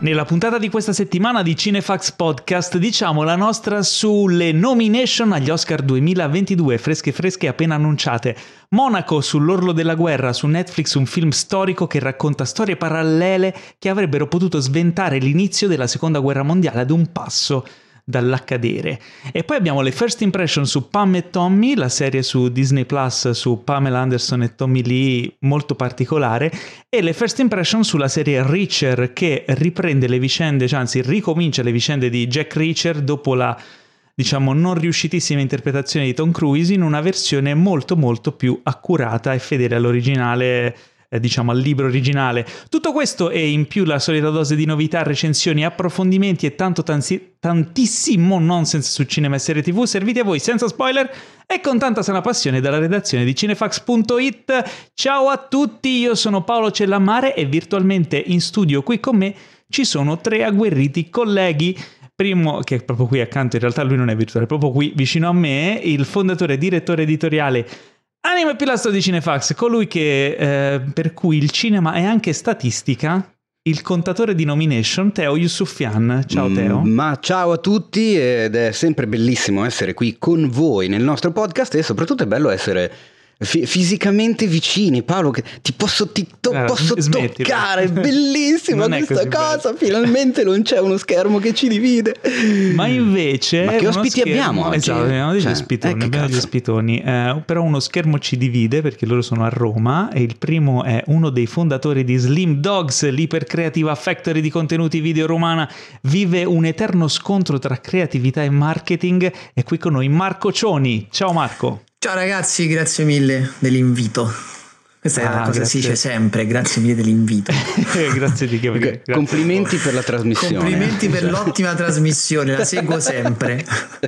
Nella puntata di questa settimana di Cinefax Podcast diciamo la nostra sulle nomination agli Oscar 2022, fresche appena annunciate. Monaco, sull'orlo della guerra, su Netflix, un film storico che racconta storie parallele che avrebbero potuto sventare l'inizio della seconda guerra mondiale ad un passo dall'accadere. E poi abbiamo le first impression su Pam e Tommy, la serie su Disney Plus su Pamela Anderson e Tommy Lee, molto particolare, e le first impression sulla serie Reacher, che riprende le vicende, cioè anzi ricomincia le vicende di Jack Reacher dopo la, diciamo, non riuscitissima interpretazione di Tom Cruise in una versione molto più accurata e fedele all'originale, diciamo al libro originale. Tutto questo e in più la solita dose di novità, recensioni, approfondimenti e tantissimo nonsense su cinema e serie TV serviti a voi senza spoiler e con tanta sana passione dalla redazione di cinefax.it. Ciao a tutti, io sono Paolo Cellammare e virtualmente in studio qui con me ci sono tre agguerriti colleghi. Primo, che è proprio qui accanto, in realtà lui non è virtuale, è proprio qui vicino a me, il fondatore e direttore editoriale Anima e pilastro di Cinefax, colui che per cui il cinema è anche statistica, il contatore di nomination, Teo Yusufian. Ciao Teo. Ma ciao a tutti, ed è sempre bellissimo essere qui con voi nel nostro podcast e soprattutto è bello essere fisicamente vicini. Paolo, che ti posso toccare, è bellissima questa cosa, bello. Finalmente non c'è uno schermo che ci divide. Ma invece, ma che ospiti abbiamo oggi? Esatto, abbiamo degli ospitoni, però uno schermo ci divide perché loro sono a Roma e il primo è uno dei fondatori di Slim Dogs, l'ipercreativa factory di contenuti video romana. Vive un eterno scontro tra creatività e marketing. È qui con noi Marco Cioni. Ciao Marco. Ciao ragazzi, grazie mille dell'invito. Questa è una cosa che si dice sempre, grazie mille dell'invito. Grazie di che. Complimenti per la trasmissione. Complimenti per l'ottima trasmissione, la seguo sempre.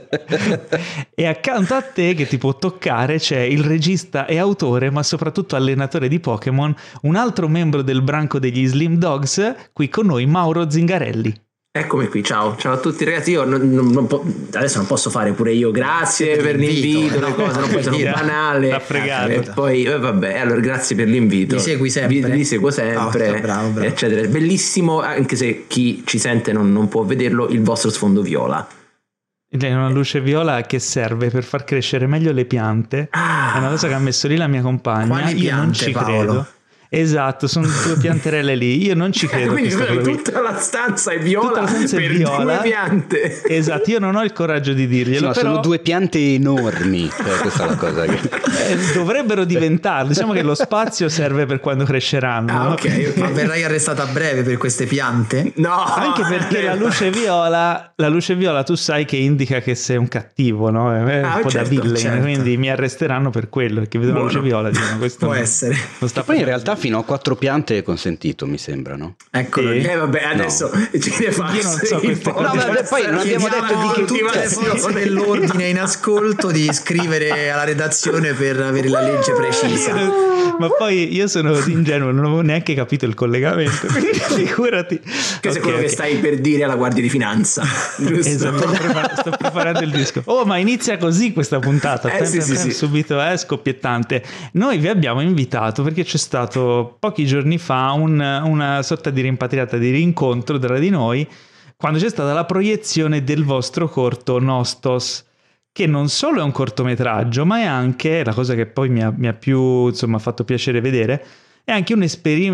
E accanto a te, che ti può toccare, c'è il regista e autore, ma soprattutto allenatore di Pokémon, un altro membro del branco degli Slim Dogs, qui con noi Mauro Zingarelli. Eccomi qui, ciao a tutti ragazzi. Io adesso non posso fare pure io grazie per l'invito, una cosa, non può essere banale. T'ha fregato. E poi vabbè, allora grazie per l'invito. Mi segui sempre. Vi seguo sempre, bravo. eccetera. Bellissimo, anche se chi ci sente non può vederlo, il vostro sfondo viola. È una luce viola che serve per far crescere meglio le piante. È una cosa che ha messo lì la mia compagna. Quali io piante, non ci Paolo? credo. Esatto, sono due pianterelle lì. Io non ci credo. Quindi tutta la stanza è viola, tutta la stanza per è viola. due piante. Esatto, io non ho il coraggio di dirglielo. No, però sono due piante enormi. Questa è la cosa che dovrebbero diventarlo. Diciamo che lo spazio serve per quando cresceranno. Ok, ma verrai arrestato a breve per queste piante? No, anche perché la luce viola tu sai che indica che sei un cattivo, no? È un po' certo, da villain, certo. Quindi mi arresteranno per quello, perché vedono la luce viola dicono questo Può non, essere. non sta poi in realtà fino a 4 piante è consentito, mi sembra, no? Eccolo lì. vabbè, adesso Cinefax. Io non so queste cose. No, vabbè, poi non abbiamo detto di che tutte le forze dell'ordine in ascolto di scrivere alla redazione per avere la legge precisa. Ma poi io sono ingenuo, non avevo neanche capito il collegamento, quindi figurati. Questo è quello che stai per dire alla Guardia di Finanza, giusto? Esatto, sto preparando il disco. Oh, ma inizia così questa puntata, Sì. subito scoppiettante. Noi vi abbiamo invitato perché c'è stato pochi giorni fa una sorta di rimpatriata, di rincontro tra di noi, quando c'è stata la proiezione del vostro corto Nostos, che non solo è un cortometraggio, ma è anche, la cosa che poi mi ha più, insomma, fatto piacere vedere, è anche un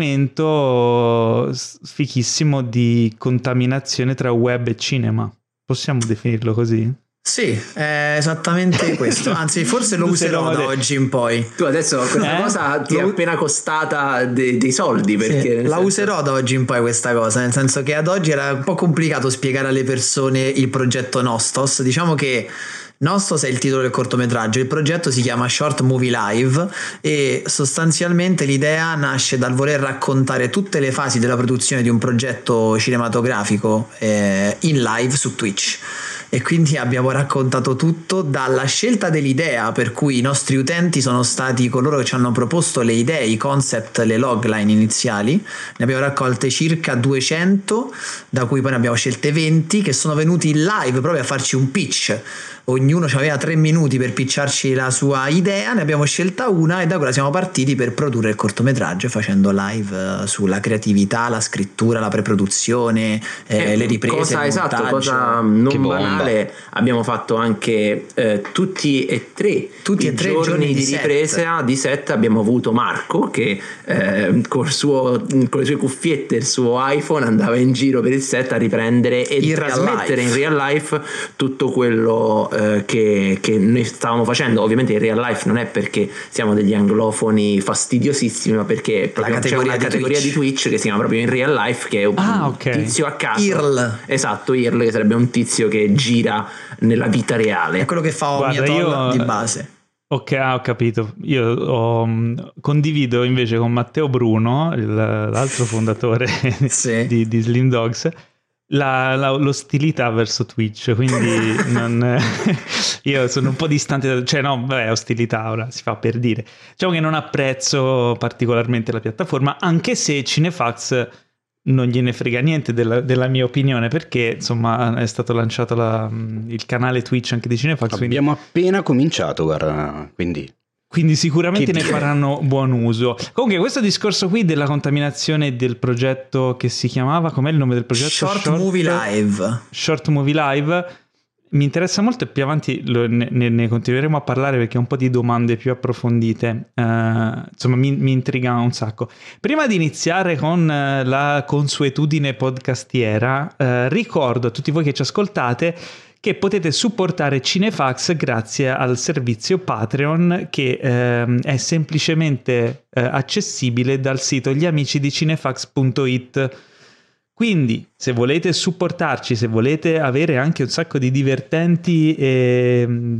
esperimento fichissimo di contaminazione tra web e cinema. Possiamo definirlo così? Sì, è esattamente questo. Anzi, forse lo userò da oggi in poi. Tu adesso questa cosa ti è appena costata dei soldi, perché sì, la userò da oggi in poi questa cosa, nel senso che ad oggi era un po' complicato spiegare alle persone il progetto Nostos. Diciamo che Nostos è il titolo del cortometraggio, il progetto si chiama Short Movie Live e sostanzialmente l'idea nasce dal voler raccontare tutte le fasi della produzione di un progetto cinematografico in live su Twitch. e quindi abbiamo raccontato tutto, dalla scelta dell'idea, per cui i nostri utenti sono stati coloro che ci hanno proposto le idee, i concept, le logline iniziali. Ne abbiamo raccolte circa 200, da cui poi ne abbiamo scelte 20 che sono venuti in live proprio a farci un pitch. Ognuno aveva 3 minuti per pitcharci la sua idea, ne abbiamo scelta una e da quella siamo partiti per produrre il cortometraggio, facendo live sulla creatività, la scrittura, la preproduzione, le riprese, cosa esatto, cosa non banale. Abbiamo fatto anche tutti e tre i giorni di ripresa di set. Abbiamo avuto Marco che con le sue cuffiette e il suo iPhone andava in giro per il set a riprendere e trasmettere in real life tutto quello che noi stavamo facendo. Ovviamente in real life non è perché siamo degli anglofoni fastidiosissimi, ma perché c'è una categoria di Twitch che si chiama proprio in real life, che è un tizio a caso. IRL. Esatto, IRL, che sarebbe un tizio che gira nella vita reale. È quello che fa Omiatol di base. Ok, ho capito. Io condivido invece con Matteo Bruno, l'altro fondatore di Slim Dogs, l'ostilità verso Twitch, quindi io sono un po' distante, ostilità ora si fa per dire. Diciamo che non apprezzo particolarmente la piattaforma, anche se Cinefax non gliene frega niente della mia opinione, perché insomma è stato lanciato il canale Twitch anche di Cinefax. Abbiamo appena cominciato, guarda, quindi sicuramente ne faranno buon uso. Comunque questo discorso qui della contaminazione del progetto che si chiamava, com'è il nome del progetto? Short Movie Live mi interessa molto e più avanti ne continueremo a parlare, perché ho un po' di domande più approfondite, insomma mi intriga un sacco. Prima di iniziare con la consuetudine podcastiera, ricordo a tutti voi che ci ascoltate che potete supportare Cinefax grazie al servizio Patreon, che è semplicemente accessibile dal sito gliamicidicinefax.it. Quindi se volete supportarci, se volete avere anche un sacco di divertenti e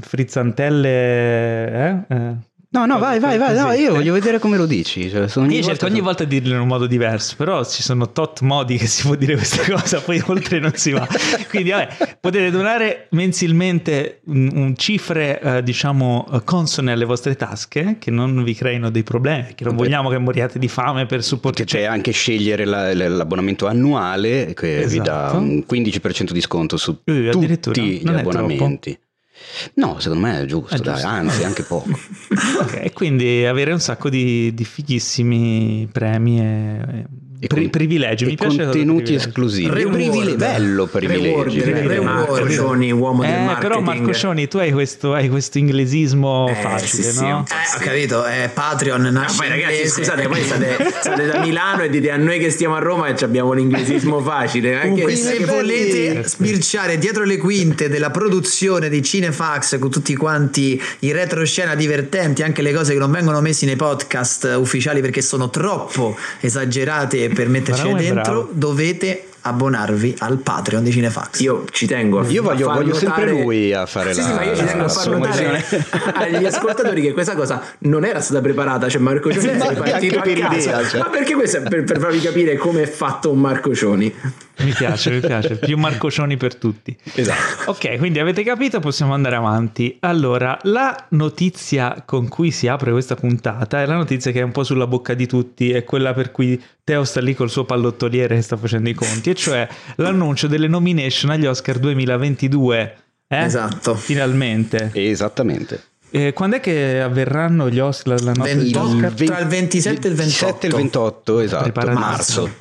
frizzantelle... No, vai, no, io voglio vedere come lo dici. Io cerco ogni volta di dirlo in un modo diverso, però ci sono tot modi che si può dire questa cosa, poi oltre non si va. Quindi potete donare mensilmente un cifre consone alle vostre tasche, che non vi creino dei problemi, che non vogliamo che moriate di fame per supportare. C'è anche scegliere l'abbonamento annuale, che vi dà un 15% di sconto su tutti gli abbonamenti. No, secondo me è giusto, dai, anzi anche poco. Ok, quindi avere un sacco di fighissimi premi e privilegi. Mi piace contenuti esclusivi. Bello privilegi. Marcoscioni, uomo del marketing. Però Marcoscioni, tu hai questo inglesismo facile, sì, no? Ho capito, è Patreon. Poi ragazzi, scusate, poi state da Milano e dite a noi che stiamo a Roma e abbiamo l'inglesismo facile. Comunque, se volete sbirciare dietro le quinte della produzione di Cinefax, con tutti quanti i retroscena divertenti, anche le cose che non vengono messi nei podcast ufficiali perché sono troppo esagerate per metterci dentro, dovete abbonarvi al Patreon di Cinefax. Io ci tengo. Io voglio sempre lui a fare ma io ci tengo a far notare agli ascoltatori che questa cosa non era stata preparata. Cioè Marcoscioni è partito a caso, ma perché questo è per farvi capire come è fatto un Marcoscioni. Mi piace, più Marcoscioni per tutti. Esatto. Ok, quindi avete capito, possiamo andare avanti. Allora, la notizia con cui si apre questa puntata è la notizia che è un po' sulla bocca di tutti, è quella per cui Teo sta lì col suo pallottoliere che sta facendo i conti, e cioè l'annuncio delle nomination agli Oscar 2022. Esatto. Finalmente. Esattamente. Quando è che avverranno gli Oscar? La notte tra il 27 e il 28. E il 28, esatto, marzo.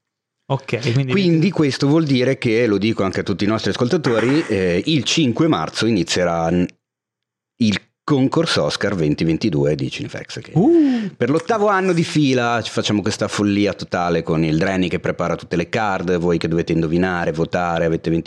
Ok, quindi questo vuol dire che, lo dico anche a tutti i nostri ascoltatori, il 5 marzo inizierà il concorso Oscar 2022 di Cinefax, che per l'8º anno di fila ci facciamo questa follia totale con il Drenny che prepara tutte le card, voi che dovete indovinare, votare, avete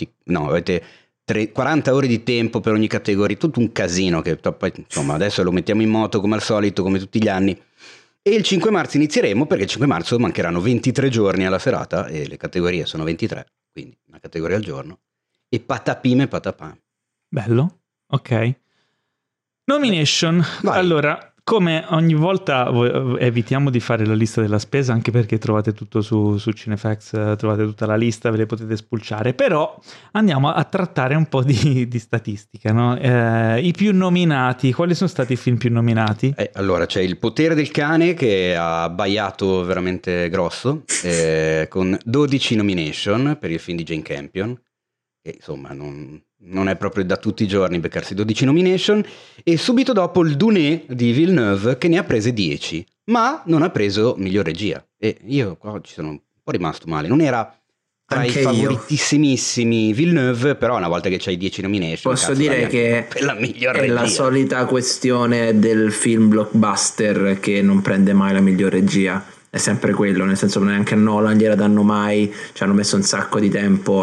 40 ore di tempo per ogni categoria, tutto un casino che poi, insomma, adesso lo mettiamo in moto come al solito, come tutti gli anni. E il 5 marzo inizieremo, perché il 5 marzo mancheranno 23 giorni alla serata e le categorie sono 23, quindi una categoria al giorno. E patapime patapam. Bello, ok. Nomination. Vai. Allora, Come ogni volta evitiamo di fare la lista della spesa, anche perché trovate tutto su Cinefax, trovate tutta la lista, ve le potete spulciare, però andiamo a trattare un po' di statistica, no? I più nominati, quali sono stati i film più nominati? Allora c'è Il potere del cane, che ha abbaiato veramente grosso, con 12 nomination per il film di Jane Campion, che insomma non è proprio da tutti i giorni beccarsi 12 nomination, e subito dopo il Dune di Villeneuve, che ne ha prese 10, ma non ha preso miglior regia, e io qua ci sono un po' rimasto male. Non era tra i favoritissimissimi Villeneuve, però una volta che c'hai 10 nomination posso dire che per la miglior è regia. La solita questione del film blockbuster che non prende mai la miglior regia. È sempre quello, nel senso che neanche a Nolan gliela danno mai, ci hanno messo un sacco di tempo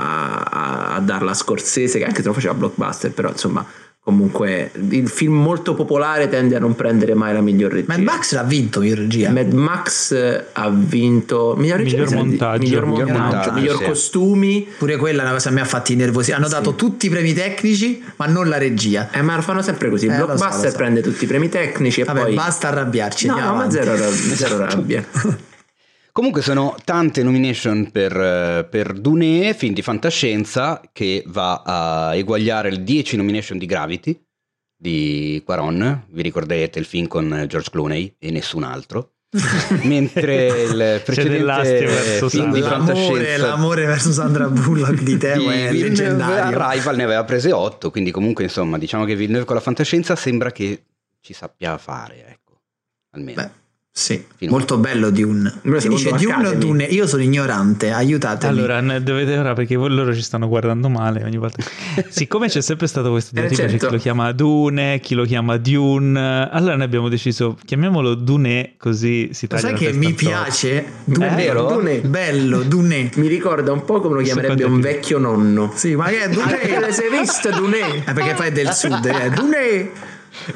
a darla a Scorsese, che anche se lo faceva blockbuster, però insomma comunque il film molto popolare tende a non prendere mai la miglior regia. Mad Max l'ha vinto miglior regia. Mad Max ha vinto miglior montaggio, miglior costumi. Pure quella è una cosa che mi ha fatti nervosi. Hanno dato tutti i premi tecnici ma non la regia. Ma lo fanno sempre così. Il blockbuster prende tutti i premi tecnici e poi basta arrabbiarci. No, ma zero rabbia. Comunque sono tante nomination per Dune, film di fantascienza, che va a eguagliare le 10 nomination di Gravity di Cuarón. Vi ricorderete il film con George Clooney e nessun altro. Mentre il precedente film di fantascienza, l'amore verso Sandra Bullock di Teo è leggendario. Arrival ne aveva prese 8, quindi comunque insomma diciamo che Villeneuve con la fantascienza sembra che ci sappia fare, ecco, almeno. Beh. Sì, molto bello Dune. Si dice Dune o Dune? Io sono ignorante, aiutatemi. Allora, dovete ora, perché loro ci stanno guardando male ogni volta. Siccome c'è sempre stato questo diatriba, c'è chi lo chiama Dune, chi lo chiama Dune. Allora noi abbiamo deciso, chiamiamolo Dune, così si taglia. Sai che mi piace? Dune, vero? Dune. Bello, Dune. Mi ricorda un po' come lo chiamerebbe un vecchio nonno. Sì, ma che è Dune? L'hai visto Dune? Perché poi è del sud, Dune.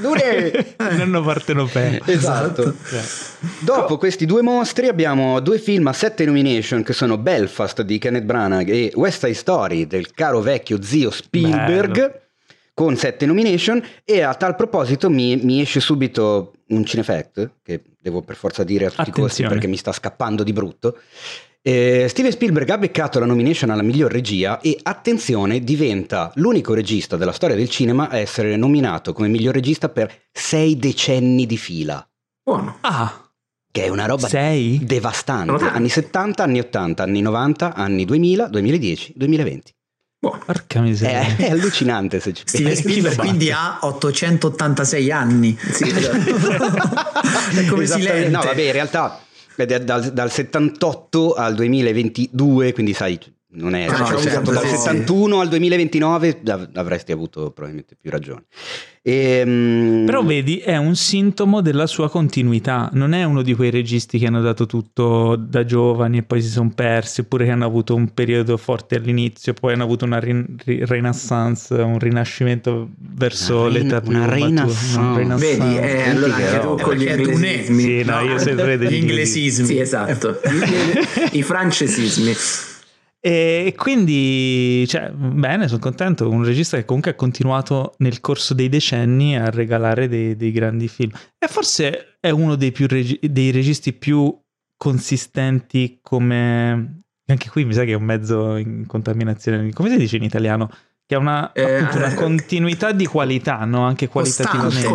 Nonno Partenopeo. Esatto. Dopo questi due mostri abbiamo due film a 7 nomination, che sono Belfast di Kenneth Branagh e West Side Story del caro vecchio zio Spielberg. Bello. Con 7 nomination. E a tal proposito mi esce subito un cinefact che devo per forza dire a tutti i costi perché mi sta scappando di brutto. Steven Spielberg ha beccato la nomination alla miglior regia e, attenzione, diventa l'unico regista della storia del cinema a essere nominato come miglior regista per 6 decenni di fila. Buono. Che è una roba 6? devastante. Anni 70, anni 80, anni 90, anni 2000, 2010, 2020. Porca miseria. È allucinante se ci Steven Spielberg quindi ha 886 anni. Sì, è come silente. No, vabbè, in realtà dal 78 al 2022, quindi sai, non è dal 71 al 2029 avresti avuto probabilmente più ragione. Però vedi, è un sintomo della sua continuità, non è uno di quei registi che hanno dato tutto da giovani e poi si sono persi, oppure che hanno avuto un periodo forte all'inizio, poi hanno avuto una renaissance, un rinascimento verso l'età più matura. Vedi, allora anche tu con gli inglesismi. Sì, no, io sempre gli inglesismi. Sì, esatto. I francesismi. E quindi, bene, sono contento. Un regista che comunque ha continuato nel corso dei decenni a regalare dei grandi film. E forse è uno dei registi più consistenti, come... Anche qui mi sa che è un mezzo in contaminazione. Come si dice in italiano? Che ha una continuità di qualità, no? Anche qualitativamente.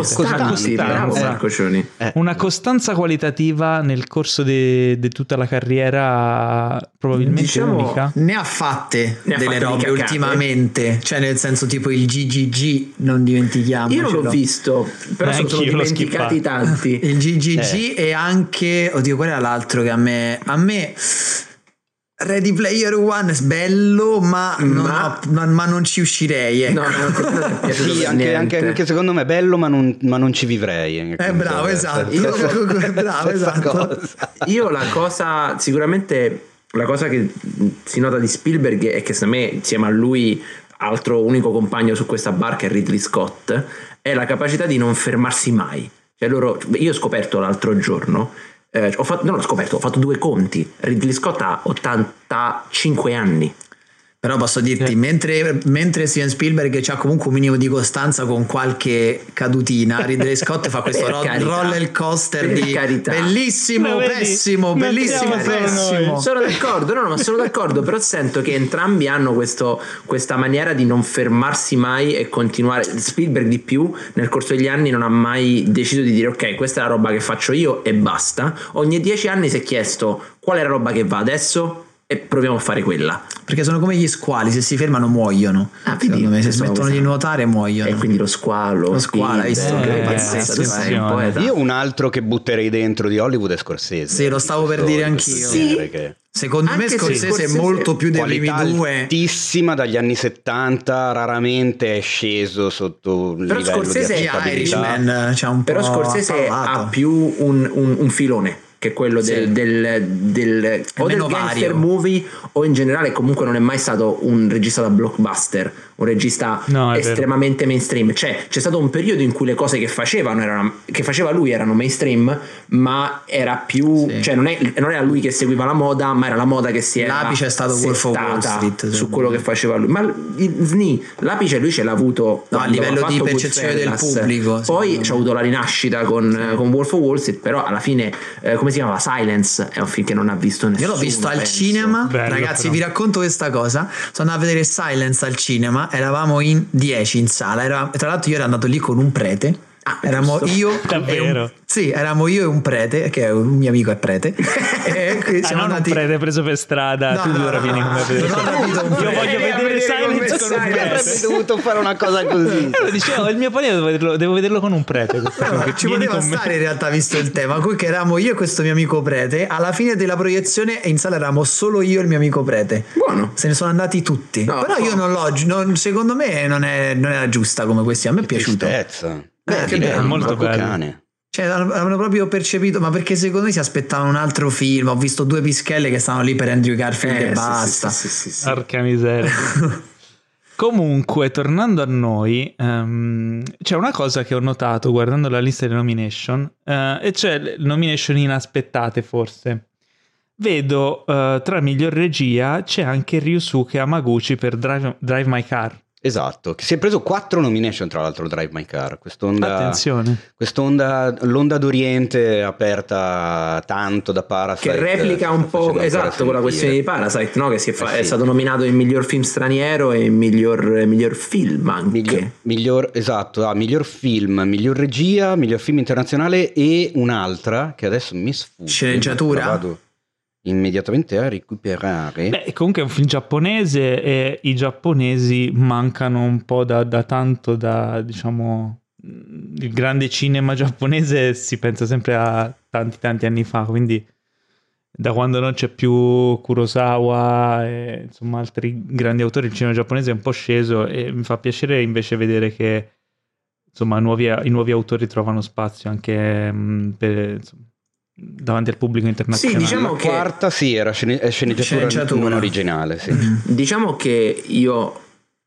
Una costanza qualitativa nel corso di tutta la carriera, probabilmente unica. Ne ha fatte delle robe ultimamente, cioè nel senso tipo il GGG, non dimentichiamo. Io non l'ho visto, però sono dimenticati tanti. Il GGG e anche, oddio, qual era l'altro che a me Ready Player One è bello, ma non ci uscirei. Ecco. No, sì, anche secondo me è bello, ma non ci vivrei. Bravo, esatto. Io la cosa, sicuramente la cosa che si nota di Spielberg è che secondo me, insieme a lui, altro unico compagno su questa barca è Ridley Scott, è la capacità di non fermarsi mai. Io ho scoperto l'altro giorno. Ho fatto 2 conti. Ridley Scott ha 85 anni. Però posso dirti, mentre Steven Spielberg c'ha comunque un minimo di costanza con qualche cadutina, Ridley Scott fa questo roller coaster di carità. Bellissimo, pessimo, bellissimo, pessimo. Sono d'accordo, ma sono d'accordo, però sento che entrambi hanno questa maniera di non fermarsi mai e continuare. Spielberg di più, nel corso degli anni non ha mai deciso di dire ok, questa è la roba che faccio io e basta. Ogni 10 anni si è chiesto qual è la roba che va adesso e proviamo a fare quella, perché sono come gli squali, se si fermano muoiono. Secondo me se smettono di nuotare muoiono. E quindi lo squalo hai visto? Pazzesco. Io un altro che butterei dentro di Hollywood è Scorsese. Sì, lo stavo per dire anch'io. Secondo me Scorsese è molto più dei primi due. Altissima dagli anni 70, raramente è sceso sotto il livello Scorsese di Irishman c'ha un po'. Però Scorsese ha più un filone, che è quello del o del gangster movie, o in generale comunque non è mai stato un regista da blockbuster, un regista estremamente mainstream. Cioè c'è stato un periodo in cui le cose che faceva lui erano mainstream, ma era più cioè non era lui che seguiva la moda, ma era la moda che si era l'apice è stato Wolf of Wall Street su quello che faceva lui. Ma l'apice lui ce l'ha avuto a livello di percezione del pubblico. Poi c'ha avuto la rinascita con Wolf of Wall Street, però alla fine come si chiamava? Silence è un film che non ha visto nessuno. Io l'ho visto al cinema. Bello, ragazzi, però vi racconto questa cosa. Sono andato a vedere Silence al cinema, eravamo in 10 in sala, tra l'altro io ero andato lì con un prete. Eravamo io eravamo io e un prete, che è un mio amico è prete. E siamo andati... un prete preso per strada. Tu ora vieni con me a vedere. Io voglio vedere Silence con un prete. Avrei dovuto fare una cosa così. Dicevo, il mio padre devo vederlo con un prete. Ci poteva stare in realtà, visto il tema. Che eravamo io e questo mio amico prete. Alla fine della proiezione in sala eravamo solo io e il mio amico prete. Buono. Se ne sono andati tutti. Però io secondo me non era giusta come questione. A me è piaciuto. È molto bello. Cane. Cioè avevano proprio percepito, ma perché secondo me si aspettavano un altro film. Ho visto 2 pischelle che stavano lì per Andrew Garfield e basta. Sì. Porca miseria. Comunque, tornando a noi, c'è una cosa che ho notato guardando la lista delle nomination, e cioè le nomination inaspettate forse. Vedo tra miglior regia c'è anche Ryusuke Hamaguchi per Drive My Car. Esatto, che si è preso 4 nomination tra l'altro Drive My Car. Attenzione. L'onda d'Oriente aperta tanto da Parasite, che replica un po' con la questione di Parasite, no? Che è stato nominato in miglior film straniero e miglior film anche. Miglior film, miglior regia, miglior film internazionale e un'altra che adesso mi sfugge. Sceneggiatura? Vado immediatamente a recuperare. Comunque è un film giapponese e i giapponesi mancano un po' da tanto, diciamo, il grande cinema giapponese si pensa sempre a tanti anni fa, quindi da quando non c'è più Kurosawa e insomma altri grandi autori, il cinema giapponese è un po' sceso, e mi fa piacere invece vedere che insomma i nuovi autori trovano spazio anche davanti al pubblico internazionale. Sì, diciamo la quarta era sceneggiatura non originale, sì. Diciamo che io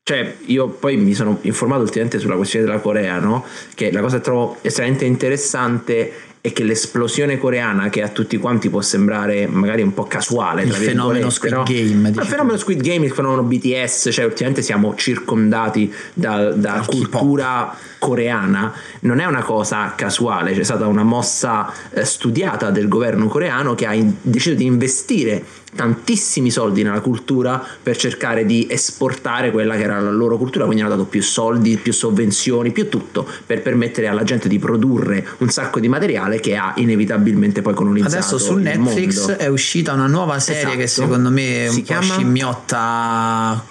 poi mi sono informato ultimamente sulla questione della Corea, no? Che la cosa che trovo estremamente interessante è che l'esplosione coreana, che a tutti quanti può sembrare magari un po' casuale, il fenomeno Squid Game, il fenomeno Squid Game, il fenomeno BTS, cioè ultimamente siamo circondati da cultura coreana, non è una cosa casuale. C'è stata una mossa studiata del governo coreano che ha deciso di investire tantissimi soldi nella cultura per cercare di esportare quella che era la loro cultura, quindi hanno dato più soldi, più sovvenzioni, più tutto, per permettere alla gente di produrre un sacco di materiale che ha inevitabilmente poi colonizzato. Adesso su Netflix è uscita una nuova serie che secondo me è un po' scimmiotta,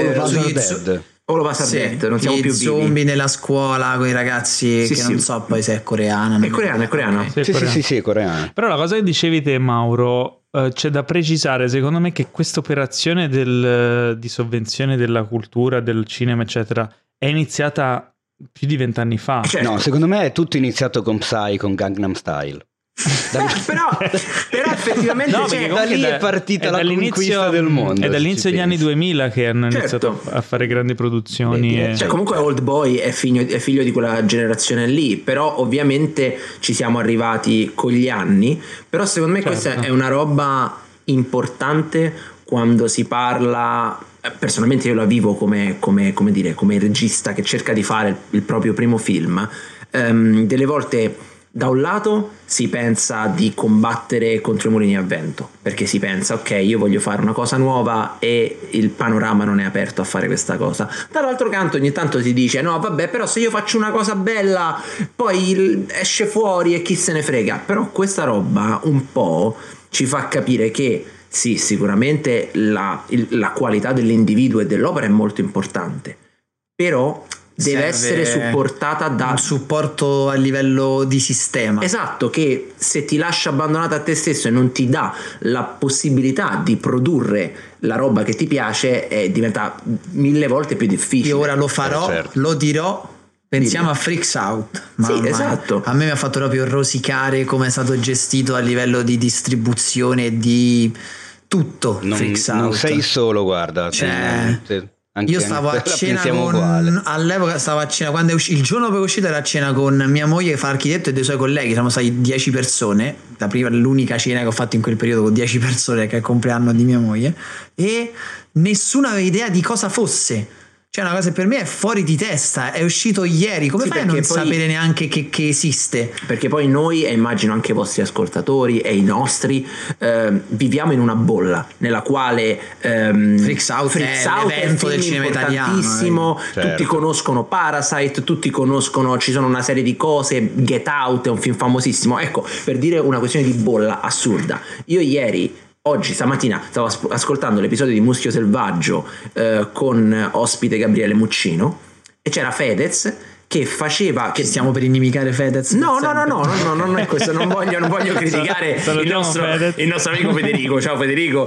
All of Us Are Dead, non siamo più vivi. Zombie nella scuola con i ragazzi non so poi se è coreana. È coreana. Sì, è coreana. Però la cosa che dicevi te, Mauro, c'è da precisare secondo me che questa operazione di sovvenzione della cultura, del cinema eccetera è iniziata più di 20 anni fa. No, secondo me è tutto iniziato con Psy, con Gangnam Style. però effettivamente da lì è partita la conquista del mondo. È dall'inizio degli anni 2000 che hanno iniziato a fare grandi produzioni. Comunque Old Boy è figlio di quella generazione lì, però ovviamente ci siamo arrivati con gli anni. Però secondo me questa è una roba importante quando si parla personalmente io la vivo come regista che cerca di fare il proprio primo film, delle volte da un lato si pensa di combattere contro i mulini a vento, perché si pensa ok, io voglio fare una cosa nuova e il panorama non è aperto a fare questa cosa. Dall'altro canto ogni tanto si dice no vabbè, però se io faccio una cosa bella poi esce fuori e chi se ne frega. Però questa roba un po' ci fa capire che sì, sicuramente la qualità dell'individuo e dell'opera è molto importante, però deve essere supportata da un supporto a livello di sistema. Esatto, che se ti lascia abbandonato a te stesso e non ti dà la possibilità di produrre la roba che ti piace, diventa 1000 volte più difficile. Io ora lo farò, lo dirò. Pensiamo a Freaks Out. Sì, esatto. A me mi ha fatto proprio rosicare come è stato gestito a livello di distribuzione e di tutto. Freaks Out. Non sei solo, guarda. Io stavo a cena all'epoca stavo a cena quando il giorno dopo che è uscito, era a cena con mia moglie che fa architetto e dei suoi colleghi, siamo stati 10 persone, l'unica cena che ho fatto in quel periodo con 10 persone, che è il compleanno di mia moglie, e nessuno aveva idea di cosa fosse. Cioè una cosa per me è fuori di testa, è uscito ieri, come fai a non sapere neanche che esiste? Perché poi noi, e immagino anche i vostri ascoltatori e i nostri, viviamo in una bolla nella quale Freaks Out è l'evento del cinema italiano. Tutti conoscono Parasite, tutti conoscono, ci sono una serie di cose, Get Out è un film famosissimo. Ecco, per dire una questione di bolla assurda, stamattina stavo ascoltando l'episodio di Muschio Selvaggio con ospite Gabriele Muccino e c'era Fedez che faceva stiamo per inimicare Fedez. No, non è questo, non voglio criticare il nostro amico Federico. Ciao Federico,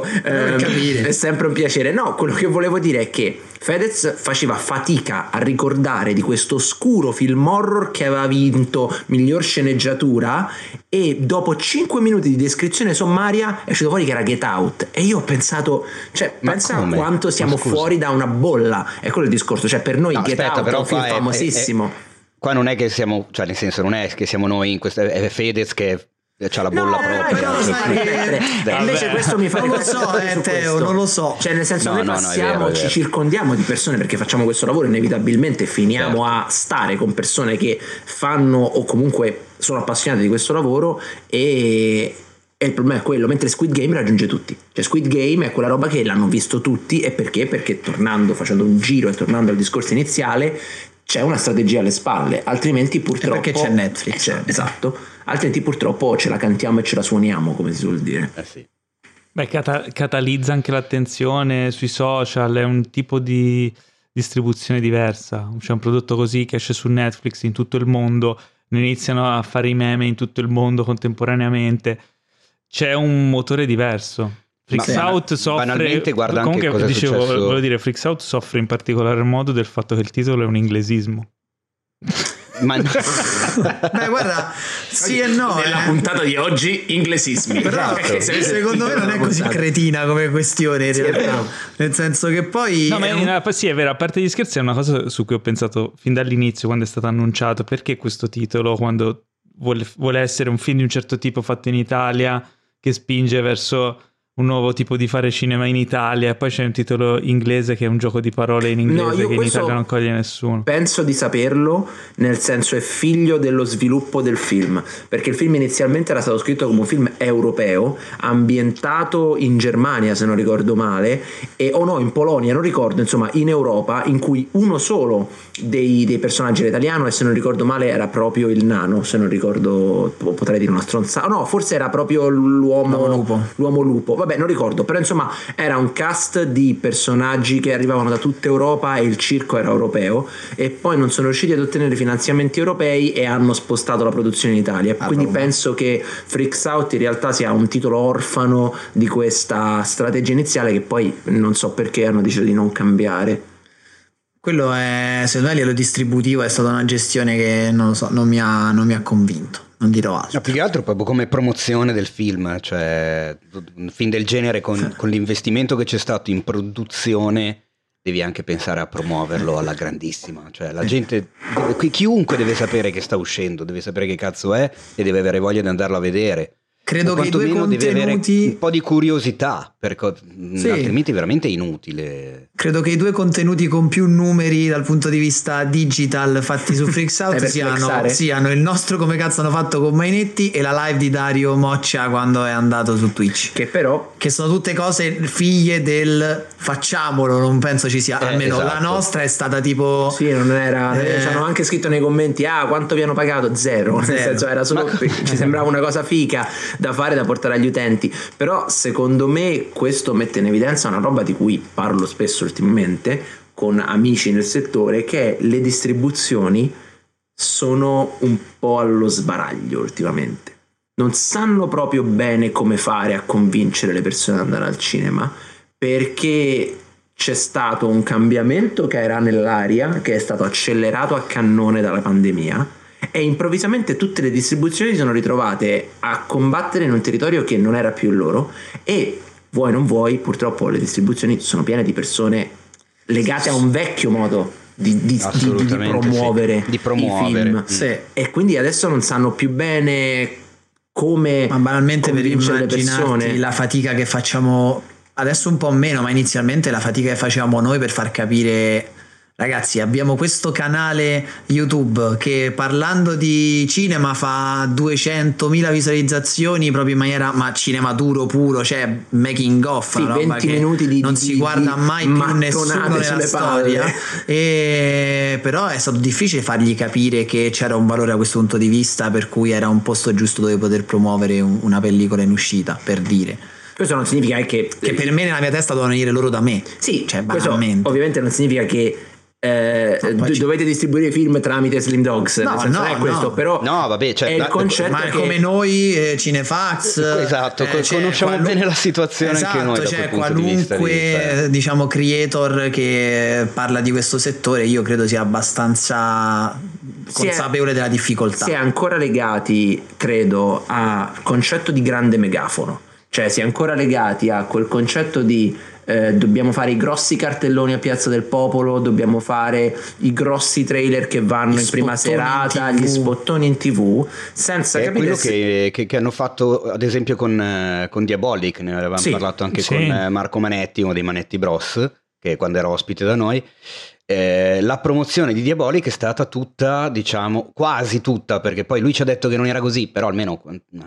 è sempre un piacere. No, quello che volevo dire è che Fedez faceva fatica a ricordare di questo oscuro film horror che aveva vinto miglior sceneggiatura e dopo 5 minuti di descrizione sommaria è uscito fuori che era Get Out e io ho pensato, pensa a quanto siamo fuori da una bolla. È quello il discorso, per noi Get Out è un film famosissimo. Qua non è che siamo, nel senso non è che siamo noi in questo, è Fedez che c'ha la bolla propria. Invece questo mi fa non lo so, Teo, non lo so. Nel senso noi passiamo, ci circondiamo di persone perché facciamo questo lavoro, inevitabilmente finiamo a stare con persone che fanno o comunque sono appassionate di questo lavoro e il problema è quello, mentre Squid Game raggiunge tutti. Squid Game è quella roba che l'hanno visto tutti e perché? Perché facendo un giro e tornando al discorso iniziale, c'è una strategia alle spalle, altrimenti purtroppo perché c'è Netflix, esatto, altrimenti purtroppo ce la cantiamo e ce la suoniamo, come si suol dire. Sì. Beh, catalizza anche l'attenzione sui social, è un tipo di distribuzione diversa. C'è un prodotto così che esce su Netflix in tutto il mondo, ne iniziano a fare i meme in tutto il mondo contemporaneamente, c'è un motore diverso. Freaks Out soffre, banalmente guarda anche cosa è successo. Volevo dire, Freaks Out soffre in particolar modo del fatto che il titolo è un inglesismo. Beh, guarda, sì e no. Nella puntata di oggi, inglesismi. Però secondo me non è così cretina come questione, in realtà. Nel senso che poi. No, sì, è vero, a parte gli scherzi, è una cosa su cui ho pensato fin dall'inizio, quando è stato annunciato. Perché questo titolo, quando vuole essere un film di un certo tipo fatto in Italia, che spinge verso un nuovo tipo di fare cinema in Italia, e poi c'è un titolo inglese che è un gioco di parole in inglese che in Italia non coglie nessuno. Penso di saperlo, nel senso è figlio dello sviluppo del film, perché il film inizialmente era stato scritto come un film europeo ambientato in Germania, se non ricordo male, in Polonia, non ricordo, insomma in Europa, in cui uno solo dei personaggi era italiano e se non ricordo male era proprio il nano, se non ricordo, potrei dire una stronzata, no, forse era proprio l'uomo lupo. Vabbè, non ricordo, però insomma era un cast di personaggi che arrivavano da tutta Europa e il circo era europeo e poi non sono riusciti ad ottenere finanziamenti europei e hanno spostato la produzione in Italia. Quindi penso che Freaks Out in realtà sia un titolo orfano di questa strategia iniziale che poi non so perché hanno deciso di non cambiare. Quello è, secondo me a livello distributivo è stata una gestione che non lo so, non mi ha convinto. Non dirò altro. No, più che altro proprio come promozione del film, cioè un film del genere con l'investimento che c'è stato in produzione devi anche pensare a promuoverlo alla grandissima, cioè la gente, chiunque deve sapere che sta uscendo, deve sapere che cazzo è e deve avere voglia di andarlo a vedere. Credo che i due contenuti deve avere un po' di curiosità, perché altrimenti è veramente inutile. Credo che i due contenuti con più numeri dal punto di vista digital fatti su Freaks Out siano il nostro come cazzo hanno fatto con Mainetti e la live di Dario Moccia quando è andato su Twitch, che sono tutte cose figlie del facciamolo, non penso ci sia, almeno la nostra è stata tipo non era ci hanno anche scritto nei commenti quanto vi hanno pagato, zero. Nel senso era solo ci sembrava una cosa figa da fare, da portare agli utenti. Però secondo me questo mette in evidenza una roba di cui parlo spesso ultimamente con amici nel settore, che le distribuzioni sono un po' allo sbaraglio ultimamente, non sanno proprio bene come fare a convincere le persone ad andare al cinema, perché c'è stato un cambiamento che era nell'aria, che è stato accelerato a cannone dalla pandemia, e improvvisamente tutte le distribuzioni si sono ritrovate a combattere in un territorio che non era più il loro, e vuoi non vuoi purtroppo le distribuzioni sono piene di persone legate a un vecchio modo di promuovere i film, e quindi adesso non sanno più bene come banalmente per immaginarti la fatica che facciamo adesso, un po' meno, ma inizialmente la fatica che facevamo noi per far capire: ragazzi, abbiamo questo canale YouTube che parlando di cinema fa 200.000 visualizzazioni proprio in maniera, ma cinema duro puro, cioè making of, 20 minuti di non si guarda mai più nessuno nella storia, però è stato difficile fargli capire che c'era un valore da questo punto di vista, per cui era un posto giusto dove poter promuovere una pellicola in uscita, per dire. Questo non significa che per me nella mia testa dovevano venire loro da me, cioè banalmente. Ovviamente non significa che dovete distribuire film tramite Slim Dogs, non è questo, però cioè, è il concetto, ma è come noi Cinefax, esatto, conosciamo bene la situazione, anche noi, c'è qualunque diciamo creator che parla di questo settore, io credo sia abbastanza consapevole della difficoltà. Si è ancora legati, credo, al concetto di grande megafono, cioè si è ancora legati a quel concetto di dobbiamo fare i grossi cartelloni a Piazza del Popolo, dobbiamo fare i grossi trailer che vanno in prima serata, gli spottoni in TV, senza capire quello che hanno fatto ad esempio con Diabolic, ne avevamo parlato anche con Marco Manetti, uno dei Manetti Bros, che quando era ospite da noi. La promozione di Diabolic è stata tutta, diciamo, quasi tutta, perché poi lui ci ha detto che non era così, però almeno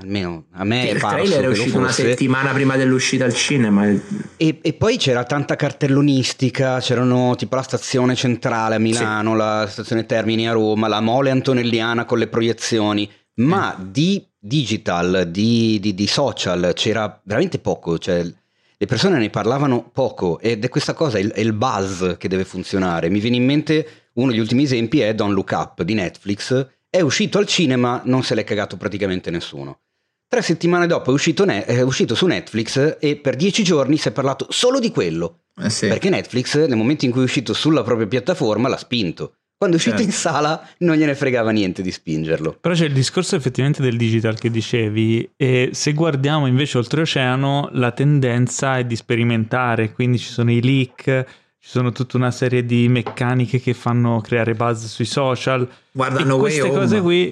a me il trailer è uscito una settimana prima dell'uscita al cinema e poi c'era tanta cartellonistica, c'erano tipo la stazione centrale a Milano, la stazione Termini a Roma, la Mole Antonelliana con le proiezioni, ma di digital, di social c'era veramente poco, cioè le persone ne parlavano poco, ed è questa cosa, è il buzz che deve funzionare. Mi viene in mente uno degli ultimi esempi è Don't Look Up di Netflix, è uscito al cinema, non se l'è cagato praticamente nessuno. 3 settimane dopo è uscito su Netflix e per 10 giorni si è parlato solo di quello, perché Netflix nel momento in cui è uscito sulla propria piattaforma l'ha spinto. Quando è uscito in sala non gliene fregava niente di spingerlo. Però c'è il discorso effettivamente del digital che dicevi, e se guardiamo invece oltreoceano la tendenza è di sperimentare, quindi ci sono i leak, ci sono tutta una serie di meccaniche che fanno creare buzz sui social. Guardano queste cose qui.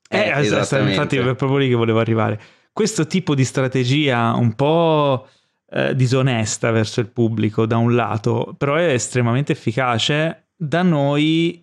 Infatti è proprio lì che volevo arrivare. Questo tipo di strategia un po' disonesta verso il pubblico da un lato, però è estremamente efficace. Da noi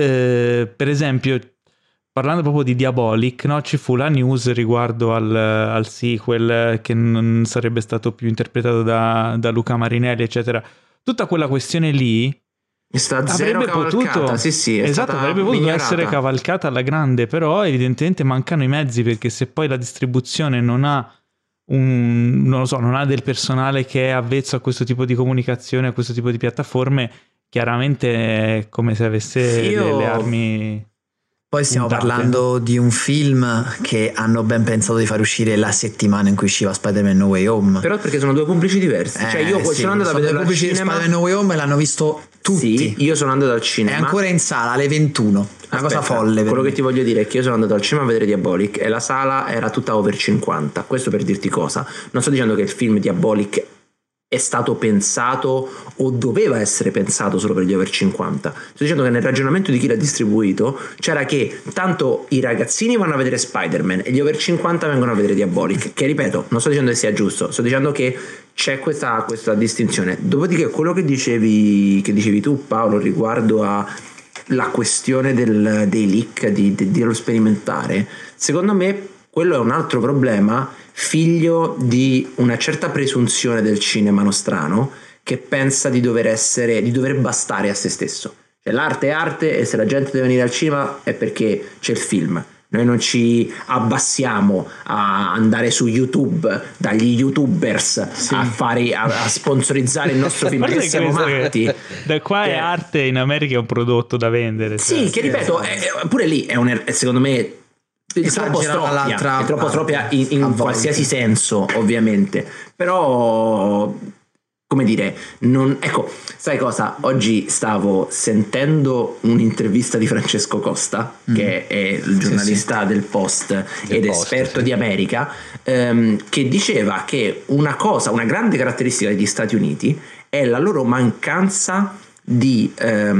per esempio, parlando proprio di Diabolic, no? Ci fu la news riguardo al sequel che non sarebbe stato più interpretato da Luca Marinelli, eccetera. Tutta quella questione lì avrebbe potuto avrebbe potuto essere cavalcata alla grande, però evidentemente mancano i mezzi, perché se poi la distribuzione non ha non ha del personale che è avvezzo a questo tipo di comunicazione, a questo tipo di piattaforme, chiaramente è come se avesse le armi. Poi stiamo parlando di un film che hanno ben pensato di far uscire la settimana in cui usciva Spider-Man No Way Home. Però perché sono due pubblici diversi. Cioè io sono andato a vedere al cinema. Spider-Man No Way Home e l'hanno visto tutti. Sì, io sono andato al cinema. È ancora in sala alle 21. Una cosa folle. Quello che ti voglio dire è che io sono andato al cinema a vedere Diabolic e la sala era tutta over 50. Questo per dirti cosa. Non sto dicendo che il film Diabolic è stato pensato o doveva essere pensato solo per gli over 50. Sto dicendo che nel ragionamento di chi l'ha distribuito c'era che tanto i ragazzini vanno a vedere Spider-Man e gli over 50 vengono a vedere Diabolic, che ripeto, non sto dicendo che sia giusto, sto dicendo che c'è questa distinzione. Dopodiché quello che dicevi tu, Paolo, riguardo alla questione dei leak, dello sperimentare, secondo me quello è un altro problema figlio di una certa presunzione del cinema nostrano, che pensa di dover bastare a se stesso. Cioè, l'arte è arte e se la gente deve venire al cinema è perché c'è il film. Noi non ci abbassiamo a andare su YouTube dagli youtubers a sponsorizzare il nostro film, perché siamo matti. Da qua è arte, in America è un prodotto da vendere. Sì, che ripeto, pure lì è secondo me è troppo stropia in qualsiasi senso, ovviamente, però come dire, ecco, sai cosa? Oggi stavo sentendo un'intervista di Francesco Costa, che è il giornalista del Post ed esperto di America, che diceva che una grande caratteristica degli Stati Uniti è la loro mancanza di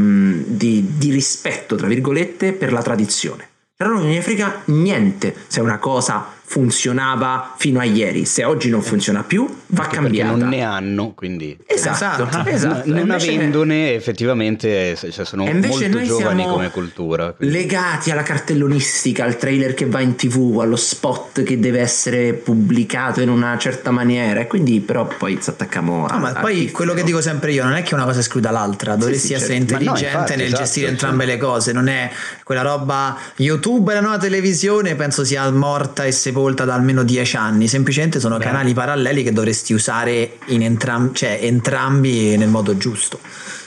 rispetto, tra virgolette, per la tradizione. Però non ne frega niente se una cosa funzionava fino a ieri, se oggi non funziona più va cambiata. Non ne hanno, quindi esatto. Non invece, avendone effettivamente, cioè sono molto giovani come cultura, quindi legati alla cartellonistica, al trailer che va in TV, allo spot che deve essere pubblicato in una certa maniera, e quindi però poi ci attacchiamo ma poi quello che dico sempre io, non è che una cosa escluda l'altra, dovresti essere intelligente nel gestire entrambe le cose, non è quella roba YouTube e la nuova televisione penso sia morta e sepolta da almeno 10 anni, semplicemente sono canali paralleli che dovresti usare in entrambi nel modo giusto.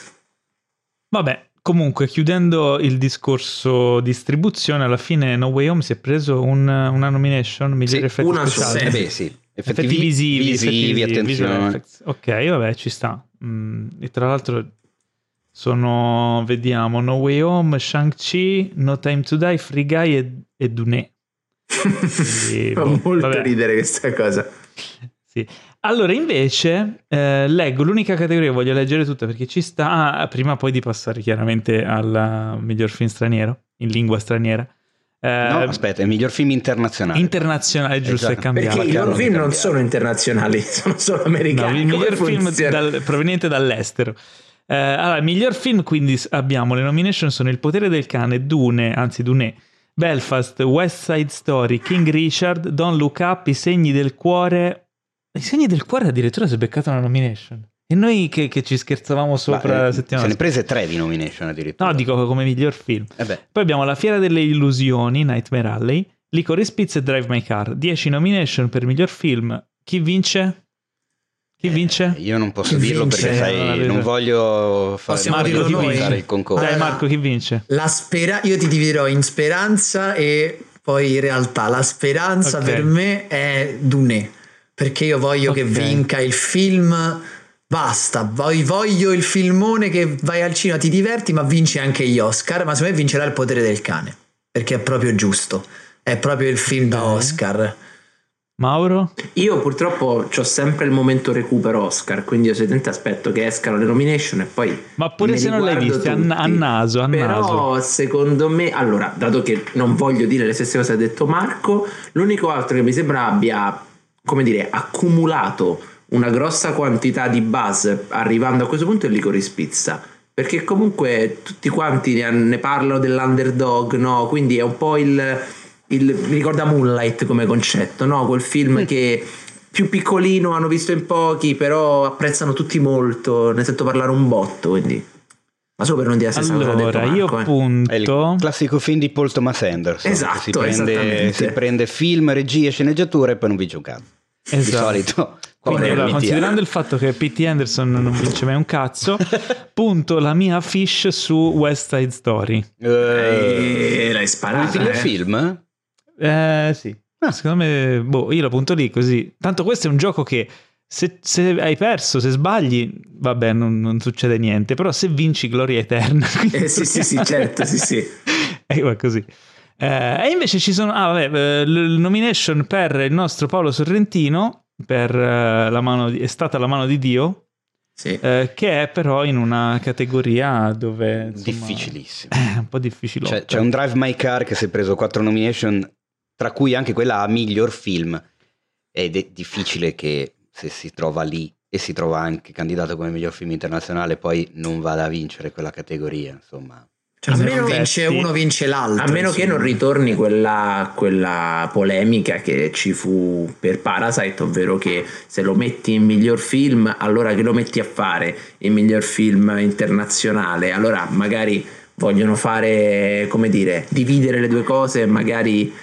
Vabbè, comunque chiudendo il discorso distribuzione, alla fine No Way Home si è preso una nomination, migliore effetti speciali. Effetti visivi, attenzione. Ok, vabbè, ci sta. E tra l'altro vediamo, No Way Home, Shang-Chi, No Time to Die, Free Guy e Dune. Fa molto ridere questa cosa. Sì. Allora invece leggo l'unica categoria che voglio leggere tutta perché ci sta, prima poi di passare chiaramente al miglior film straniero in lingua straniera. No, aspetta, è il miglior film internazionale, giusto, è cambiato. Perché i loro film non sono internazionali, sono solo americani. No, il miglior film proveniente dall'estero. Allora, il miglior film, quindi abbiamo le nomination, sono Il potere del cane, Dune, Belfast, West Side Story, King Richard, Don't Look Up, I segni del cuore. I segni del cuore addirittura si è beccata una nomination. E noi che ci scherzavamo sopra la settimana. Se ne prese 3 di nomination addirittura. No, dico come miglior film. Poi abbiamo La fiera delle illusioni, Nightmare Alley, Licorice Pizza e Drive My Car. 10 nomination per miglior film. Chi vince? Io non posso dirlo perché sai, non voglio fare il concorso. Dai Marco, chi vince? Io ti dividerò in speranza e poi in realtà. La speranza per me è Dune, perché io voglio che vinca il film. Basta, voglio il filmone che vai al cinema, ti diverti, ma vinci anche gli Oscar. Ma secondo me vincerà Il potere del cane, perché è proprio giusto, è proprio il film da Oscar. Mauro? Io purtroppo c'ho sempre il momento recupero Oscar, quindi io solitamente aspetto che escano le nomination e poi ma pure se non l'hai viste a naso però secondo me, allora, dato che non voglio dire le stesse cose che ha detto Marco, l'unico altro che mi sembra abbia, come dire, accumulato una grossa quantità di buzz arrivando a questo punto è Licorice Pizza, perché comunque tutti quanti ne parlano dell'underdog, no? Quindi è un po' mi ricorda Moonlight come concetto, no? Quel film che più piccolino hanno visto in pochi, però apprezzano tutti molto, ne sento parlare un botto, quindi ma solo per non dire la stessa cosa che ha detto Marco, io punto è il classico film di Paul Thomas Anderson. Esatto, si prende film, regie, sceneggiature e poi non vince un cazzo. Di solito. Quindi, considerando il fatto che P.T. Anderson non vince mai un cazzo, punto la mia fish su West Side Story. L'hai sparato. Il film? Sì. Secondo me, io la punto lì così. Tanto questo è un gioco che se hai perso, se sbagli, vabbè, non succede niente. Però se vinci, gloria eterna. Sì, certo, sì. È così. E invece ci sono nomination per il nostro Paolo Sorrentino, per è stata La mano di Dio, sì. Che è però in una categoria dove insomma, difficilissimo, è un po' difficile. C'è un Drive My Car che si è preso 4 nomination, tra cui anche quella a miglior film, ed è difficile che se si trova lì e si trova anche candidato come miglior film internazionale poi non vada a vincere quella categoria, insomma. Cioè, se non vince uno vince l'altro, a meno che non ritorni quella polemica che ci fu per Parasite, ovvero che se lo metti in miglior film, allora che lo metti a fare in miglior film internazionale, allora magari vogliono fare, come dire, dividere le due cose, magari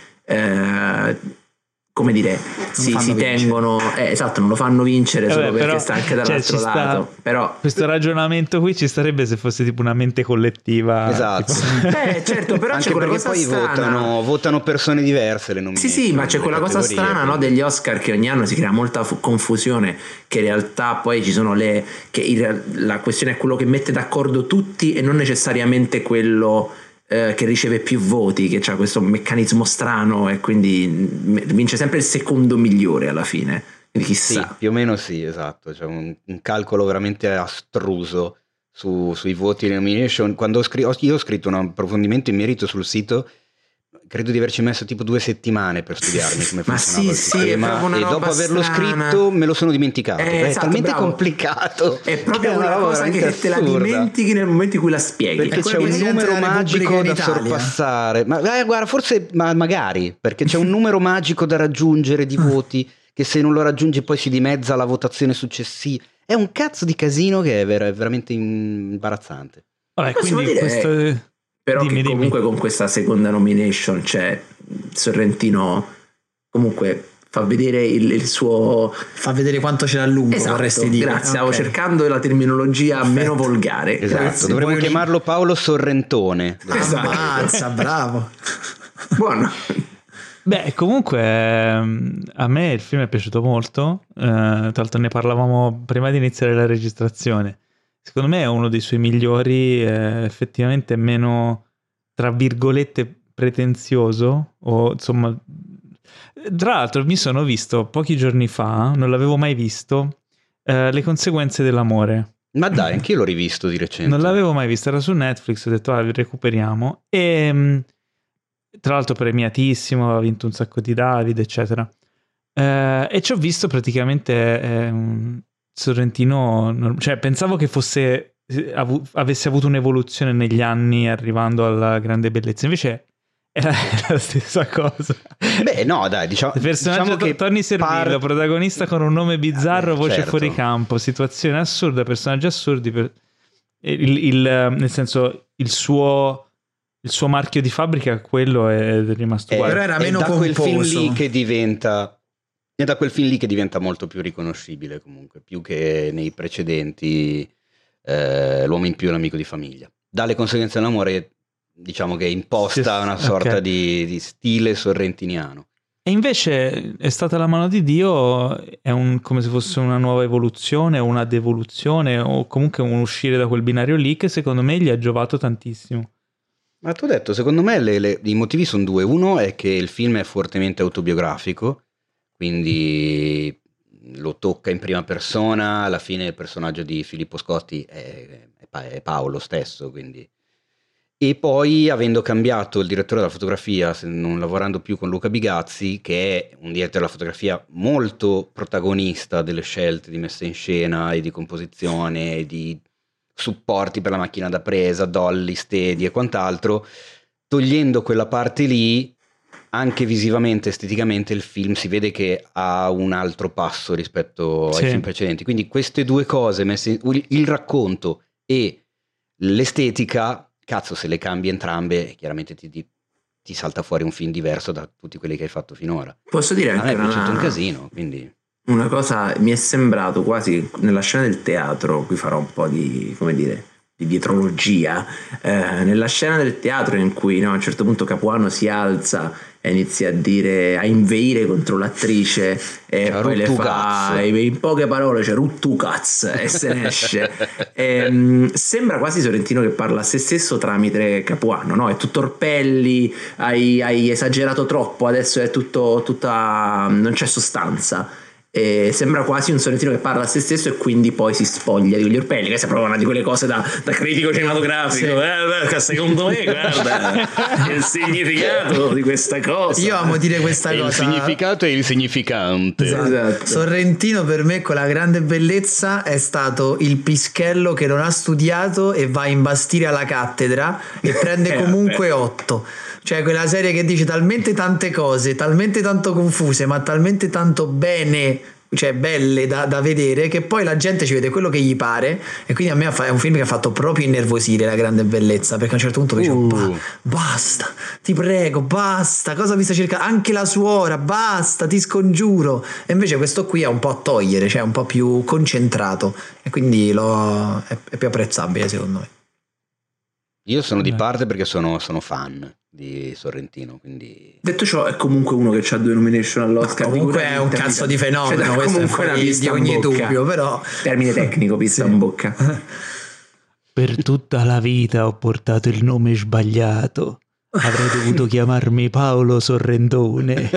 come dire, si tengono, esatto, non lo fanno vincere solo perché però, sta anche dall'altro lato. Però questo ragionamento qui ci starebbe se fosse tipo una mente collettiva. Esatto. Certo, però anche c'è quella perché cosa poi strana. votano persone diverse le nomination. Sì, ma c'è quella cosa strana, no, degli Oscar, che ogni anno si crea molta confusione, che in realtà poi ci sono la questione è quello che mette d'accordo tutti e non necessariamente quello che riceve più voti, che c'ha questo meccanismo strano e quindi vince sempre il secondo migliore alla fine. Quindi chissà. Sì, più o meno sì, esatto. C'è un calcolo veramente astruso sui voti di nomination. Quando io ho scritto un approfondimento in merito sul sito, credo di averci messo tipo 2 settimane per studiarmi come funzionava il sistema, e dopo averlo scritto me lo sono dimenticato. È talmente complicato, è proprio una cosa che te la dimentichi nel momento in cui la spieghi, perché c'è un numero magico da sorpassare. Ma guarda, forse magari perché c'è un numero magico da raggiungere di voti, che se non lo raggiungi poi si dimezza la votazione successiva. È un cazzo di casino che è veramente imbarazzante. Vabbè, quindi questo però comunque con questa seconda nomination c'è Sorrentino, comunque fa vedere il suo, fa vedere quanto ce l'ha lungo, esatto, vorresti dire. Grazie, stavo cercando la terminologia meno volgare. Esatto, grazie. Dovremmo chiamarlo Paolo Sorrentone. Ammazza, bravo. Buono. Beh, comunque a me il film è piaciuto molto, tra l'altro ne parlavamo prima di iniziare la registrazione. Secondo me è uno dei suoi migliori, effettivamente meno, tra virgolette, pretenzioso, o insomma. Tra l'altro mi sono visto pochi giorni fa, non l'avevo mai visto, Le conseguenze dell'amore. Ma dai, anch'io l'ho rivisto di recente. Non l'avevo mai visto, era su Netflix, ho detto recuperiamo. E tra l'altro premiatissimo, aveva vinto un sacco di David, eccetera. E ci ho visto praticamente Sorrentino, cioè pensavo che avesse avuto un'evoluzione negli anni arrivando alla grande bellezza, invece era la stessa cosa. Beh, no, dai, diciamo il personaggio che Tony Servillo, protagonista con un nome bizzarro, voce certo. fuori campo, situazione assurda, personaggi assurdi, nel senso il suo marchio di fabbrica, quello è rimasto uguale. Però era meno composo. Quel film lì che diventa è da quel film lì che diventa molto più riconoscibile, comunque, più che nei precedenti L'uomo in più, l'amico di famiglia. Dalle conseguenze dell'amore, diciamo che è imposta una sorta di stile sorrentiniano. E invece È stata la mano di Dio, è come se fosse una nuova evoluzione o una devoluzione o comunque un uscire da quel binario lì che secondo me gli ha giovato tantissimo. Ma tu hai detto, secondo me i motivi sono 2. Uno è che il film è fortemente autobiografico, quindi lo tocca in prima persona, alla fine il personaggio di Filippo Scotti è Paolo stesso, quindi. E poi, avendo cambiato il direttore della fotografia, non lavorando più con Luca Bigazzi, che è un direttore della fotografia molto protagonista delle scelte di messa in scena e di composizione e di supporti per la macchina da presa, dolly, steady e quant'altro, togliendo quella parte lì, anche visivamente, esteticamente il film si vede che ha un altro passo rispetto ai film precedenti. Quindi queste due cose messe il racconto e l'estetica, cazzo, se le cambi entrambe chiaramente ti salta fuori un film diverso da tutti quelli che hai fatto finora. Posso dire anche a me è piaciuto un casino, quindi una cosa, mi è sembrato quasi nella scena del teatro, qui farò un po' di, come dire, di dietrologia, nella scena del teatro in cui a un certo punto Capuano si alza e inizia a inveire contro l'attrice e poi le fa in poche parole, ruttu caz, e se ne esce. Sembra quasi Sorrentino che parla a se stesso tramite Capuano, no? È tutto orpelli, hai esagerato troppo, adesso è tutta non c'è sostanza. e sembra quasi un Sorrentino che parla a se stesso e quindi poi si spoglia di quegli orpelli. Questa è proprio una di quelle cose da critico cinematografico. Secondo me, guarda il significato di questa cosa. Io amo dire questa cosa. Il significato e il significante. Esatto. Sorrentino per me con La grande bellezza è stato il pischello che non ha studiato e va a imbastire alla cattedra e prende comunque 8. Cioè quella serie che dice talmente tante cose, talmente tanto confuse, ma talmente tanto bene, cioè belle da vedere, che poi la gente ci vede quello che gli pare. E quindi a me è un film che ha fatto proprio innervosire La grande bellezza, perché a un certo punto dicevo basta, ti prego, basta, cosa mi sta cercando? Anche la suora, basta, ti scongiuro. E invece questo qui è un po' a togliere, cioè un po' più concentrato, e quindi è più apprezzabile secondo me. Io sono di parte perché sono fan di Sorrentino, quindi... Detto ciò, è comunque uno che ha 2 nomination all'Oscar. Comunque è un cazzo di fenomeno, cioè, questo è fuori di ogni dubbio, però... Termine tecnico, pizza in bocca. Per tutta la vita ho portato il nome sbagliato. Avrei dovuto chiamarmi Paolo Sorrentone.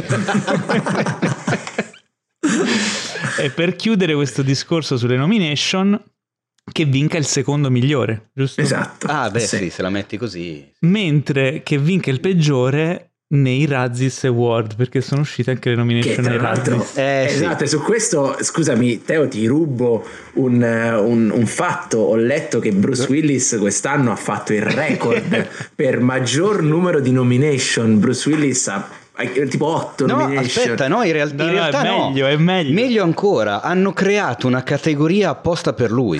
E per chiudere questo discorso sulle nomination, che vinca il secondo migliore, giusto? Esatto. Ah, beh, sì, se la metti così. Mentre che vinca il peggiore nei Razzies Award, perché sono uscite anche le nomination ai Razzies. Esatto, su questo, scusami Teo, ti rubo un fatto. Ho letto che Bruce Willis quest'anno ha fatto il record per maggior numero di nomination. Bruce Willis ha tipo 8 nomination. Aspetta, no, in realtà è meglio. Meglio ancora, hanno creato una categoria apposta per lui.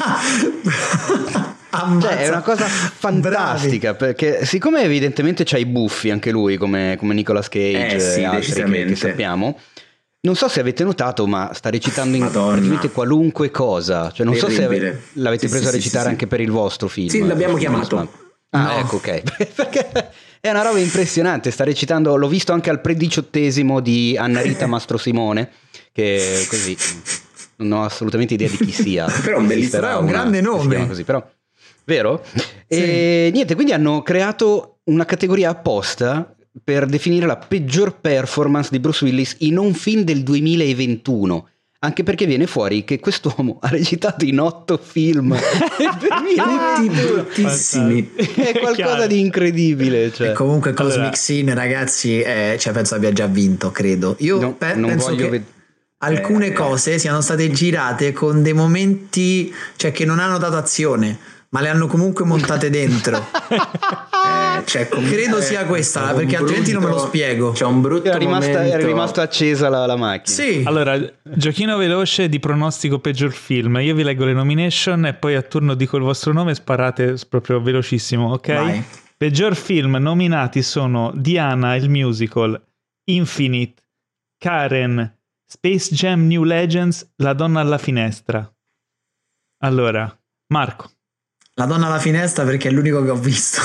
Cioè, è una cosa fantastica. Bravi. Perché siccome evidentemente c'ha i buffi anche lui, come Nicolas Cage e altri che sappiamo, non so se avete notato, ma sta recitando in praticamente qualunque cosa. Cioè, non so se l'avete preso a recitare anche per il vostro film. Sì, l'abbiamo chiamato. Ecco, ok. Perché è una roba impressionante. Sta recitando, l'ho visto anche al pre-18° di Anna Rita Mastro Simone, che così non ho assolutamente idea di chi sia. Però è un grande nome. Così, però, vero? Sì. E niente, quindi hanno creato una categoria apposta per definire la peggior performance di Bruce Willis in un film del 2021. Anche perché viene fuori che quest'uomo ha recitato in 8 film tutti bruttissimi. È qualcosa di incredibile, cioè. E comunque Cosmic Scene, ragazzi, cioè penso abbia già vinto, credo. Io penso che alcune cose siano state girate con dei momenti, cioè, che non hanno dato azione, ma le hanno comunque montate dentro. Cioè, credo sia questa, perché altrimenti non me lo spiego. C'è un brutto è rimasta accesa la macchina. Sì. Allora, giochino veloce di pronostico peggior film. Io vi leggo le nomination e poi a turno dico il vostro nome e sparate proprio velocissimo, ok? Vai. Peggior film nominati sono Diana il musical, Infinite, Karen, Space Jam New Legends, La donna alla finestra. Allora, Marco. La donna alla finestra perché è l'unico che ho visto.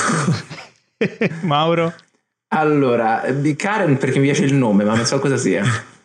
Mauro? Allora, di Karen perché mi piace il nome, ma non so cosa sia.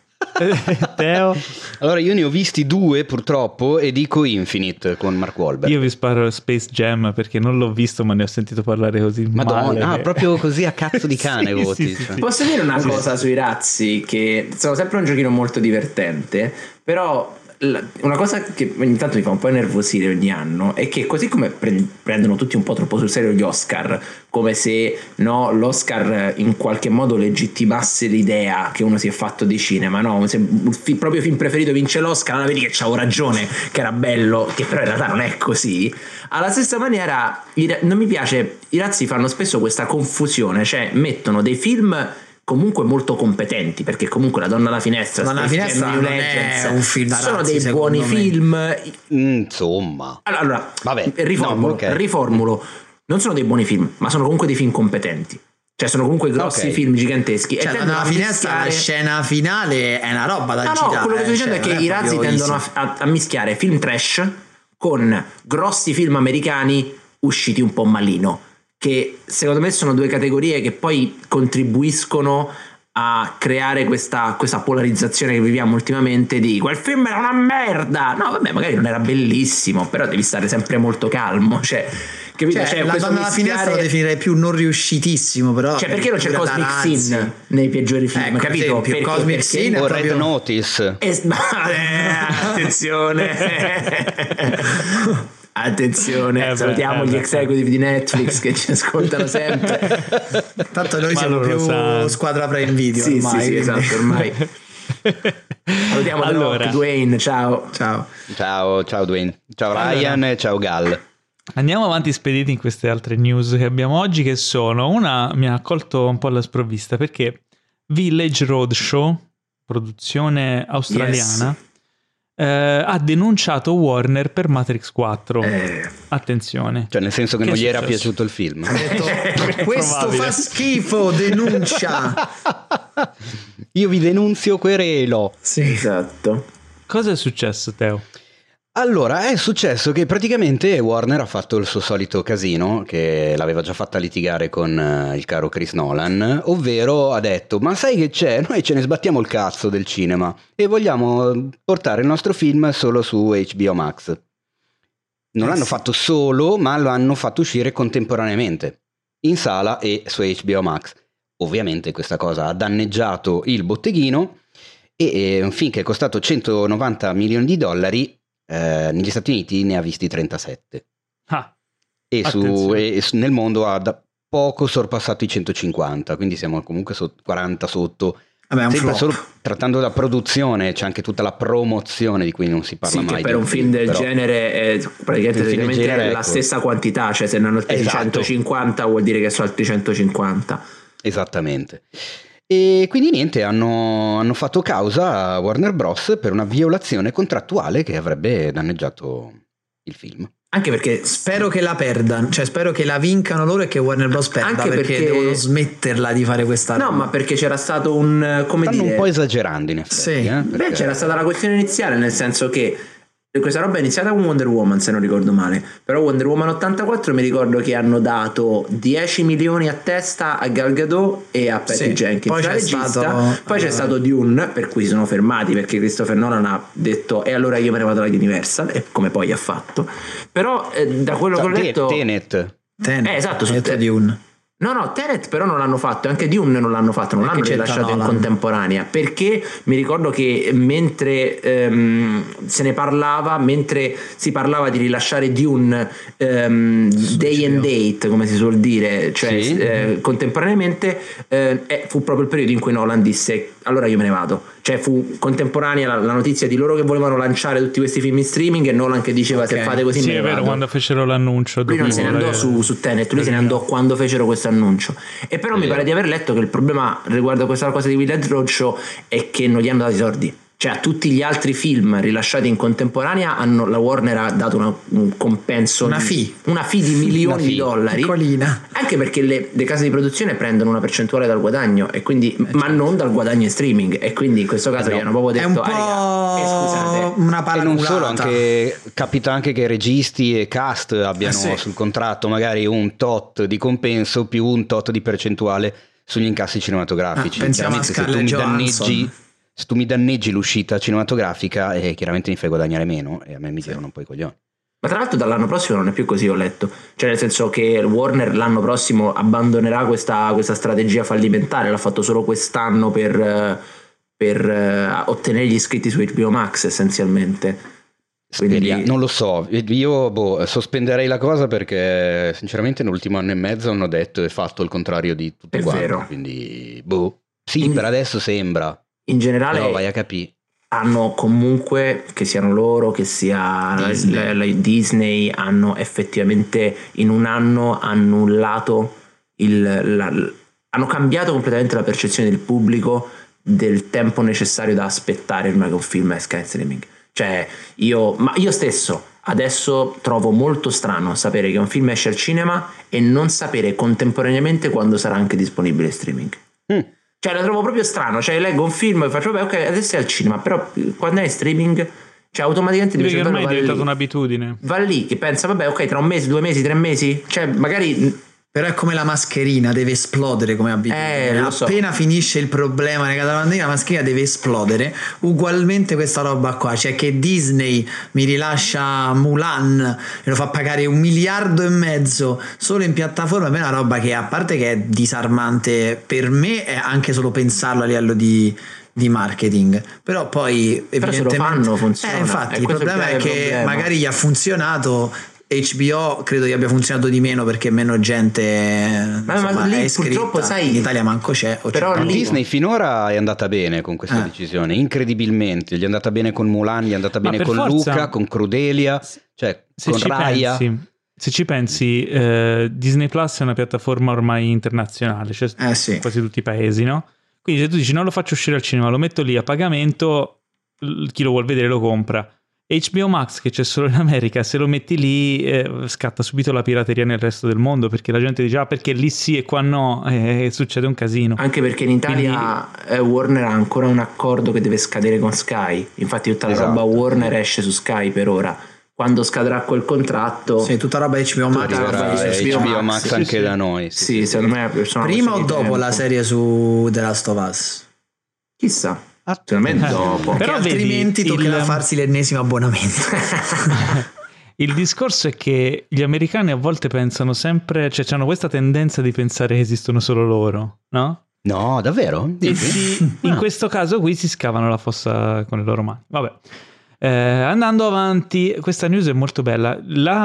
Teo? Allora, io ne ho visti 2 purtroppo e dico Infinite con Mark Wahlberg. Io vi sparo Space Jam perché non l'ho visto, ma ne ho sentito parlare così male. Proprio così a cazzo di cane voti. Sì. Posso dire una cosa sui razzi, che sono sempre un giochino molto divertente, però una cosa che ogni tanto mi fa un po' nervosire ogni anno è che, così come prendono tutti un po' troppo sul serio gli Oscar, come se l'Oscar in qualche modo legittimasse l'idea che uno si è fatto di cinema, no? Se il proprio film preferito vince l'Oscar, allora vedi che c'avevo ragione, che era bello, che però in realtà non è così. Alla stessa maniera non mi piace, i razzi fanno spesso questa confusione, cioè mettono dei film comunque molto competenti, perché comunque La donna alla finestra, non è un film da sono razzi, dei buoni film, insomma. Allora vabbè, riformulo, non sono dei buoni film, ma sono comunque dei film competenti, cioè sono comunque grossi film giganteschi. Cioè, La finestra, la scena finale è una roba da girare. No, quello che sto dicendo è che i razzi tendono a mischiare film trash con grossi film americani usciti un po' malino, che secondo me sono 2 categorie che poi contribuiscono a creare questa polarizzazione che viviamo ultimamente di quel film era una merda. No, vabbè, magari non era bellissimo, però devi stare sempre molto calmo, cioè capito? Cioè, la donna alla finestra lo definirei più non riuscitissimo, però cioè perché non c'è Cosmic Sin nei peggiori film, capito? Perché Cosmic Sin o proprio... Red Notice. Attenzione, salutiamo gli executive di Netflix che ci ascoltano sempre. Tanto noi siamo più squadra Prime Video ormai. Sì, esatto, ormai. Salutiamo allora Dwayne, ciao Dwayne, ciao Ryan e ciao Gal. Andiamo avanti spediti in queste altre news che abbiamo oggi, che sono una mi ha colto un po' alla sprovvista perché Village Roadshow, produzione australiana, ha denunciato Warner per Matrix 4. Attenzione, cioè nel senso che non gli era piaciuto il film. Ha detto questo fa schifo, denuncia. Io vi denunzio, querelo. Sì, esatto. Cosa è successo, Teo? Allora, è successo che praticamente Warner ha fatto il suo solito casino, che l'aveva già fatta litigare con il caro Chris Nolan, ovvero ha detto: ma sai che c'è? Noi ce ne sbattiamo il cazzo del cinema e vogliamo portare il nostro film solo su HBO Max. Non l'hanno fatto solo, ma lo hanno fatto uscire contemporaneamente in sala e su HBO Max. Ovviamente questa cosa ha danneggiato il botteghino e un film che è costato $190 milioni negli Stati Uniti ne ha visti 37 e nel mondo ha da poco sorpassato i 150, quindi siamo comunque 40 sotto. Sempre solo trattando la produzione, c'è anche tutta la promozione di cui non si parla mai. Che per un film del genere è praticamente la stessa quantità, cioè se ne hanno altri 150 vuol dire che sono altri 150. Esattamente. E quindi niente, hanno fatto causa a Warner Bros. Per una violazione contrattuale che avrebbe danneggiato il film. Anche perché spero che la perdano, cioè spero che la vincano loro e che Warner Bros. Perda, anche perché devono smetterla di fare questa roba. No, ma perché c'era stato stanno un po' esagerando in effetti. Sì. Perché... c'era stata la questione iniziale, nel senso che questa roba è iniziata con Wonder Woman, se non ricordo male, però Wonder Woman 84 mi ricordo che hanno dato 10 milioni a testa a Gal Gadot e a Patty Jenkins, poi c'è stato Dune, per cui sono fermati perché Christopher Nolan ha detto e allora io me ne vado alla Universal, e come poi ha fatto. Però da quello che ho letto Tenet. Esatto, su Dune. No, Tenet però non l'hanno fatto, anche Dune non l'hanno fatto, non l'hanno rilasciato in contemporanea, perché mi ricordo che mentre se ne parlava, mentre si parlava di rilasciare Dune day and date, come si suol dire, cioè contemporaneamente, fu proprio il periodo in cui Nolan disse allora io me ne vado, cioè fu contemporanea la notizia di loro che volevano lanciare tutti questi film in streaming e Nolan che diceva se fate così me ne vado. Sì, è vero, quando fecero l'annuncio lui non se ne andò su Tenet, lui se ne andò quando fecero questo annuncio. E però mi pare di aver letto che il problema riguardo questa cosa di Village Roadshow è che non gli hanno dato i soldi. Cioè a tutti gli altri film rilasciati in contemporanea la Warner ha dato un compenso, una fee di milioni di dollari, piccolina. Anche perché le case di produzione prendono una percentuale dal guadagno e quindi ma non dal guadagno in streaming, e quindi in questo caso gli hanno proprio detto scusate, una palla. E non solo, capita anche che registi e cast abbiano sul contratto magari un tot di compenso più un tot di percentuale sugli incassi cinematografici. Chiaramente se tu mi danneggi l'uscita cinematografica chiaramente mi fai guadagnare meno e a me mi tirano un po' i coglioni. Ma tra l'altro dall'anno prossimo non è più così, ho letto, cioè nel senso che Warner l'anno prossimo abbandonerà questa strategia fallimentare, l'ha fatto solo quest'anno per ottenere gli iscritti su HBO Max essenzialmente. Quindi... Non lo so, io sospenderei la cosa perché sinceramente nell'ultimo anno e mezzo hanno detto e fatto il contrario di tutto quanto. Vero. Quindi per adesso sembra. In generale però vai a capire. Hanno comunque, che siano loro, che sia Disney, hanno effettivamente in un anno annullato hanno cambiato completamente la percezione del pubblico del tempo necessario da aspettare prima che un film esca in streaming. Cioè io stesso adesso trovo molto strano sapere che un film esce al cinema e non sapere contemporaneamente quando sarà anche disponibile in streaming. Cioè la trovo proprio strano, cioè leggo un film e faccio vabbè ok adesso è al cinema, però quando è in streaming cioè automaticamente perché ormai è diventata un'abitudine, va lì che pensa vabbè ok tra un mese, 2 mesi, 3 mesi, cioè magari Però è come la mascherina, deve esplodere come abitudine. Appena finisce il problema legata alla pandemia, la mascherina deve esplodere. Ugualmente questa roba qua, cioè che Disney mi rilascia Mulan e lo fa pagare 1,5 miliardi solo in piattaforma, è una roba che, a parte che è disarmante per me, è anche solo pensarlo a livello di marketing, però poi evidentemente se lo fanno funziona. Infatti il problema è che magari gli ha funzionato. HBO credo gli abbia funzionato di meno perché meno gente ma lì è purtroppo sai, in Italia manco c'è, però Disney finora è andata bene con questa decisione, incredibilmente gli è andata bene con Mulan, gli è andata bene con Luca, con Crudelia, cioè con Raya. Se ci pensi, Disney Plus è una piattaforma ormai internazionale, cioè quasi tutti i paesi, no? Quindi se tu dici non lo faccio uscire al cinema, lo metto lì a pagamento, chi lo vuol vedere lo compra. HBO Max, che c'è solo in America, se lo metti lì scatta subito la pirateria nel resto del mondo, perché la gente dice perché lì sì e qua no, succede un casino. Anche perché in Italia Warner ha ancora un accordo che deve scadere con Sky, infatti tutta la roba Warner esce su Sky per ora. Quando scadrà quel contratto, tutta roba HBO Max, HBO Max anche da noi. Sì, secondo me prima o dopo la serie su The Last of Us? Chissà. Dopo. Però altrimenti toccherà farsi l'ennesimo abbonamento. Il discorso è che gli americani a volte pensano sempre, cioè hanno questa tendenza di pensare che esistono solo loro, no? No, davvero? In questo caso qui si scavano la fossa con le loro mani. Vabbè. Andando avanti, questa news è molto bella.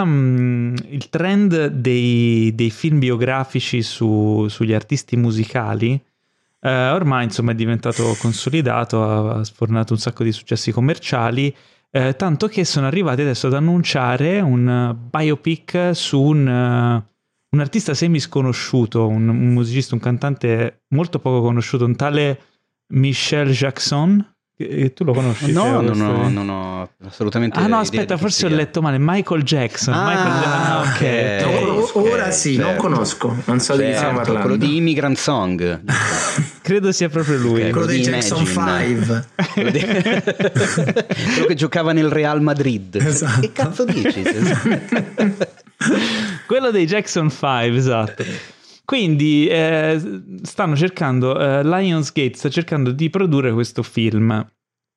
Il trend dei film biografici sugli artisti musicali ormai insomma è diventato consolidato, ha sfornato un sacco di successi commerciali, tanto che sono arrivati adesso ad annunciare un biopic su un artista semi sconosciuto, un musicista, un cantante molto poco conosciuto, un tale Michel Jackson. Tu lo conosci? No, non ho assolutamente. No, aspetta, forse ho letto male. Michael Jackson. Ok. Ora sì, non conosco, non so di chi stiamo parlando. Quello di Immigrant Song. Credo sia proprio lui. Quello di Jackson 5. Quello che giocava nel Real Madrid. Esatto. Che cazzo dici? Quello dei Jackson 5, esatto. Quindi stanno cercando, Lionsgate sta cercando di produrre questo film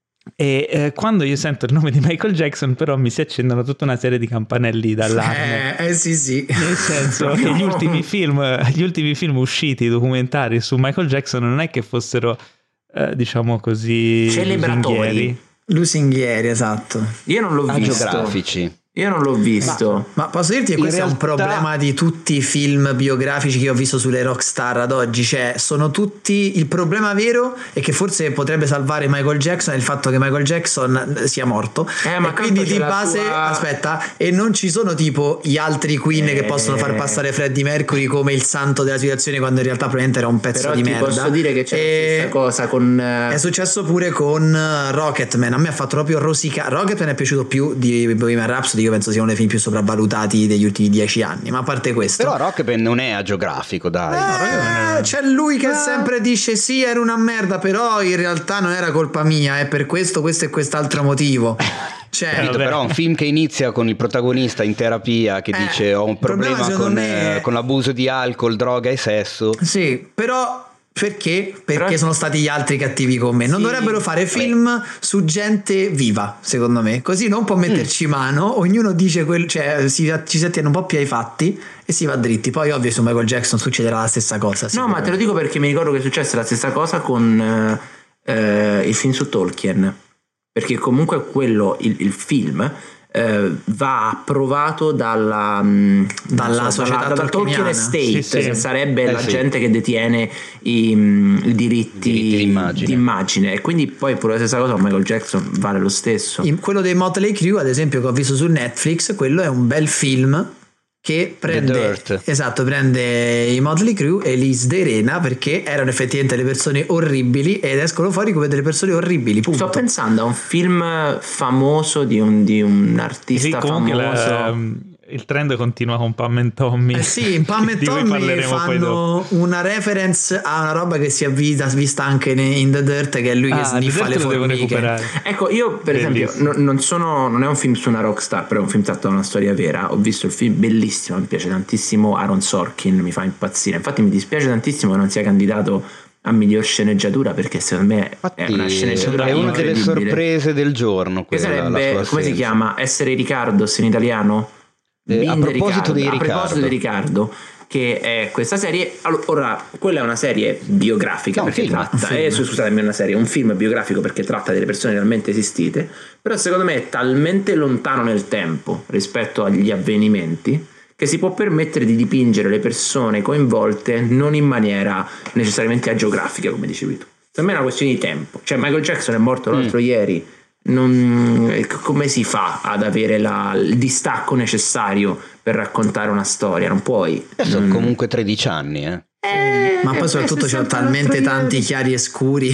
e quando io sento il nome di Michael Jackson però mi si accendono tutta una serie di campanelli d'allarme. Sì. Nel senso che gli ultimi film usciti, documentari su Michael Jackson non è che fossero, diciamo così, lusinghieri, esatto. Io non l'ho visto. Agiografici. Io non l'ho visto. Ma posso dirti che questo è un problema di tutti i film biografici che ho visto sulle rockstar ad oggi, cioè sono tutti, il problema vero è che forse potrebbe salvare Michael Jackson è il fatto che Michael Jackson sia morto, ma e quindi di base aspetta, e non ci sono tipo gli altri Queen che possono far passare Freddie Mercury come il santo della situazione quando in realtà probabilmente era un pezzo di merda. Posso dire che c'è la stessa cosa con è successo pure con Rocketman. A me ha fatto proprio rosicare. Rocketman è piaciuto più di Bohemian Rhapsody, io penso sia uno dei film più sopravvalutati degli ultimi 10 anni, ma a parte questo, però Rocketman non è agiografico, dai. C'è lui che sempre dice sì, era una merda, però in realtà non era colpa mia, è per questo e quest'altro motivo. Cioè, però un film che inizia con il protagonista in terapia che dice ho un problema con l'abuso di alcol, droga e sesso. Sì, però perché sono stati gli altri cattivi con me. Non dovrebbero fare film su gente viva, secondo me, così non può metterci mano, ognuno dice cioè ci si attiene un po' più ai fatti e si va dritti. Poi ovvio su Michael Jackson succederà la stessa cosa. No, ma te lo dico perché mi ricordo che successe la stessa cosa con il film su Tolkien, perché comunque quello, il film va approvato dalla società dalla Tolkien Estate, che sarebbe la gente che detiene i diritti d'immagine, e quindi poi pure la stessa cosa con Michael Jackson vale lo stesso. Quello dei Motley Crue, ad esempio, che ho visto su Netflix, quello è un bel film che prende i Motley Crue e li sderena perché erano effettivamente delle persone orribili ed escono fuori come delle persone orribili, punto. Sto pensando a un film famoso di un artista famoso. il trend continua con Pam and Tommy. Sì, in Pam and Tommy fanno una reference a una roba che si è vista anche in The Dirt, che è lui che sniffa le formiche. Ecco, io per esempio non è un film su una rockstar, però è un film tratto da una storia vera. Ho visto il film, bellissimo, mi piace tantissimo. Aaron Sorkin mi fa impazzire. Infatti mi dispiace tantissimo che non sia candidato a miglior sceneggiatura, perché secondo me è una sceneggiatura è una delle sorprese del giorno. Che sarebbe, come si chiama? Essere Ricardos in italiano? A proposito di Riccardo, che è questa serie. Allora, quella è una serie biografica, perché scusatemi, un film biografico perché tratta delle persone realmente esistite, però secondo me è talmente lontano nel tempo rispetto agli avvenimenti che si può permettere di dipingere le persone coinvolte non in maniera necessariamente agiografica, come dicevi tu. Secondo me è una questione di tempo. Cioè, Michael Jackson è morto l'altro ieri, come si fa ad avere il distacco necessario per raccontare una storia? Non puoi. Sono comunque 13 anni, ma poi soprattutto c'ho talmente tanti chiari e scuri.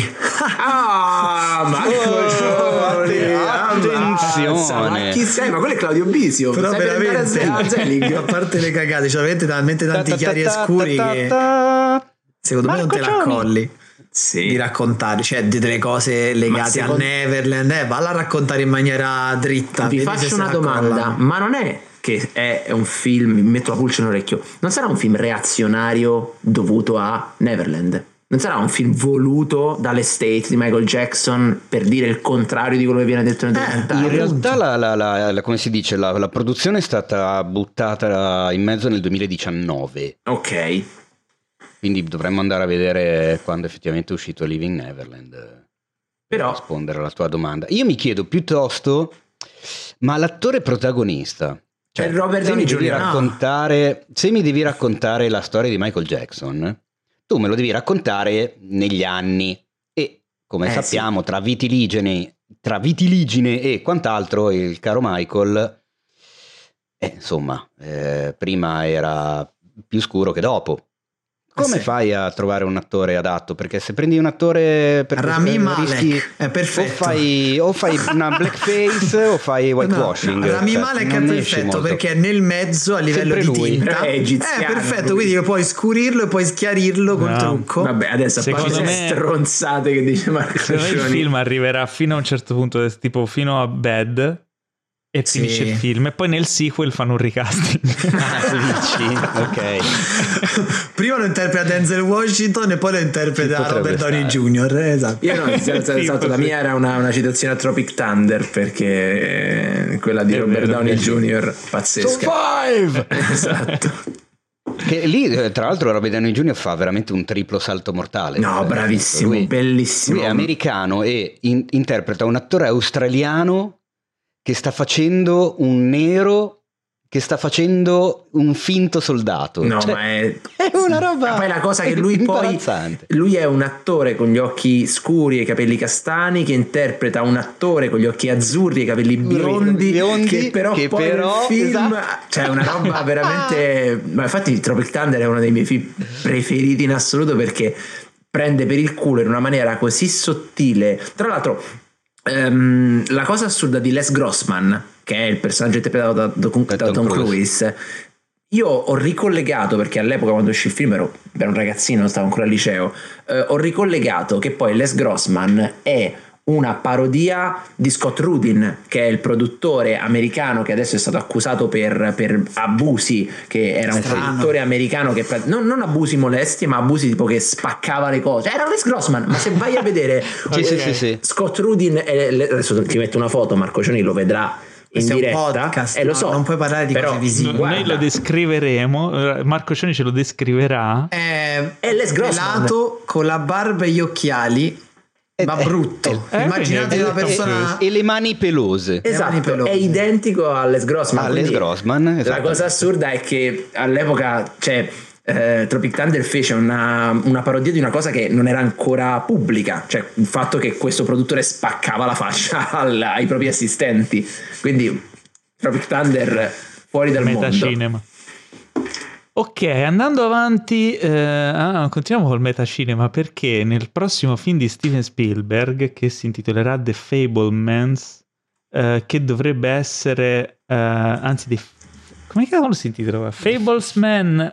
Attenzione, chi sei? Ma quello è Claudio Bisio. Però veramente a parte le cagate, c'ho veramente talmente tanti chiari e scuri che secondo me non te la colli. Sì. Di raccontare, cioè delle cose legate al Neverland, valla a raccontare in maniera dritta. Vi faccio una domanda, ma non è che è un film, mi metto la pulce nell'orecchio, non sarà un film reazionario dovuto a Neverland? Non sarà un film voluto dall'estate di Michael Jackson per dire il contrario di quello che viene detto nel documentario? In realtà come si dice, la produzione è stata buttata in mezzo nel 2019. Ok. Quindi dovremmo andare a vedere quando effettivamente è uscito Living Neverland, però per rispondere alla tua domanda. Io mi chiedo piuttosto, ma l'attore protagonista, cioè, Robert Downey Jr. Se mi devi raccontare la storia di Michael Jackson, tu me lo devi raccontare negli anni, e come sappiamo, tra vitiligine e quant'altro, il caro Michael prima era più scuro che dopo. Come fai a trovare un attore adatto? Perché se prendi un attore per Rami Malek è perfetto. O fai una blackface o fai whitewashing. Rami Malek è perfetto perché è nel mezzo a livello di tinta. È egiziano. Perfetto, quindi puoi scurirlo e puoi schiarirlo col trucco. Vabbè, adesso secondo me stronzate che dice Marco Cioni. Il film arriverà fino a un certo punto, tipo fino a Bad, e finisce il film, e poi nel sequel fanno un recasting. Ok. Prima lo interpreta Denzel Washington e poi lo interpreta Robert Downey Jr. Esatto. Io la mia era una citazione a Tropic Thunder, perché quella di Robert Downey Jr. pazzesca. Esatto. Che lì, tra l'altro, Robert Downey Jr. fa veramente un triplo salto mortale. No, bravissimo, bellissimo. Lui è americano e interpreta un attore australiano che sta facendo un nero, che sta facendo un finto soldato. No, ma è una roba. Ma poi la cosa che lui è un attore con gli occhi scuri e i capelli castani, che interpreta un attore con gli occhi azzurri e i capelli biondi che però nel film cioè una roba veramente. Ma infatti Tropic Thunder è uno dei miei film preferiti in assoluto, perché prende per il culo in una maniera così sottile. Tra l'altro la cosa assurda di Les Grossman, che è il personaggio interpretato da Tom Cruise, io ho ricollegato, perché all'epoca quando uscì il film ero un ragazzino, stavo ancora al liceo, ho ricollegato che poi Les Grossman è una parodia di Scott Rudin, che è il produttore americano che adesso è stato accusato per abusi, che era un produttore americano che non abusi molesti, ma abusi tipo che spaccava le cose. Era Les Grossman, ma se vai a vedere sì. Scott Rudin, adesso ti metto una foto, Marco Cioni lo vedrà in diretta, podcast, lo so, non puoi parlare di cose visive. Noi lo descriveremo, Marco Cioni ce lo descriverà. È Les Grossman con la barba e gli occhiali, ma brutto. Immaginate una persona e le mani pelose. Esatto, è identico a Les Grossman. Esatto. La cosa assurda è che all'epoca, cioè, Tropic Thunder fece una parodia di una cosa che non era ancora pubblica, cioè il fatto che questo produttore spaccava la faccia ai propri assistenti. Quindi Tropic Thunder fuori dal metacinema. Ok, andando avanti, continuiamo col metacinema, perché nel prossimo film di Steven Spielberg, che si intitolerà The Fabelmans, che dovrebbe essere, come cavolo si intitola? Fablesman,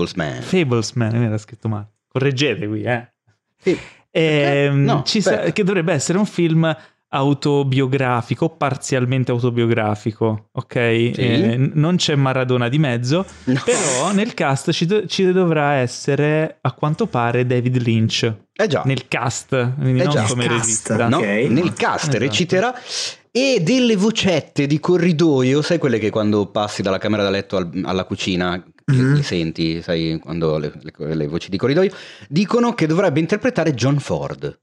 mi era scritto male, correggete qui, Sì. Che dovrebbe essere un film autobiografico, parzialmente autobiografico, ok? Sì. Non c'è Maradona di mezzo, però nel cast ci dovrà essere, a quanto pare, David Lynch. Già. Nel cast, quindi non come regista. No, nel cast reciterà. E delle vocette di corridoio, sai quelle che quando passi dalla camera da letto alla cucina le senti, sai, quando le voci di corridoio, dicono che dovrebbe interpretare John Ford.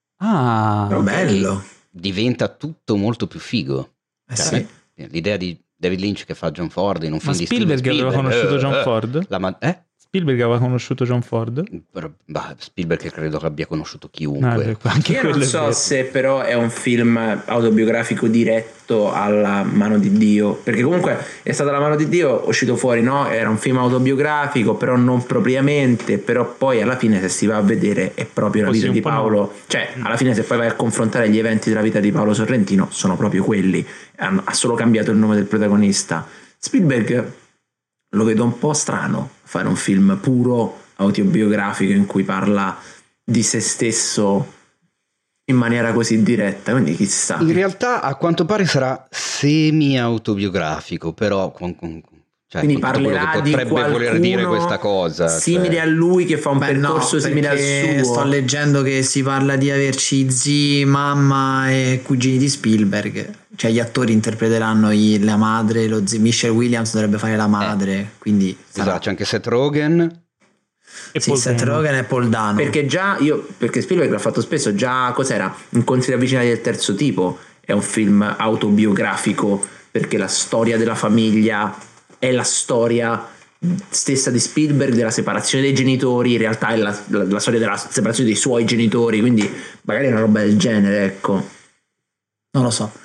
Bello. Diventa tutto molto più figo. Sì. L'idea di David Lynch che fa John Ford in un film di Spielberg aveva conosciuto John Ford? Spielberg aveva conosciuto John Ford? Spielberg credo che abbia conosciuto chiunque. Io non so se però è un film autobiografico diretto alla mano di Dio, perché comunque è stata la mano di Dio, uscito fuori, no? Era un film autobiografico, però non propriamente, però poi alla fine se si va a vedere è proprio la vita di Paolo, cioè alla fine se poi vai a confrontare gli eventi della vita di Paolo Sorrentino sono proprio quelli, ha solo cambiato il nome del protagonista. Spielberg lo vedo un po' strano fare un film puro autobiografico in cui parla di se stesso in maniera così diretta, quindi chissà. In realtà a quanto pare sarà semi autobiografico, però quindi parlerà di potrebbe voler dire questa cosa simile a lui, che fa un percorso simile al suo. Sto leggendo che si parla di averci zii, mamma e cugini di Spielberg, cioè gli attori interpreteranno la madre, lo zio. Michelle Williams dovrebbe fare la madre, quindi esatto, c'è anche Seth Rogen Seth Rogen e Paul Dano, perché Spielberg l'ha fatto spesso. Già cos'era Incontri ravvicinati del terzo tipo, è un film autobiografico perché la storia della famiglia è la storia stessa di Spielberg, della separazione dei genitori, in realtà è la storia della separazione dei suoi genitori, quindi magari è una roba del genere, ecco. Non lo so,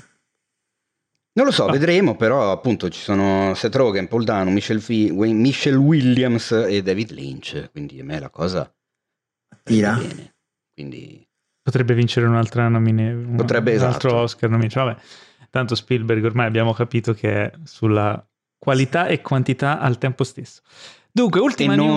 vedremo, però appunto ci sono Seth Rogen, Paul Dano, Michelle Williams e David Lynch, quindi a me la cosa tira bene. Quindi potrebbe vincere un'altra un esatto. altro Oscar nominato. Vabbè, tanto Spielberg ormai abbiamo capito che è sulla qualità e quantità al tempo stesso. Dunque, ultima news.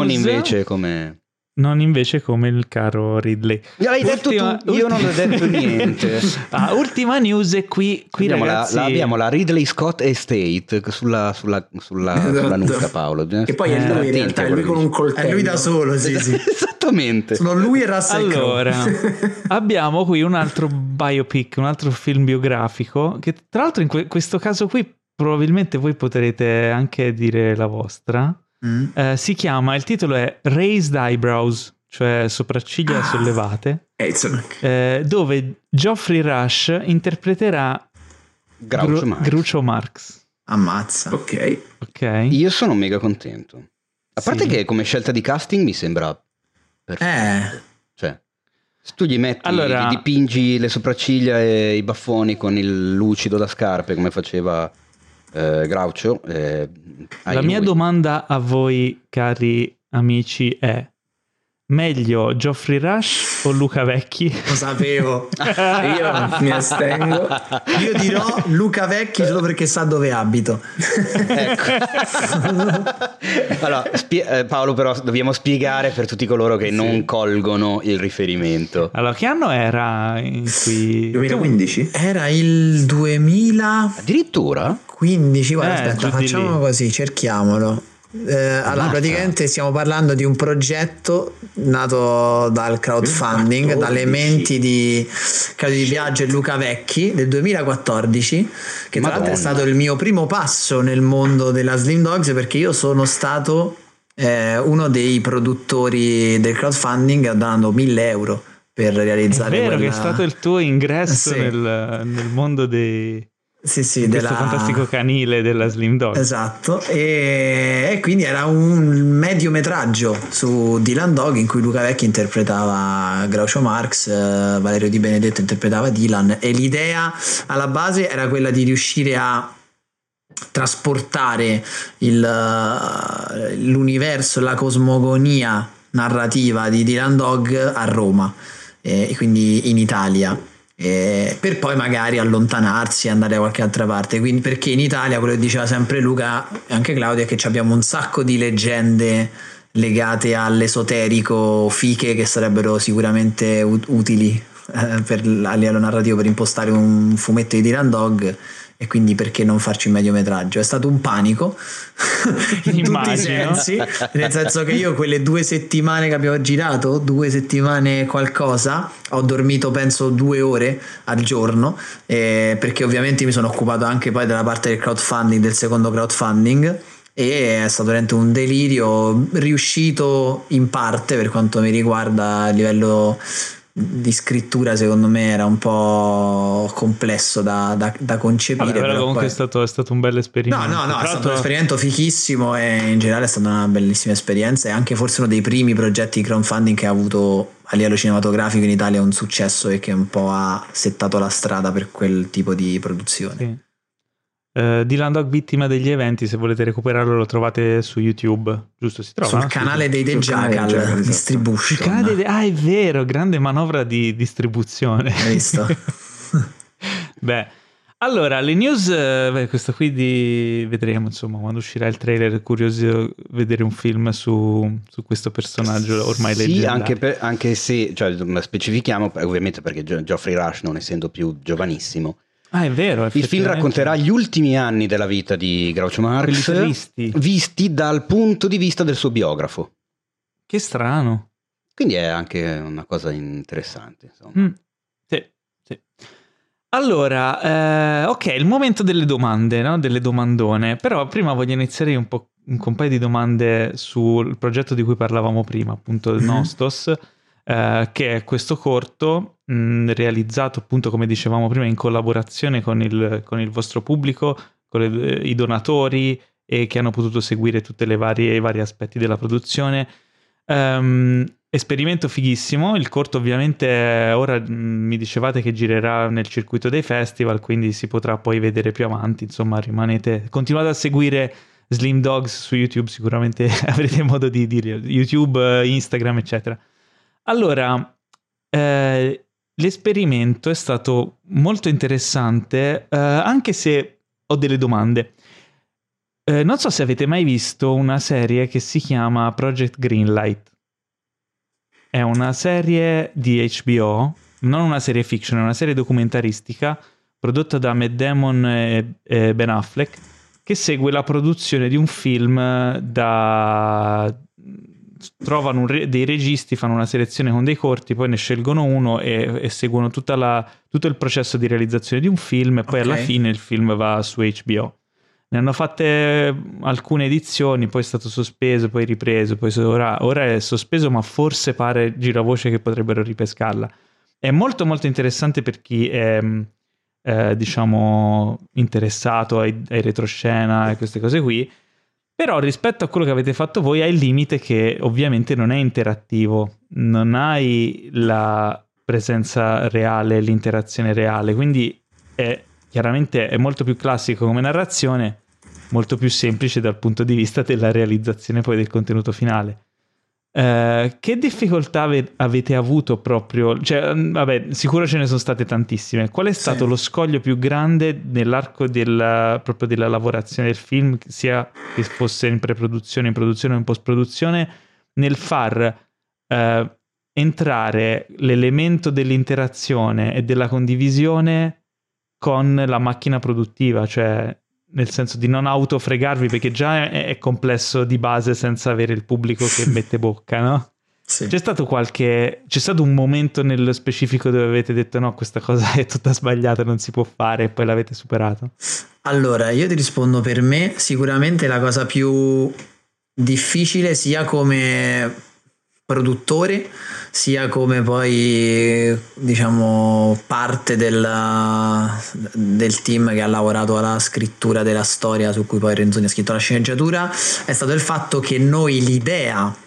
Non invece come il caro Ridley. L'hai detto tu, io non ho detto niente. Ultima news è qui ragazzi. Abbiamo la Ridley Scott Estate sulla nuca, Paolo. Che poi è lui in realtà, è lui con un coltello. È lui da solo, sì. Esattamente. Sono lui e Russell Crowe. Allora, abbiamo qui un altro biopic, un altro film biografico, che tra l'altro in questo caso qui probabilmente voi potrete anche dire la vostra. Si chiama, il titolo è Raised Eyebrows, cioè sopracciglia sollevate, dove Geoffrey Rush interpreterà Groucho Marx. Ammazza. Ok. Io sono mega contento. A parte che come scelta di casting mi sembra perfetto. Cioè, se tu gli metti, gli dipingi le sopracciglia e i baffoni con il lucido da scarpe come faceva Groucho, la mia domanda a voi cari amici è: meglio Geoffrey Rush o Luca Vecchi? Lo sapevo. Io mi astengo. Io dirò Luca Vecchi solo perché sa dove abito. Ecco. Allora, Paolo, però dobbiamo spiegare per tutti coloro che non colgono il riferimento. Allora, che anno era in cui... 2015? Era il 2000. Addirittura? 15, guarda, aspetta, facciamo così, cerchiamolo. Allora, praticamente stiamo parlando di un progetto nato dal crowdfunding, dalle menti di Claudio Di Biagio e Luca Vecchi del 2014, che tra l'altro è stato il mio primo passo nel mondo della Slim Dogs, perché io sono stato uno dei produttori del crowdfunding, dando 1.000 euro per realizzare. È vero che è stato il tuo ingresso nel mondo dei... Sì, questo fantastico canile della Slim Dog. Esatto, e quindi era un mediometraggio su Dylan Dog in cui Luca Vecchi interpretava Groucho Marx, Valerio Di Benedetto interpretava Dylan, e l'idea alla base era quella di riuscire a trasportare l'universo, la cosmogonia narrativa di Dylan Dog a Roma, e quindi in Italia. per poi magari allontanarsi e andare da qualche altra parte. Quindi, perché in Italia, quello che diceva sempre Luca e anche Claudia, è che abbiamo un sacco di leggende legate all'esoterico, fiche, che sarebbero sicuramente utili a livello narrativo per impostare un fumetto di Dylan Dog, e quindi perché non farci un mediometraggio? È stato un panico in tutti i sensi, nel senso che io quelle 2 settimane che abbiamo girato, 2 settimane qualcosa, ho dormito penso 2 ore al giorno, perché ovviamente mi sono occupato anche poi della parte del crowdfunding, del secondo crowdfunding, e è stato veramente un delirio, riuscito in parte per quanto mi riguarda. A livello di scrittura secondo me era un po' complesso da concepire. Vabbè, però comunque poi... è stato un bel esperimento. No, è stato un esperimento fichissimo, e in generale è stata una bellissima esperienza, e anche forse uno dei primi progetti di crowdfunding che ha avuto a livello cinematografico in Italia un successo, e che un po' ha settato la strada per quel tipo di produzione. Sì. Dylan Dog vittima degli eventi, se volete recuperarlo lo trovate su YouTube, giusto? Si trova sul canale dei The Jackal Distribution. È vero, grande manovra di distribuzione. Hai visto? Beh, allora le news, questo qui vedremo insomma quando uscirà il trailer. Curioso vedere un film su questo personaggio ormai leggendario. Sì, anche se, cioè, specifichiamo ovviamente perché Geoffrey Rush, non essendo più giovanissimo, è vero, il film racconterà gli ultimi anni della vita di Groucho Marx visti dal punto di vista del suo biografo. Che strano. Quindi è anche una cosa interessante, insomma. Sì. Allora, ok, il momento delle domande, no? Delle domandone. Però prima voglio iniziare un po' con un paio di domande sul progetto di cui parlavamo prima, appunto il Nostos, che è questo corto realizzato appunto, come dicevamo prima, in collaborazione con il vostro pubblico, con i donatori, e che hanno potuto seguire tutte i vari aspetti della produzione. Esperimento fighissimo. Il corto ovviamente ora mi dicevate che girerà nel circuito dei festival, quindi si potrà poi vedere più avanti. Insomma, continuate a seguire Slim Dogs su YouTube, sicuramente avrete modo di dire YouTube, Instagram, eccetera. Allora, l'esperimento è stato molto interessante, anche se ho delle domande. Non so se avete mai visto una serie che si chiama Project Greenlight. È una serie di HBO, non una serie fiction, è una serie documentaristica prodotta da Matt Damon e Ben Affleck, che segue la produzione di un film trovano dei registi, fanno una selezione con dei corti, poi ne scelgono uno e seguono tutto il processo di realizzazione di un film, e poi alla fine il film va su HBO. Ne hanno fatte alcune edizioni, poi è stato sospeso, poi ripreso, poi ora è sospeso, ma forse pare giravoce che potrebbero ripescarla. È molto molto interessante per chi è diciamo interessato ai retroscena e queste cose qui. Però rispetto a quello che avete fatto voi ha il limite che ovviamente non è interattivo, non hai la presenza reale, l'interazione reale, quindi chiaramente è molto più classico come narrazione, molto più semplice dal punto di vista della realizzazione poi del contenuto finale. Che difficoltà avete avuto proprio? Cioè, vabbè, sicuro ce ne sono state tantissime. Qual è stato lo scoglio più grande nell'arco proprio della lavorazione del film, sia che fosse in preproduzione, in produzione o in post-produzione, nel far entrare l'elemento dell'interazione e della condivisione con la macchina produttiva, cioè nel senso di non autofregarvi, perché già è complesso di base senza avere il pubblico che mette bocca, no? Sì. C'è stato un momento nello specifico dove avete detto no, questa cosa è tutta sbagliata, non si può fare, e poi l'avete superato? Allora, io ti rispondo, per me sicuramente la cosa più difficile, sia come produttore sia come poi diciamo parte del team che ha lavorato alla scrittura della storia su cui poi Renzoni ha scritto la sceneggiatura, è stato il fatto che noi l'idea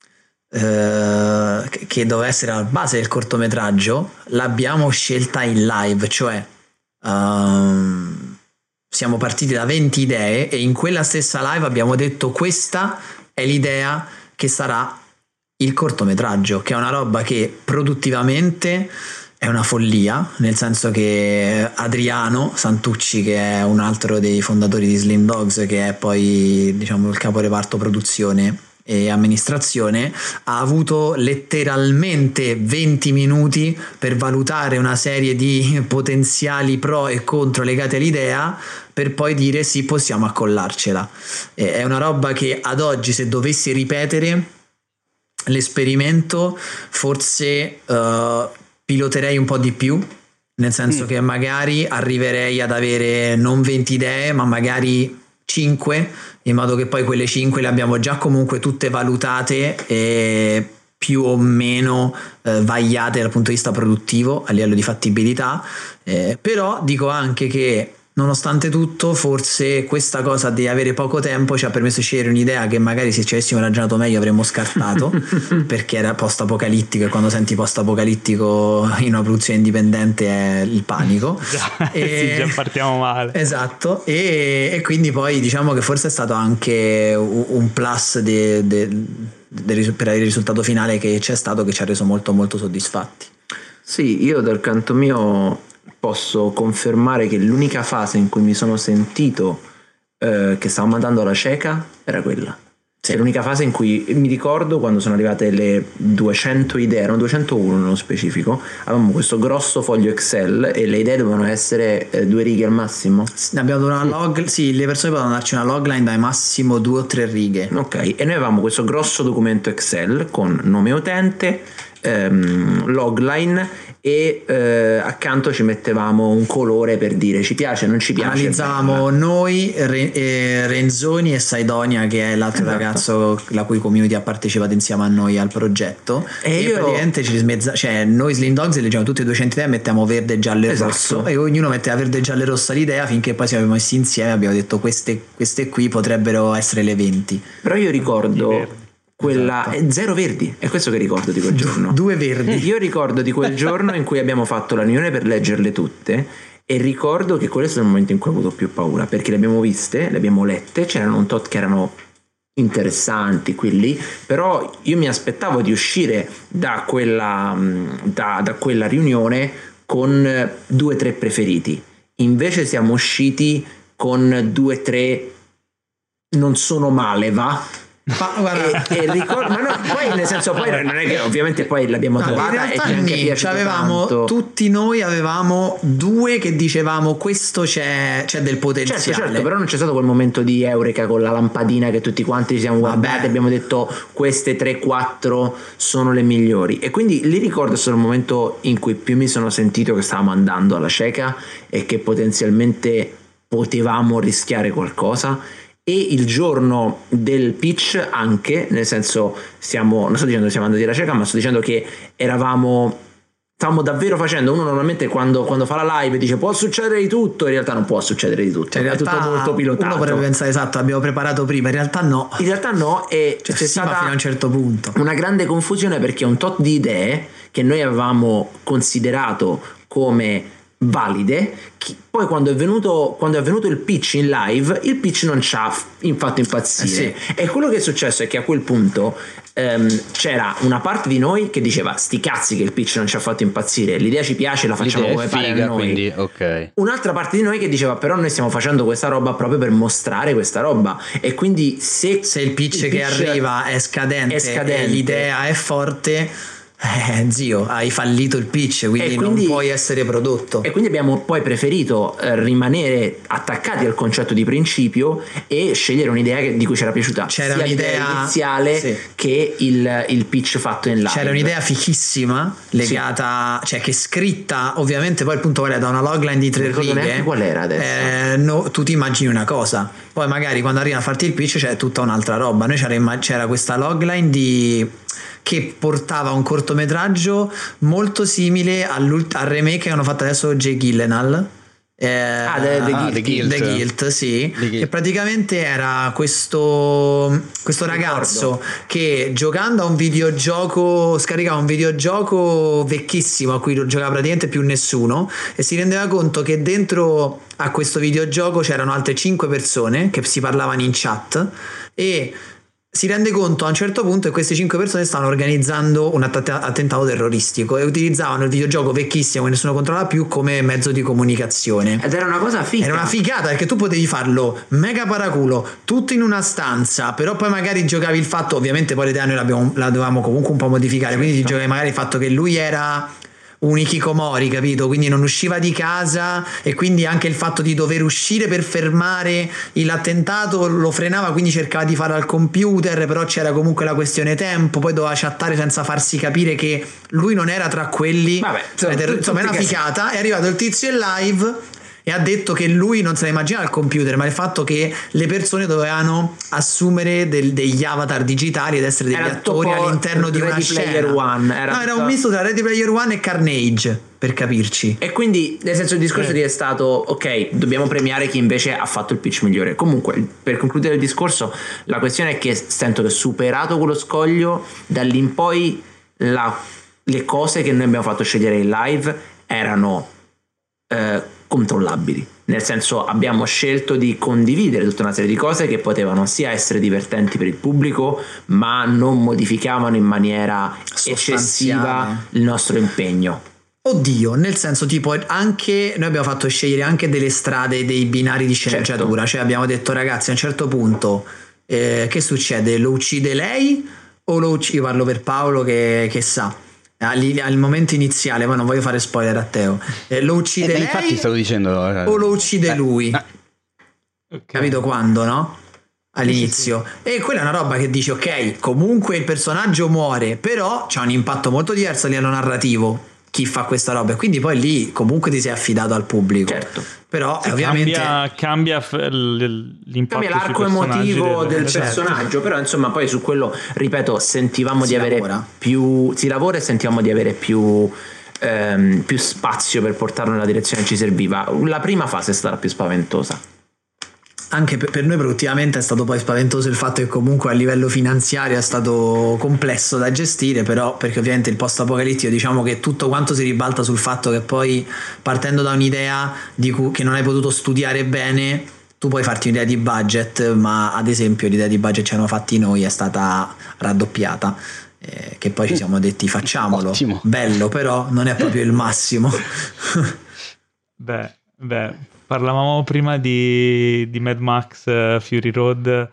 che doveva essere alla base del cortometraggio l'abbiamo scelta in live, cioè siamo partiti da 20 idee e in quella stessa live abbiamo detto questa è l'idea che sarà il cortometraggio, che è una roba che produttivamente è una follia, nel senso che Adriano Santucci, che è un altro dei fondatori di Slim Dogs, che è poi diciamo il caporeparto produzione e amministrazione, ha avuto letteralmente 20 minuti per valutare una serie di potenziali pro e contro legati all'idea, per poi dire sì, possiamo accollarcela. È una roba che ad oggi, se dovessi ripetere l'esperimento, forse piloterei un po' di più, nel senso che magari arriverei ad avere non 20 idee, ma magari 5, in modo che poi quelle 5 le abbiamo già comunque tutte valutate e più o meno vagliate dal punto di vista produttivo a livello di fattibilità, però dico anche che nonostante tutto forse questa cosa di avere poco tempo ci ha permesso di scegliere un'idea che magari se ci avessimo ragionato meglio avremmo scartato perché era post-apocalittico, e quando senti post-apocalittico in una produzione indipendente è il panico. Sì, già partiamo male. Esatto, e quindi poi diciamo che forse è stato anche un plus per il risultato finale che c'è stato, che ci ha reso molto molto soddisfatti. Sì, io dal canto mio posso confermare che l'unica fase in cui mi sono sentito che stavamo andando alla cieca era quella. Sì. È l'unica fase in cui mi ricordo quando sono arrivate le 200 idee, erano 201 nello specifico, avevamo questo grosso foglio Excel e le idee dovevano essere 2 righe al massimo. Abbiamo una log, sì, le persone potevano darci una logline dai massimo 2 o 3 righe. Ok, e noi avevamo questo grosso documento Excel con nome utente, logline e accanto ci mettevamo un colore per dire ci piace, non ci piace. Analizzavamo noi, Renzoni e Saidonia, che è l'altro ragazzo la cui community ha partecipato insieme a noi al progetto, e praticamente cioè noi Slim Dogs leggiamo tutte e 200 idee, mettiamo verde, giallo e rosso, e ognuno metteva verde, giallo e rossa l'idea, finché poi ci abbiamo messi insieme e abbiamo detto queste qui potrebbero essere le 20. Però io ricordo quella, esatto. 0 verdi, è questo che ricordo di quel giorno. 2 verdi. Io ricordo di quel giorno in cui abbiamo fatto la riunione per leggerle tutte, e ricordo che quello è stato il momento in cui ho avuto più paura, perché le abbiamo viste, le abbiamo lette, c'erano un tot che erano interessanti quelli, però io mi aspettavo di uscire da quella riunione con 2 o 3 preferiti, invece siamo usciti con 2 o 3 non sono male, va? E ricordo, ma no, poi nel senso, poi non è che ovviamente poi l'abbiamo trovata e anche avevamo tutti noi avevamo 2 che dicevamo questo c'è del potenziale. Certo, però non c'è stato quel momento di eureka con la lampadina che tutti quanti ci siamo guardati e abbiamo detto queste 3-4 sono le migliori, e quindi lì ricordo è stato il momento in cui più mi sono sentito che stavamo andando alla cieca e che potenzialmente potevamo rischiare qualcosa. E il giorno del pitch anche, nel senso non sto dicendo che siamo andati alla cieca, ma sto dicendo che stavamo davvero facendo, uno normalmente quando fa la live dice può succedere di tutto, in realtà non può succedere di tutto, cioè, è tutto molto pilotato. Uno potrebbe pensare esatto, abbiamo preparato prima, in realtà no, e c'è stata fino a un certo punto una grande confusione, perché un tot di idee che noi avevamo considerato come valide, poi quando è venuto il pitch in live, il pitch non ci ha fatto impazzire, sì. E quello che è successo è che a quel punto c'era una parte di noi che diceva sti cazzi che il pitch non ci ha fatto impazzire, l'idea ci piace, la facciamo come pare a noi, quindi, okay. Un'altra parte di noi che diceva però noi stiamo facendo questa roba proprio per mostrare questa roba, e quindi se il pitch che arriva è scadente e l'idea è forte, zio, hai fallito il pitch, quindi non puoi essere prodotto. E quindi abbiamo poi preferito rimanere attaccati al concetto di principio e scegliere un'idea di cui c'era piaciuta c'era sia un'idea iniziale, sì, che il pitch fatto in live. C'era un'idea fichissima legata, sì, cioè che scritta ovviamente, poi il punto qual è, da una logline di 3 righe. Qual era adesso? Tu ti immagini una cosa, poi magari quando arriva a farti il pitch c'è tutta un'altra roba. Noi c'era questa logline che portava un cortometraggio molto simile al remake che hanno fatto adesso Jake Gyllenhaal, The Guilt, sì, che praticamente era questo ragazzo che giocando a un videogioco scaricava un videogioco vecchissimo a cui non giocava praticamente più nessuno, e si rendeva conto che dentro a questo videogioco c'erano altre 5 persone che si parlavano in chat, e si rende conto a un certo punto che queste 5 persone stavano organizzando un attentato terroristico e utilizzavano il videogioco vecchissimo che nessuno controlla più come mezzo di comunicazione. Ed era una cosa figa. Era una figata, perché tu potevi farlo mega paraculo, tutto in una stanza, però poi magari giocavi il fatto, ovviamente poi l'idea noi la dovevamo comunque un po' modificare, quindi ti giocavi magari il fatto che lui era un hikikomori, capito? Quindi non usciva di casa e quindi anche il fatto di dover uscire per fermare l'attentato lo frenava, quindi cercava di farlo al computer, però c'era comunque la questione tempo, poi doveva chattare senza farsi capire che lui non era tra quelli. Vabbè, insomma è una ficata. È arrivato il tizio in live e ha detto che lui non se la immaginava al computer, ma il fatto che le persone dovevano assumere degli avatar digitali ed essere degli attori all'interno di una scena. Era un misto tra Ready Player One e Carnage, per capirci. E quindi nel senso il discorso è stato ok, dobbiamo premiare chi invece ha fatto il pitch migliore. Comunque, per concludere il discorso, la questione è che sento che superato quello scoglio, da lì in poi le cose che noi abbiamo fatto scegliere in live erano controllabili, nel senso abbiamo scelto di condividere tutta una serie di cose che potevano sia essere divertenti per il pubblico ma non modificavano in maniera eccessiva il nostro impegno. Oddio, nel senso tipo anche noi abbiamo fatto scegliere anche delle strade, dei binari di sceneggiatura, certo. Cioè abbiamo detto ragazzi a un certo punto che succede? Lo uccide lei o lo uccide? Io parlo per Paolo che sa al momento iniziale, ma non voglio fare spoiler a Teo, lo uccide lei infatti stavo dicendo o lo uccide lui, okay. Capito quando, no? All'inizio sì. E quella è una roba che dici ok, comunque il personaggio muore, però c'ha un impatto molto diverso a livello narrativo chi fa questa roba, e quindi poi lì comunque ti sei affidato al pubblico, certo. Però ovviamente cambia l'impatto, cambia l'arco emotivo del personaggio, certo. Però insomma poi su quello, ripeto, sentivamo di avere più, si lavora e sentivamo di avere più spazio per portarlo nella direzione che ci serviva. La prima fase è stata più spaventosa. Anche per noi produttivamente è stato poi spaventoso il fatto che comunque a livello finanziario è stato complesso da gestire, però perché ovviamente il post apocalittico, diciamo che tutto quanto si ribalta sul fatto che poi partendo da un'idea che non hai potuto studiare bene, tu puoi farti un'idea di budget, ma ad esempio l'idea di budget che ci hanno fatti noi è stata raddoppiata, che poi ci siamo detti facciamolo. Ottimo. Bello, però non è proprio il massimo. Beh, parlavamo prima di Mad Max Fury Road,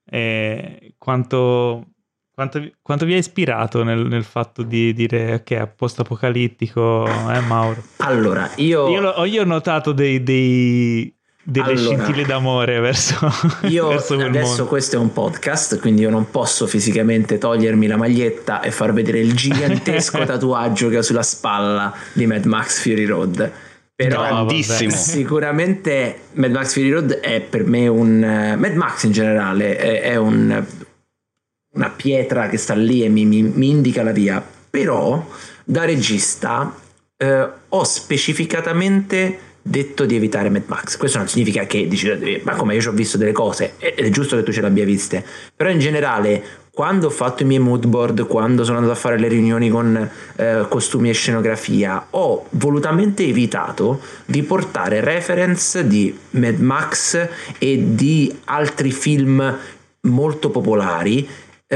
e quanto vi ha ispirato nel fatto di dire ok, è post-apocalittico, Mauro? Allora, io ho notato delle scintille d'amore verso verso quel adesso mondo. Questo è un podcast, quindi io non posso fisicamente togliermi la maglietta e far vedere il gigantesco tatuaggio che ho sulla spalla di Mad Max Fury Road. Però grandissimo. Sicuramente Mad Max Fury Road è per me Mad Max in generale è una pietra che sta lì e mi indica la via. Però da regista ho specificatamente detto di evitare Mad Max. Questo non significa che dici ma come, io ci ho visto delle cose ed è giusto che tu ce l'abbia viste, però in generale quando ho fatto i miei mood board, quando sono andato a fare le riunioni con costumi e scenografia, ho volutamente evitato di portare reference di Mad Max e di altri film molto popolari,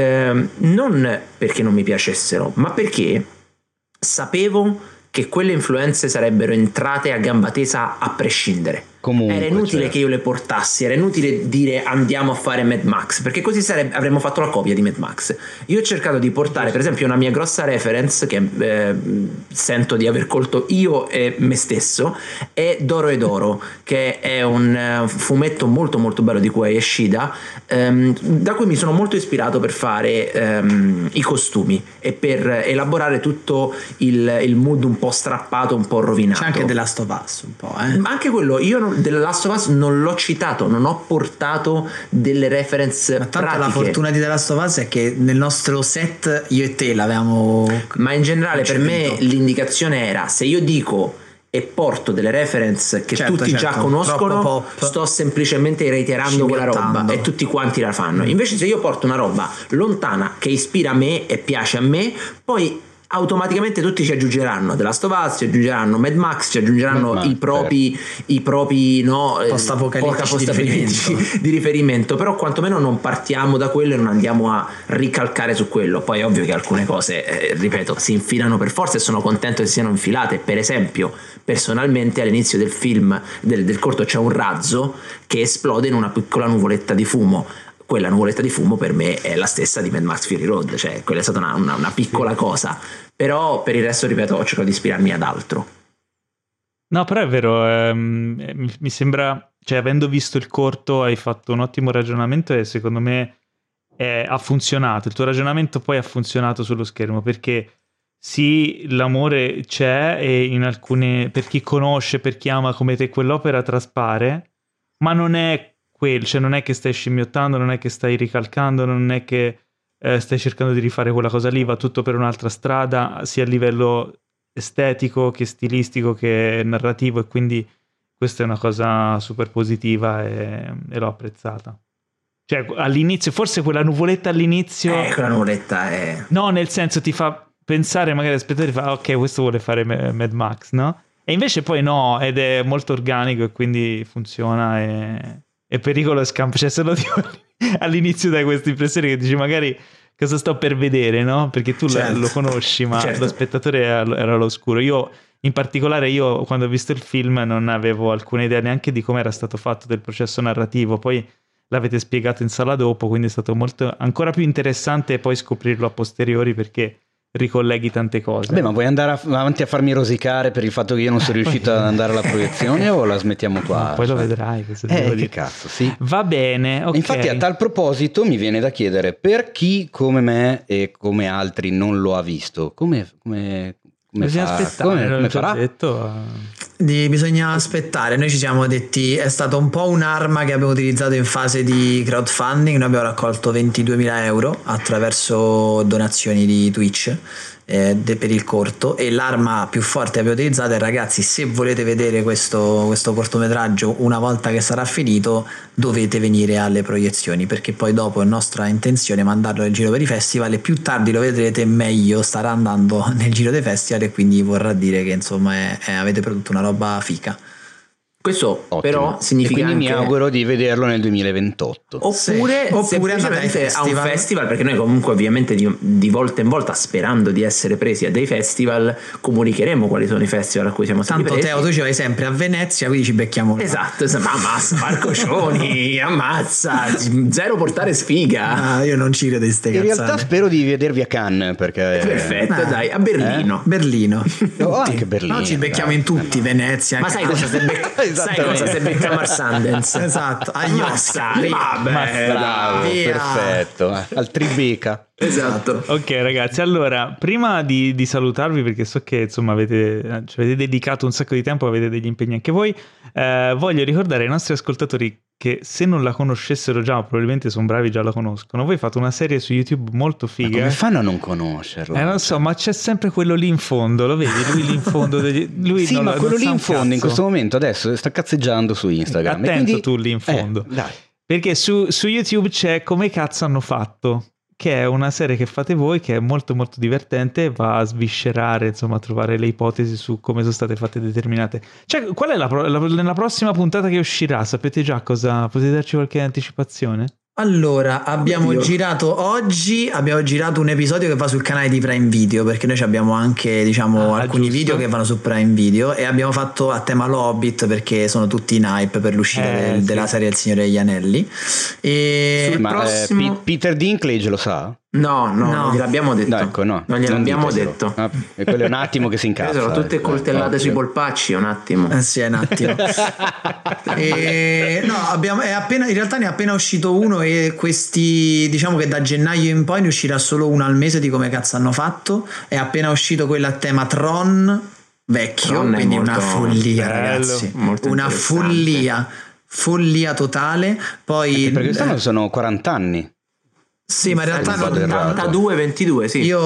non perché non mi piacessero, ma perché sapevo che quelle influenze sarebbero entrate a gamba tesa a prescindere. Comunque, era inutile che io le portassi, era inutile dire andiamo a fare Mad Max, perché così avremmo fatto la copia di Mad Max. Io ho cercato di portare, per esempio, una mia grossa reference che sento di aver colto io e me stesso, è Doro e Doro, che è un fumetto molto molto bello di Koei Ishida, da cui mi sono molto ispirato per fare i costumi e per elaborare tutto il mood un po' strappato, un po' rovinato. C'è anche The Last of Us un po', Ma anche quello, io della Last of Us non l'ho citato, non ho portato delle reference pratiche. La fortuna di The Last of Us è che nel nostro set io e te l'avevamo. Ma in generale per me l'indicazione era, se io dico e porto delle reference che tutti già conoscono, sto semplicemente reiterando quella roba e tutti quanti la fanno. Invece se io porto una roba lontana che ispira a me e piace a me, poi automaticamente tutti ci aggiungeranno The Last of Us, ci aggiungeranno Mad Max, ci aggiungeranno i propri no, post-apocalittici di riferimento, però quantomeno non partiamo da quello e non andiamo a ricalcare su quello. Poi è ovvio che alcune cose, ripeto, si infilano per forza e sono contento che siano infilate. Per esempio, personalmente all'inizio del film, del corto, c'è un razzo che esplode in una piccola nuvoletta di fumo. Quella nuvoletta di fumo per me è la stessa di Mad Max Fury Road, cioè quella è stata una piccola cosa, però per il resto, ripeto, ho cercato di ispirarmi ad altro. No, però è vero, mi sembra, cioè avendo visto il corto hai fatto un ottimo ragionamento e secondo me ha funzionato, il tuo ragionamento poi ha funzionato sullo schermo, perché sì, l'amore c'è e in alcune, per chi conosce, per chi ama come te quell'opera traspare, ma non è cioè non è che stai scimmiottando, non è che stai ricalcando, non è che stai cercando di rifare quella cosa lì, va tutto per un'altra strada, sia a livello estetico che stilistico che narrativo, e quindi questa è una cosa super positiva e l'ho apprezzata. Cioè all'inizio, forse quella nuvoletta all'inizio... quella nuvoletta è... No, nel senso ti fa pensare, magari spettatore fa ok, questo vuole fare Mad Max, no? E invece poi no, ed è molto organico e quindi funziona e pericolo e scampo, cioè se lo dico all'inizio dai questa impressione che dici magari cosa sto per vedere, no? Perché tu lo conosci, ma lo spettatore era all'oscuro. In particolare quando ho visto il film non avevo alcuna idea neanche di come era stato fatto, del processo narrativo, poi l'avete spiegato in sala dopo, quindi è stato ancora più interessante poi scoprirlo a posteriori, perché ricolleghi tante cose. Vabbè, ma vuoi andare avanti a farmi rosicare per il fatto che io non sono riuscito ad andare alla proiezione o la smettiamo qua? No, poi lo vedrai. Che cazzo, sì. Va bene, ok. Infatti a tal proposito mi viene da chiedere, per chi come me e come altri non lo ha visto, come farà? Bisogna aspettare. Noi ci siamo detti, è stata un po' un'arma che abbiamo utilizzato in fase di crowdfunding. Noi abbiamo raccolto 22.000 euro attraverso donazioni di Twitch per il corto, e l'arma più forte che abbiamo utilizzato è: ragazzi, se volete vedere questo cortometraggio una volta che sarà finito dovete venire alle proiezioni, perché poi dopo è nostra intenzione mandarlo nel giro per i festival, e più tardi lo vedrete meglio starà andando nel giro dei festival, e quindi vorrà dire che insomma avete prodotto una roba fica. Questo ottimo. Però significa e quindi anche... mi auguro di vederlo nel 2028 oppure semplicemente a un festival, perché noi comunque ovviamente di volta in volta, sperando di essere presi a dei festival, comunicheremo quali sono i festival a cui siamo stati presi. Teo, tu ci vai sempre a Venezia, quindi ci becchiamo là. Esatto, ammazza Marco Cioni, ammazza, zero portare sfiga. Io non ci credo di ste cazzate. In realtà spero di vedervi a Cannes, perché perfetto, dai, a Berlino. Berlino. Anche Berlino. No, ci becchiamo in tutti, Venezia. Ma sai cosa se becca Marsandens? Esatto, agli Oscar. Vabbè, bravo, perfetto, al Tribeca. Esatto. Ok ragazzi, allora prima di salutarvi, perché so che insomma ci avete dedicato un sacco di tempo, avete degli impegni anche voi, voglio ricordare ai nostri ascoltatori che se non la conoscessero già, probabilmente sono bravi, già la conoscono. Voi fate una serie su YouTube molto figa. Ma come fanno a non conoscerla? Non so, ma c'è sempre quello lì in fondo, lo vedi? Lui lì in fondo. Lui sì, ma quello lì in fondo in questo momento adesso sta cazzeggiando su Instagram. Attento, quindi... tu lì in fondo. Dai. Perché su YouTube c'è Come cazzo hanno fatto, che è una serie che fate voi, che è molto molto divertente, va a sviscerare, insomma, a trovare le ipotesi su come sono state fatte determinate. Cioè, qual è la prossima puntata che uscirà? Sapete già cosa? Potete darci qualche anticipazione? Allora, abbiamo girato un episodio che va sul canale di Prime Video, perché noi abbiamo anche, diciamo, alcuni video che vanno su Prime Video, e abbiamo fatto a tema Hobbit, perché sono tutti in hype per l'uscita della serie Il Signore degli Anelli. E ma prossimo... Peter Dinklage lo sa? No, non gliel'abbiamo detto. Ecco, no. Non gliel'abbiamo detto. E quello è un attimo che si incazza. Sono tutte coltellate sui polpacci, un attimo. Sì, è un attimo. In realtà ne è appena uscito uno, e questi, diciamo che da gennaio in poi ne uscirà solo uno al mese di Come cazzo hanno fatto. È appena uscito quello a tema Tron vecchio, quindi una follia, ragazzi. Una follia totale. Poi perché quest'anno sono 40 anni. Sì, ma in realtà 82-22, sì. Io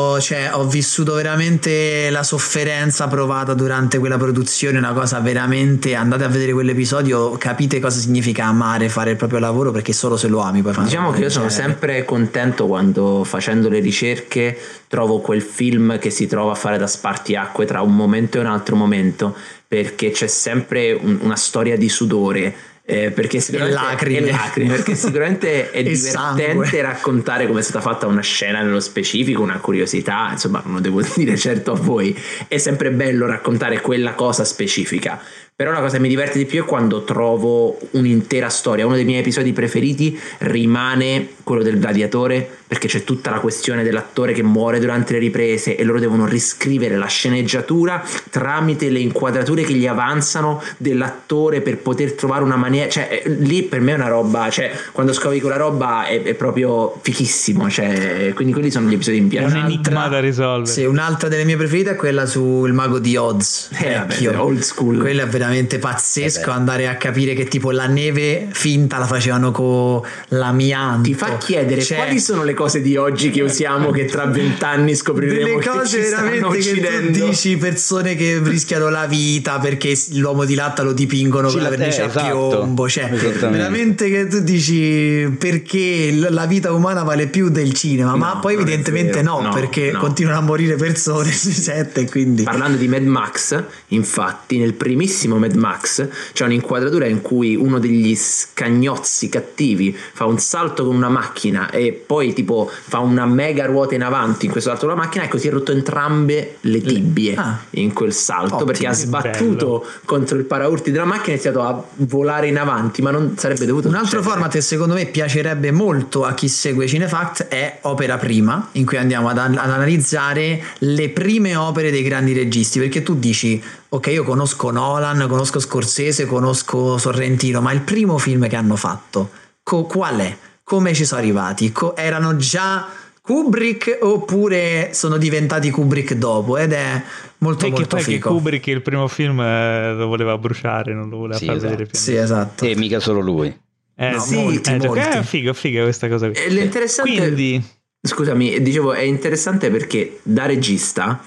ho vissuto veramente la sofferenza provata durante quella produzione, una cosa veramente, andate a vedere quell'episodio, capite cosa significa amare fare il proprio lavoro, perché solo se lo ami puoi fare. Diciamo che io sono sempre contento quando, facendo le ricerche, trovo quel film che si trova a fare da spartiacque tra un momento e un altro momento, perché c'è sempre una storia di sudore. Perché lacrime, perché sicuramente è divertente sangue. Raccontare come è stata fatta una scena nello specifico, una curiosità, insomma, non lo devo dire certo a voi, è sempre bello raccontare quella cosa specifica. Però la cosa che mi diverte di più è quando trovo un'intera storia. Uno dei miei episodi preferiti rimane quello del gladiatore, perché c'è tutta la questione dell'attore che muore durante le riprese e loro devono riscrivere la sceneggiatura tramite le inquadrature che gli avanzano dell'attore per poter trovare una maniera, cioè lì per me è una roba, cioè quando scopri quella roba è proprio fichissimo, cioè, quindi quelli sono gli episodi che mi piacciono. È un enigma da risolvere. Sì, un'altra delle mie preferite è quella sul mago di Oz, old school. Quella è veramente pazzesco, andare a capire che tipo la neve finta la facevano con l'amianto. Ti fa chiedere quali sono le cose di oggi che usiamo che tra 20 anni scopriremo delle cose che veramente che tu dici, persone che rischiano la vita perché l'uomo di latta lo dipingono con la vernice a piombo, cioè veramente che tu dici perché la vita umana vale più del cinema, ma poi evidentemente no, perché continuano a morire persone sui set. Quindi parlando di Mad Max, infatti nel primissimo Mad Max c'è un'inquadratura in cui uno degli scagnozzi cattivi fa un salto con una macchina e poi tipo fa una mega ruota in avanti in questo salto con la macchina e così ha rotto entrambe le tibie in quel salto, perché ha sbattuto contro il paraurti della macchina e ha iniziato a volare in avanti, ma non sarebbe dovuto un altro format che secondo me piacerebbe molto a chi segue Cinefact è Opera Prima, in cui andiamo ad analizzare le prime opere dei grandi registi, perché tu dici ok, io conosco Nolan, conosco Scorsese, conosco Sorrentino, ma il primo film che hanno fatto qual è? Come ci sono arrivati? Erano già Kubrick oppure sono diventati Kubrick dopo? Ed è molto molto figo. Che Kubrick il primo film lo voleva bruciare, non lo voleva far vedere più. Sì, esatto. E mica solo lui. Molti. È figa questa cosa qui. L'interessante, quindi scusami, dicevo, è interessante perché da regista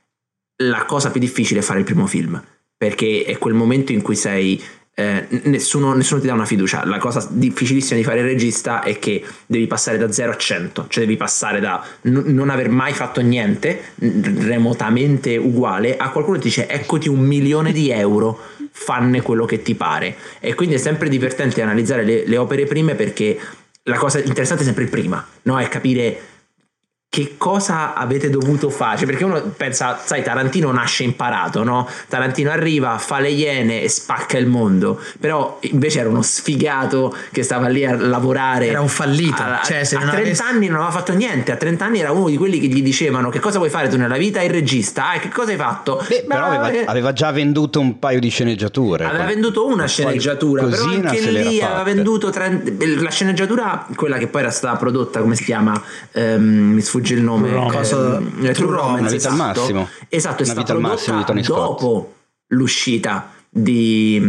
la cosa più difficile è fare il primo film, perché è quel momento in cui sei nessuno ti dà una fiducia. La cosa difficilissima di fare il regista è che devi passare da 0 a 100, cioè devi passare da non aver mai fatto niente remotamente uguale a qualcuno che ti dice eccoti €1.000.000, fanne quello che ti pare. E quindi è sempre divertente analizzare le opere prime, perché la cosa interessante è sempre il prima, no? È capire che cosa avete dovuto fare, perché uno pensa, sai, Tarantino nasce imparato, no? Tarantino arriva, fa le Iene e spacca il mondo, però invece era uno sfigato che stava lì a lavorare, era un fallito, cioè, se a 30 anni non aveva fatto niente, a 30 anni era uno di quelli che gli dicevano che cosa vuoi fare tu nella vita, il regista, che cosa hai fatto? Però aveva già venduto un paio di sceneggiature, aveva venduto una sceneggiatura, però anche lì aveva venduto la sceneggiatura, quella che poi era stata prodotta, come si chiama, mi sfugge il nome, True Romance, esatto. Al massimo. Esatto, è Una stata vita al massimo di Tony Scott. dopo l'uscita delle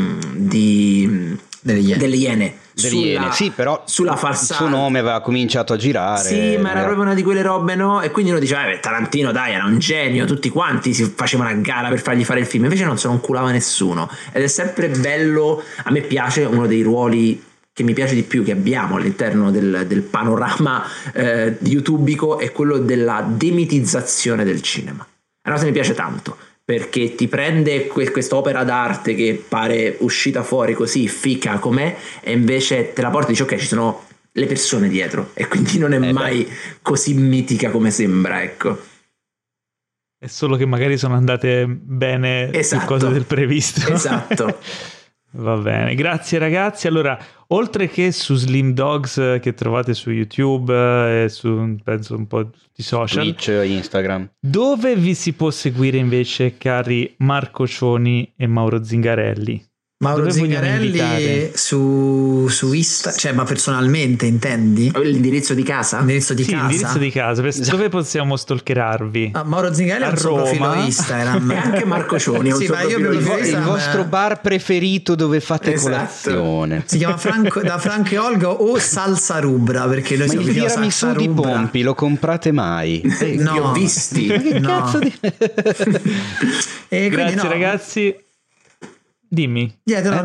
Iene. Sì, però sulla falsata, il suo nome aveva cominciato a girare. Sì, ma era proprio una di quelle robe, no? E quindi uno diceva Tarantino dai, era un genio, tutti quanti si facevano a gara per fargli fare il film, invece non se non culava nessuno. Ed è sempre bello, a me piace, uno dei ruoli che mi piace di più che abbiamo all'interno del panorama youtubico è quello della demitizzazione del cinema. È una cosa che mi piace tanto, perché ti prende quest'opera d'arte che pare uscita fuori così fica com'è e invece te la porti e dici ok, ci sono le persone dietro e quindi non è mai così mitica come sembra, ecco. È solo che magari sono andate bene più cose del previsto. Esatto. Va bene, grazie ragazzi. Allora, oltre che su Slim Dogs che trovate su YouTube e su penso un po' tutti i social, Twitch, Instagram, dove vi si può seguire invece, cari Marco Cioni e Mauro Zingarelli? Mauro Zingarelli su Insta, cioè, ma personalmente intendi? L'indirizzo di casa? L'indirizzo di sì, casa. L'indirizzo di casa. Dove possiamo stalkerarvi? Mauro Zingarelli ha un suo profilo Instagram. E anche Marco Cioni. Sì, ma io il vostro bar preferito dove fate colazione. Si chiama da Franco e Olga o Salsa Rubra, perché noi siamo vicino a Salsa Rubra. Ma i tiramisù di Pompi lo comprate mai? No. Li ho visti. Ma che cazzo di... Grazie ragazzi. Dimmi. Questa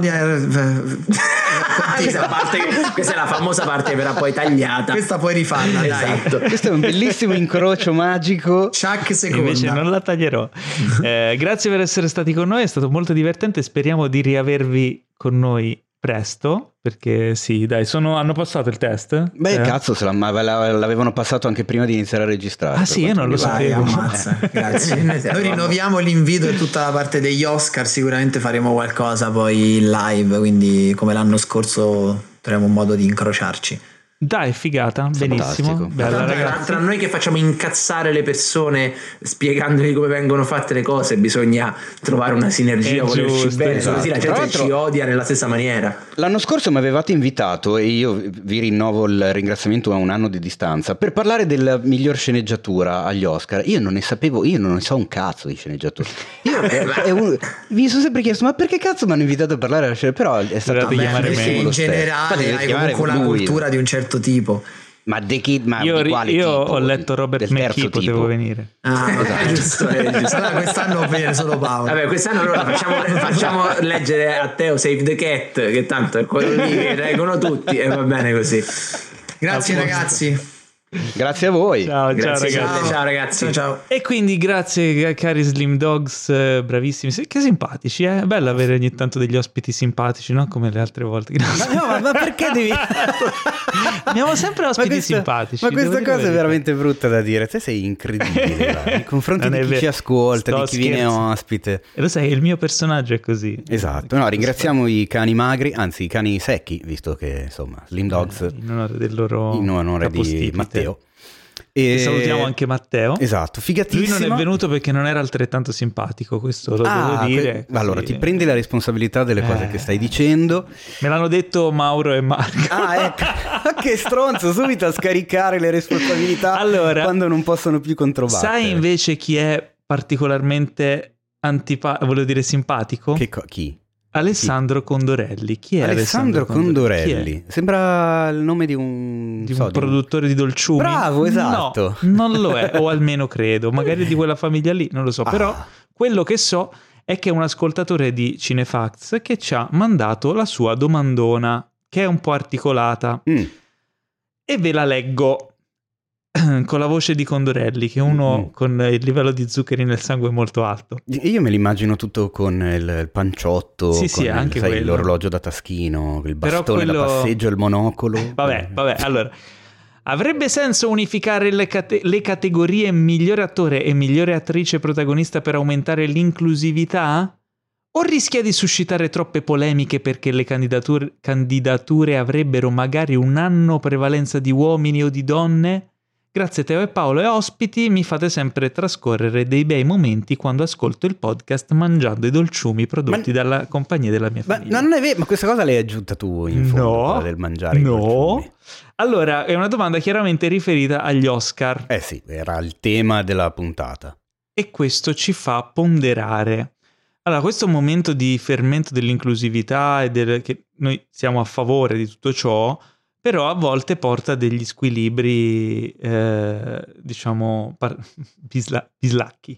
è la famosa parte che verrà poi tagliata. Questa puoi rifarla, esatto. Dai. Questo è un bellissimo incrocio magico. Chuck seconda. Invece non la taglierò. Grazie per essere stati con noi, è stato molto divertente. Speriamo di riavervi con noi presto, perché sì, dai, hanno passato il test? Beh, cazzo, l'avevano passato anche prima di iniziare a registrare. Ah sì, io non lo sapevo. Grazie. Noi rinnoviamo l'invito e tutta la parte degli Oscar, sicuramente faremo qualcosa poi in live, quindi come l'anno scorso troviamo un modo di incrociarci. Dai, figata, benissimo. Bella, tra noi che facciamo incazzare le persone spiegandogli come vengono fatte le cose, bisogna trovare una sinergia, volerci bene, così la gente ci odia nella stessa maniera. L'anno scorso mi avevate invitato, e io vi rinnovo il ringraziamento a un anno di distanza, per parlare della miglior sceneggiatura agli Oscar. Io non ne so un cazzo di sceneggiatura. Mi sono sempre chiesto, ma perché cazzo mi hanno invitato a parlare della sceneggiatura? Però è stato in generale hai comunque una cultura di un certo tipo. Ma di quale io tipo? Ho letto Robert McKee, potevo venire. Giusto. Allora quest'anno viene solo Paolo. Vabbè, quest'anno allora facciamo leggere a Teo Save the Cat, che tanto è quello lì che reggono tutti e va bene così. Grazie ragazzi. Grazie a voi. Ciao ragazzi. Ciao ragazzi. Ciao. E quindi grazie cari Slim Dogs, bravissimi. Che simpatici, è bello avere ogni tanto degli ospiti simpatici, no? Come le altre volte. Ma perché devi... Abbiamo sempre ospiti simpatici. Ma questa cosa è veramente brutta da dire. Te sei incredibile nei confronti di chi ci ascolta, di chi viene ospite. E lo sai, il mio personaggio è così. Esatto. No, ringraziamo i cani magri, anzi i cani secchi, visto che insomma Slim Dogs in onore del loro in onore di Matteo. E salutiamo anche Matteo. Esatto, figatissimo. Lui non è venuto perché non era altrettanto simpatico, questo lo devo dire. Allora ti prendi la responsabilità delle cose che stai dicendo. Me l'hanno detto Mauro e Marco. Ecco. Che stronzo, subito a scaricare le responsabilità quando non possono più controbattere. Sai invece chi è particolarmente volevo dire simpatico? Chi? Alessandro Condorelli. Chi è Alessandro Condorelli? Chi è? Sembra il nome di un produttore di dolciumi. Bravo, esatto. No, non lo è, o almeno credo, magari di quella famiglia lì, non lo so. Però quello che so è che è un ascoltatore di Cinefax che ci ha mandato la sua domandona, che è un po' articolata. E ve la leggo con la voce di Condorelli, che è uno con il livello di zuccheri nel sangue molto alto. Io me l'immagino tutto con il panciotto, sì, anche l'orologio da taschino, il bastone da passeggio, il monocolo. Vabbè, allora avrebbe senso unificare le categorie migliore attore e migliore attrice protagonista per aumentare l'inclusività? O rischia di suscitare troppe polemiche perché le candidature avrebbero magari un anno prevalenza di uomini o di donne? Grazie Teo e Paolo e ospiti, mi fate sempre trascorrere dei bei momenti quando ascolto il podcast mangiando i dolciumi prodotti dalla compagnia della mia famiglia. Ma non è vero, ma questa cosa l'hai aggiunta tu in fondo, del mangiare i dolciumi. Allora, è una domanda chiaramente riferita agli Oscar. Sì, era il tema della puntata. E questo ci fa ponderare. Allora, questo momento di fermento dell'inclusività e che noi siamo a favore di tutto ciò, però a volte porta a degli squilibri, diciamo, bislacchi.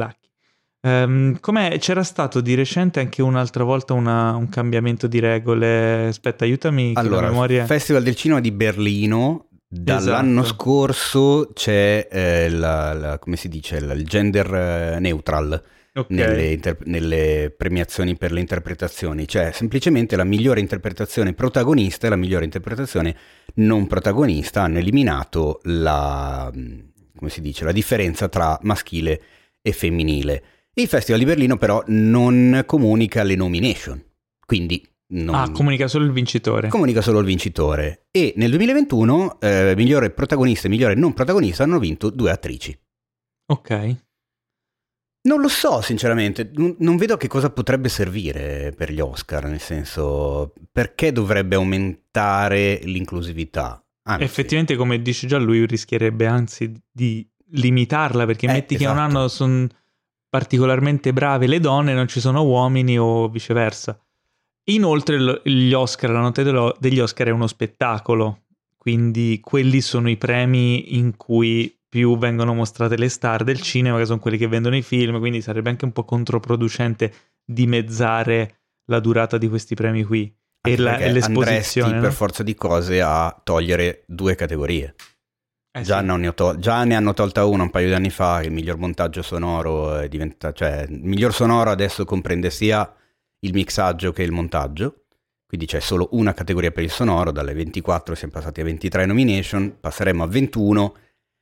Come c'era stato di recente anche un'altra volta un cambiamento di regole? Aspetta, aiutami. Allora, il Festival del Cinema di Berlino, dall'anno scorso c'è come si dice, il gender neutral. Nelle premiazioni per le interpretazioni, cioè semplicemente la migliore interpretazione protagonista e la migliore interpretazione non protagonista hanno eliminato la differenza tra maschile e femminile. Il Festival di Berlino però non comunica le nomination, quindi comunica solo il vincitore. Comunica solo il vincitore. E nel 2021 migliore protagonista e migliore non protagonista hanno vinto 2 attrici. Ok. Non lo so, sinceramente, non vedo che cosa potrebbe servire per gli Oscar, nel senso, perché dovrebbe aumentare l'inclusività? Anzi. Effettivamente, come dice già lui, rischierebbe anzi di limitarla, perché metti che un anno sono particolarmente brave le donne, non ci sono uomini o viceversa. Inoltre gli Oscar, la notte degli Oscar è uno spettacolo, quindi quelli sono i premi in cui più vengono mostrate le star del cinema, che sono quelli che vendono i film, quindi sarebbe anche un po' controproducente dimezzare la durata di questi premi qui e l'esposizione. Andresti per forza di cose a togliere 2 categorie. Già ne hanno tolta una un paio di anni fa, il miglior montaggio sonoro cioè il miglior sonoro adesso comprende sia il mixaggio che il montaggio, quindi c'è solo una categoria per il sonoro, dalle 24 siamo passati a 23 nomination, passeremo a 21.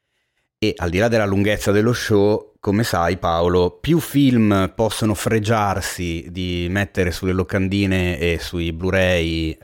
E al di là della lunghezza dello show, come sai Paolo, più film possono fregiarsi di mettere sulle locandine e sui Blu-ray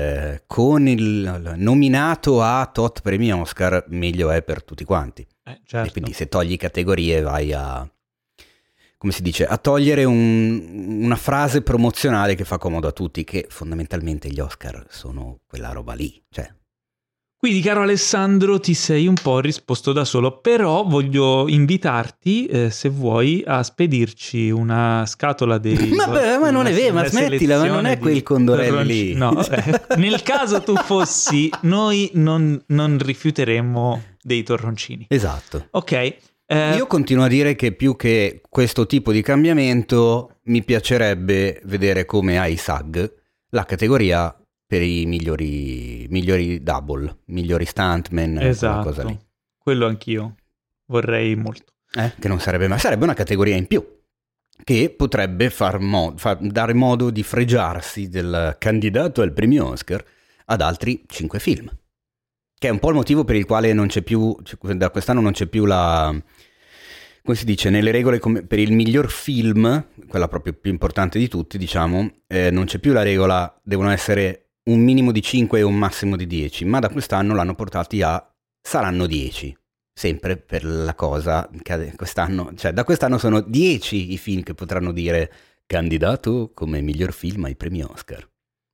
con il nominato a tot premi Oscar, meglio è per tutti quanti. Certo. E quindi se togli categorie vai a, come si dice, a togliere una frase promozionale che fa comodo a tutti, che fondamentalmente gli Oscar sono quella roba lì, cioè. Quindi, caro Alessandro, ti sei un po' risposto da solo, però voglio invitarti, se vuoi, a spedirci una scatola dei... ma non è vero, ma smettila, ma non è quel Condorelli lì. No, nel caso tu fossi, noi non rifiuteremmo dei torroncini. Esatto. Ok. Io continuo a dire che più che questo tipo di cambiamento mi piacerebbe vedere come ai SAG la categoria per i migliori double, migliori stuntman, esatto, quella cosa lì. Quello anch'io vorrei molto. Che non sarebbe, ma sarebbe una categoria in più che potrebbe dare modo di fregiarsi del candidato al premio Oscar ad altri 5 film, che è un po' il motivo per il quale non c'è più, da quest'anno non c'è più la, come si dice, nelle regole per il miglior film, quella proprio più importante di tutti, diciamo, non c'è più la regola, devono essere un minimo di 5 e un massimo di 10, ma da quest'anno l'hanno portati saranno 10, sempre per la cosa che quest'anno, cioè da quest'anno sono 10 i film che potranno dire candidato come miglior film ai premi Oscar.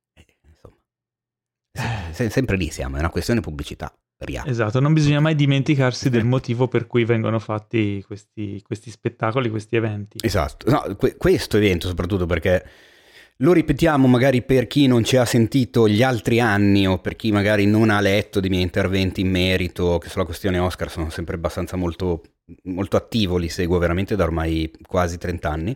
Insomma, sempre lì siamo, è una questione pubblicità. Esatto, non bisogna mai dimenticarsi del motivo per cui vengono fatti questi spettacoli, questi eventi. Esatto, no, questo evento soprattutto, perché lo ripetiamo magari per chi non ci ha sentito gli altri anni o per chi magari non ha letto dei miei interventi in merito, che sulla questione Oscar sono sempre abbastanza molto, molto attivo, li seguo veramente da ormai quasi 30 anni.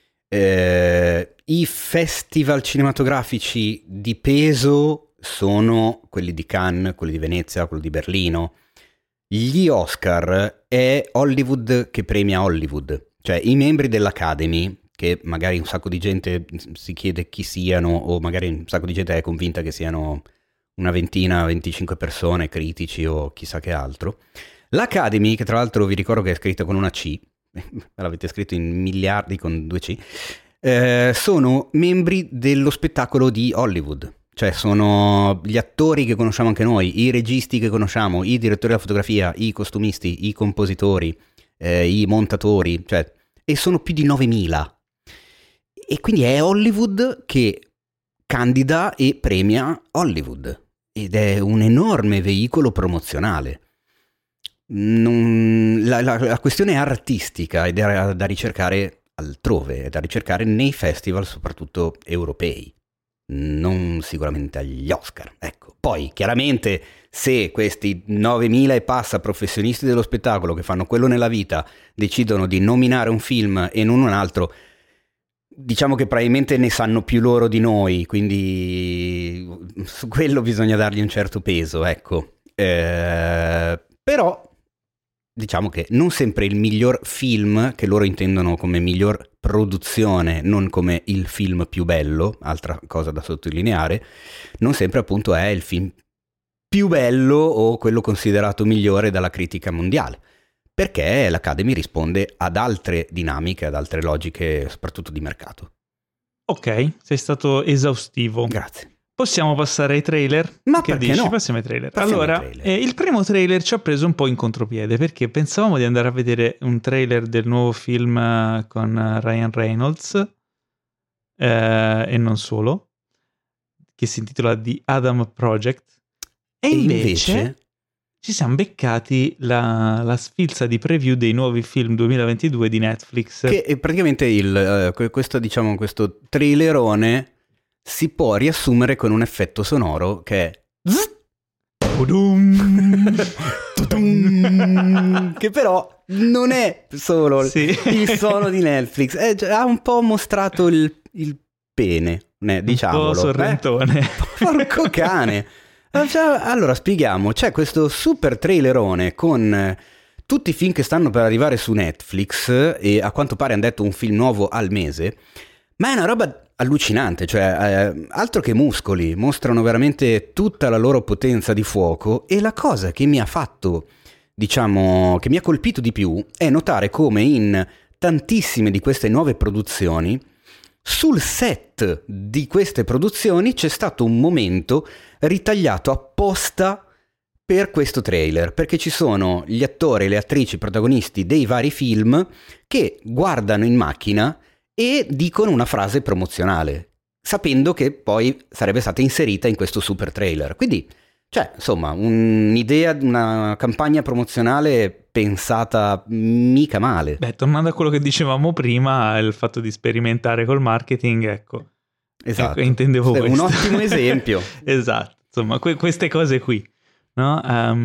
I festival cinematografici di peso sono quelli di Cannes, quelli di Venezia, quello di Berlino. Gli Oscar è Hollywood che premia Hollywood, cioè i membri dell'Academy, che magari un sacco di gente si chiede chi siano, o magari un sacco di gente è convinta che siano una 25 persone, critici o chissà che altro. L'Academy, che tra l'altro vi ricordo che è scritta con una C, l'avete scritto in miliardi con 2 C, sono membri dello spettacolo di Hollywood. Cioè sono gli attori che conosciamo anche noi, i registi che conosciamo, i direttori della fotografia, i costumisti, i compositori, i montatori, cioè, e sono più di 9.000. E quindi è Hollywood che candida e premia Hollywood, ed è un enorme veicolo promozionale. La questione è artistica ed è da ricercare altrove, è da ricercare nei festival soprattutto europei, non sicuramente agli Oscar. Ecco. Poi chiaramente se questi 9.000 e passa professionisti dello spettacolo che fanno quello nella vita decidono di nominare un film e non un altro, diciamo che probabilmente ne sanno più loro di noi, quindi su quello bisogna dargli un certo peso, ecco. Però diciamo che non sempre il miglior film, che loro intendono come miglior produzione, non come il film più bello, altra cosa da sottolineare, non sempre appunto è il film più bello o quello considerato migliore dalla critica mondiale, perché l'Academy risponde ad altre dinamiche, ad altre logiche, soprattutto di mercato. Ok, sei stato esaustivo. Grazie. Possiamo passare ai trailer? Ma che perché dici? no? Passiamo ai trailer. Passiamo allora, ai trailer. Il primo trailer ci ha preso un po' in contropiede perché pensavamo di andare a vedere un trailer del nuovo film con Ryan Reynolds e non solo, che si intitola The Adam Project, e invece ci siamo beccati la sfilza di preview dei nuovi film 2022 di Netflix. Che praticamente questo trailerone si può riassumere con un effetto sonoro che è che però non è solo il suono di Netflix, ha un po' mostrato il pene, diciamolo. Un po' sorrentone. Porco cane. Allora spieghiamo, c'è questo super trailerone con tutti i film che stanno per arrivare su Netflix e a quanto pare hanno detto un film nuovo al mese, ma è una roba allucinante, cioè altro che muscoli, mostrano veramente tutta la loro potenza di fuoco. E la cosa che mi ha fatto, diciamo, che mi ha colpito di più è notare come in tantissime di queste nuove produzioni, sul set di queste produzioni c'è stato un momento ritagliato apposta per questo trailer, perché ci sono gli attori e le attrici protagonisti dei vari film che guardano in macchina e dicono una frase promozionale, sapendo che poi sarebbe stata inserita in questo super trailer. Quindi, cioè, insomma, un'idea, una campagna promozionale pensata mica male. Beh, tornando a quello che dicevamo prima, il fatto di sperimentare col marketing, ecco. Esatto. Ecco, intendevo questo. Un ottimo esempio. Esatto, insomma, queste cose qui, no?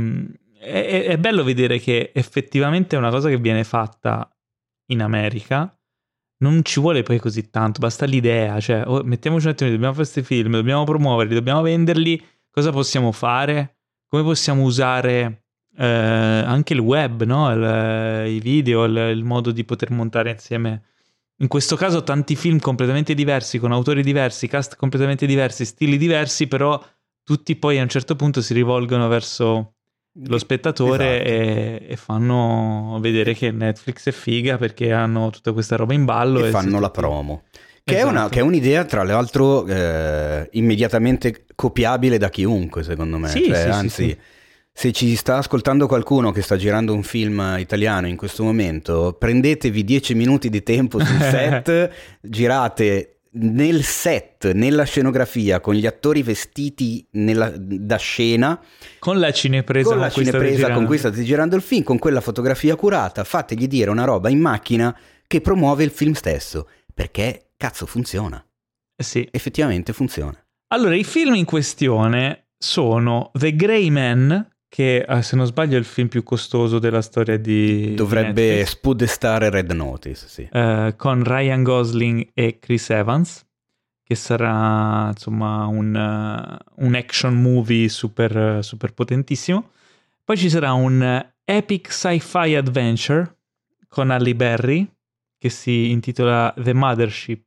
È bello vedere che effettivamente è una cosa che viene fatta in America. Non ci vuole poi così tanto, basta l'idea, cioè mettiamoci un attimo, dobbiamo fare questi film, dobbiamo promuoverli, dobbiamo venderli, cosa possiamo fare? Come possiamo usare anche il web, no? I video, il modo di poter montare insieme, in questo caso tanti film completamente diversi, con autori diversi, cast completamente diversi, stili diversi, però tutti poi a un certo punto si rivolgono verso lo spettatore, esatto, e fanno vedere che Netflix è figa perché hanno tutta questa roba in ballo e fanno la promo, che, esatto, che è un'idea tra l'altro immediatamente copiabile da chiunque, secondo me. Sì, cioè, sì, anzi, sì. Se ci sta ascoltando qualcuno che sta girando un film italiano in questo momento, prendetevi 10 minuti di tempo sul set, girate nel set, nella scenografia, con gli attori vestiti da scena, con la cinepresa con cui state girando il film, con quella fotografia curata, fategli dire una roba in macchina che promuove il film stesso, perché cazzo funziona. Sì. Effettivamente funziona. Allora, i film in questione sono The Gray Man, che se non sbaglio è il film più costoso della storia dovrebbe spodestare Red Notice, sì. Con Ryan Gosling e Chris Evans, che sarà insomma un action movie super, super potentissimo. Poi ci sarà un epic sci-fi adventure con Halle Berry che si intitola The Mothership.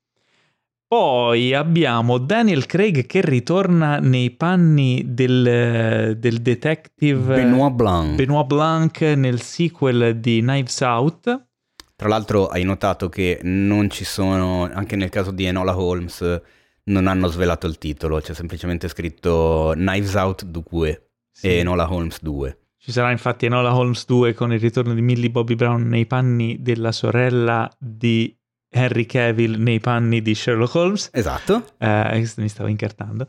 Poi abbiamo Daniel Craig che ritorna nei panni del detective Benoit Blanc nel sequel di Knives Out. Tra l'altro hai notato che non ci sono, anche nel caso di Enola Holmes, non hanno svelato il titolo, c'è semplicemente scritto Knives Out 2 sì, e Enola Holmes 2. Ci sarà infatti Enola Holmes 2 con il ritorno di Millie Bobby Brown nei panni della sorella di Henry Cavill nei panni di Sherlock Holmes. Esatto. Mi stavo incartando.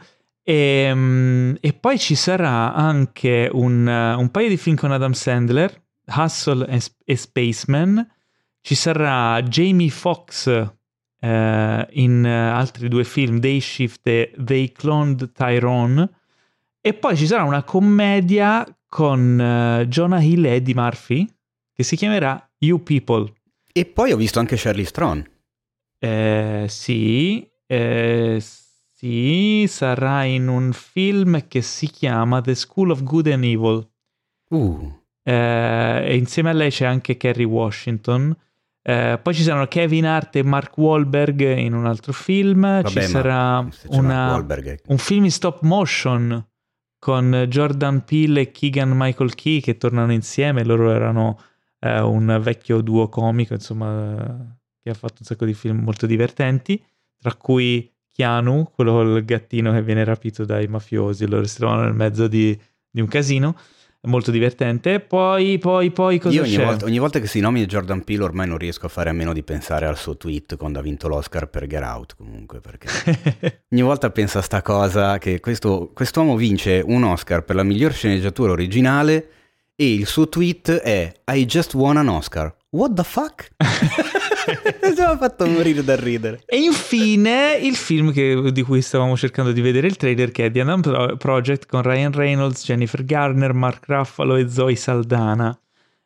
E poi ci sarà anche un paio di film con Adam Sandler, Hustle e Spaceman. Ci sarà Jamie Foxx in altri due film, Day Shift e They Cloned Tyrone. E poi ci sarà una commedia con Jonah Hill e Eddie Murphy che si chiamerà You People. E poi ho visto anche Charlize Theron. Sì, sarà in un film che si chiama The School of Good and Evil. E insieme a lei c'è anche Kerry Washington. Poi ci saranno Kevin Hart e Mark Wahlberg in un altro film. Vabbè, ci sarà un film in stop motion con Jordan Peele e Keegan Michael Key che tornano insieme. Loro erano un vecchio duo comico, insomma, che ha fatto un sacco di film molto divertenti, tra cui Keanu, quello col gattino che viene rapito dai mafiosi, loro si trovano nel mezzo di un casino, è molto divertente. Poi cosa io c'è? ogni volta che si nomina Jordan Peele ormai non riesco a fare a meno di pensare al suo tweet quando ha vinto l'Oscar per Get Out, comunque, perché ogni volta penso a sta cosa che quest'uomo vince un Oscar per la miglior sceneggiatura originale e il suo tweet è I just won an Oscar. What the fuck? Mi ha fatto morire dal ridere. E infine il film di cui stavamo cercando di vedere il trailer, che è The Adam Project, con Ryan Reynolds, Jennifer Garner, Mark Ruffalo e Zoe Saldana,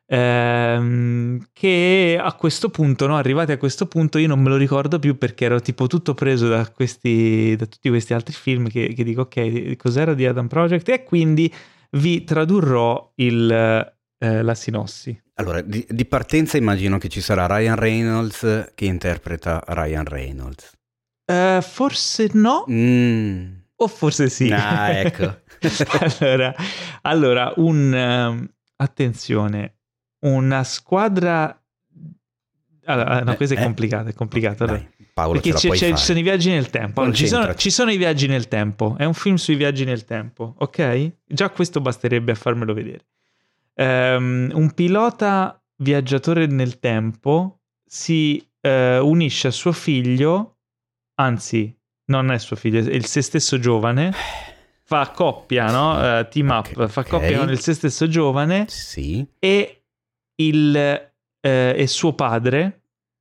che a questo punto, no, arrivati a questo punto, io non me lo ricordo più perché ero tipo tutto preso da tutti questi altri film che dico ok, cos'era The Adam Project, e quindi vi tradurrò la sinossi. Allora, di partenza immagino che ci sarà Ryan Reynolds che interpreta Ryan Reynolds. Forse no, o forse sì. Ah, ecco. allora attenzione, una squadra... Allora, no, questo è complicato. Allora, dai, Paolo, perché ci sono i viaggi nel tempo. Allora, ci sono i viaggi nel tempo. È un film sui viaggi nel tempo, ok? Già questo basterebbe a farmelo vedere. Un pilota viaggiatore nel tempo si unisce a suo figlio, anzi non è suo figlio, è il se stesso giovane, fa coppia, no? Team up, fa coppia con il se stesso giovane, sì. E suo padre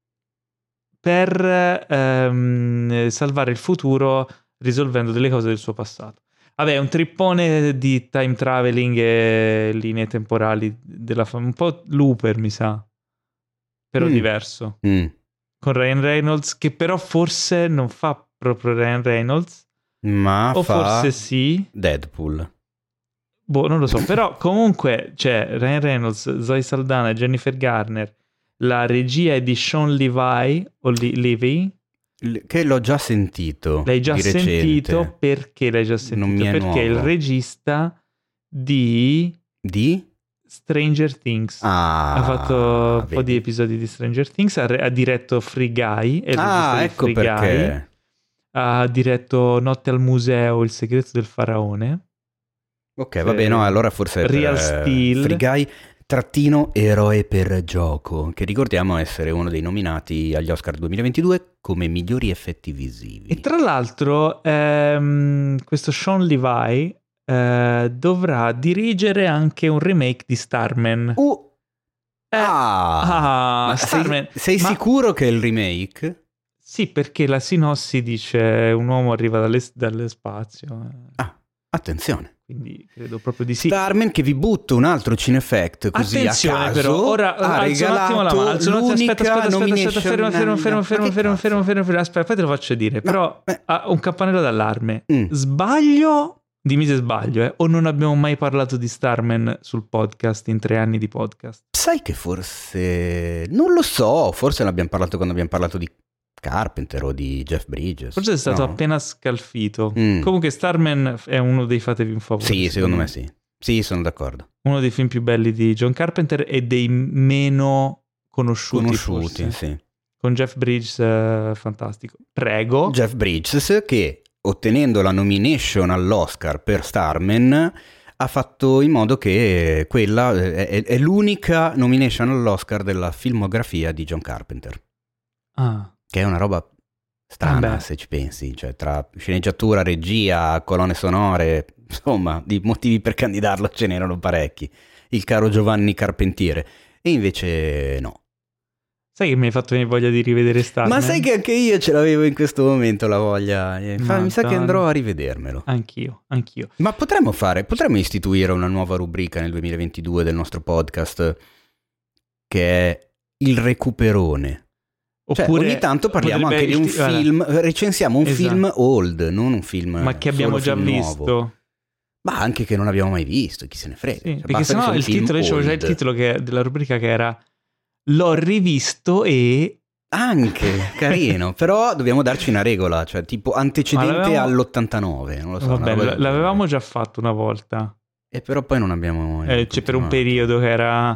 per salvare il futuro risolvendo delle cose del suo passato. Vabbè, è un trippone di time traveling e linee temporali un po' Looper, mi sa, però diverso. Con Ryan Reynolds, che però forse non fa proprio Ryan Reynolds, ma o fa forse sì, Deadpool. Boh, non lo so, però comunque c'è Ryan Reynolds, Zoe Saldana e Jennifer Garner. La regia è di Sean Levy o Levy, che l'ho già sentito. L'hai già sentito? Perché l'hai già sentito? Non mi è perché è il regista di Stranger Things. Ha fatto un po' di episodi di Stranger Things, ha diretto Free Guy, ecco Free perché Guy. Ha diretto Notte al museo, Il segreto del faraone. Ok, vabbè, no, allora forse è Real Steel. Free Guy -- eroe per gioco, che ricordiamo essere uno dei nominati agli Oscar 2022 come migliori effetti visivi. E tra l'altro questo Sean Levy dovrà dirigere anche un remake di Starman. Starman. Sei sicuro che è il remake? Sì, perché la sinossi dice un uomo arriva dallo spazio. Attenzione. Quindi credo proprio di sì. Starman, che vi butto un altro cinefact così attenzione, a caso, però ora alzo un attimo la mano. Aspetta, fermo. Aspetta, poi te lo faccio dire. Però ha un campanello d'allarme. Sbaglio? Dimmi se sbaglio, o non abbiamo mai parlato di Starman sul podcast in 3 anni di podcast? Sai che forse... non lo so, forse ne abbiamo parlato quando abbiamo parlato di Carpenter o di Jeff Bridges. Forse è stato appena scalfito. Comunque Starman è uno dei fatevi un favore. Sì, secondo me sì. Sì, sono d'accordo. Uno dei film più belli di John Carpenter e dei meno conosciuti forse. Sì. Con Jeff Bridges fantastico. Prego. Jeff Bridges, che ottenendo la nomination all'Oscar per Starman ha fatto in modo che quella è l'unica nomination all'Oscar della filmografia di John Carpenter. Che è una roba strana se ci pensi, cioè tra sceneggiatura, regia, colonne sonore, insomma, di motivi per candidarlo ce n'erano parecchi. Il caro Giovanni Carpentiere. E invece no. Sai che mi hai fatto venire voglia di rivedere Starman? Ma sai che anche io ce l'avevo in questo momento la voglia. Mi sa che andrò a rivedermelo. Anch'io. Ma potremmo istituire una nuova rubrica nel 2022 del nostro podcast che è il recuperone. Oppure cioè, ogni tanto parliamo anche di un film, recensiamo un film old, non un film ma che abbiamo già visto nuovo. Ma anche che non abbiamo mai visto, chi se ne frega. Sì, cioè, perché sennò il titolo, c'è il titolo della rubrica che era l'ho rivisto e... Anche, carino, però dobbiamo darci una regola, cioè tipo antecedente all'89, non lo so. Vabbè, l'avevamo già fatto una volta. E però poi non abbiamo... c'è per un periodo che era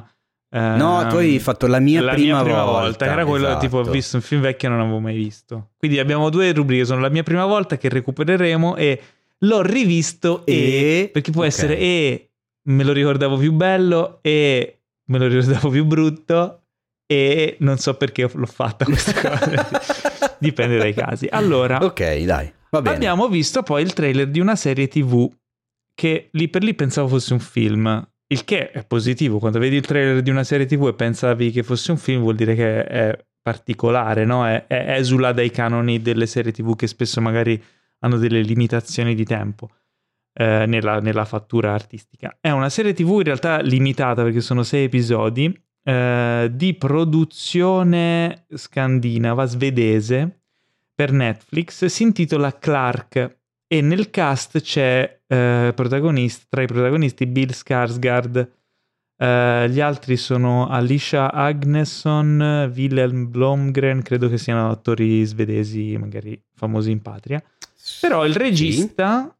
No, tu hai fatto la mia prima volta. Era quello, esatto. tipo, ho visto un film vecchio e non avevo mai visto. Quindi abbiamo 2 rubriche, sono la mia prima volta che recupereremo e l'ho rivisto perché può essere me lo ricordavo più bello e me lo ricordavo più brutto e non so perché l'ho fatta questa cosa. Dipende dai casi. Allora, ok, dai, va bene. Abbiamo visto poi il trailer di una serie TV che lì per lì pensavo fosse un film. Il che è positivo, quando vedi il trailer di una serie TV e pensavi che fosse un film vuol dire che è particolare, no? Esula dai canoni delle serie TV che spesso magari hanno delle limitazioni di tempo nella fattura artistica. È una serie TV in realtà limitata perché sono 6 episodi di produzione scandinava, svedese, per Netflix, si intitola Clark e nel cast c'è tra i protagonisti Bill Skarsgård, gli altri sono Alicia Agnesson, Wilhelm Blomgren, credo che siano attori svedesi magari famosi in patria, però il regista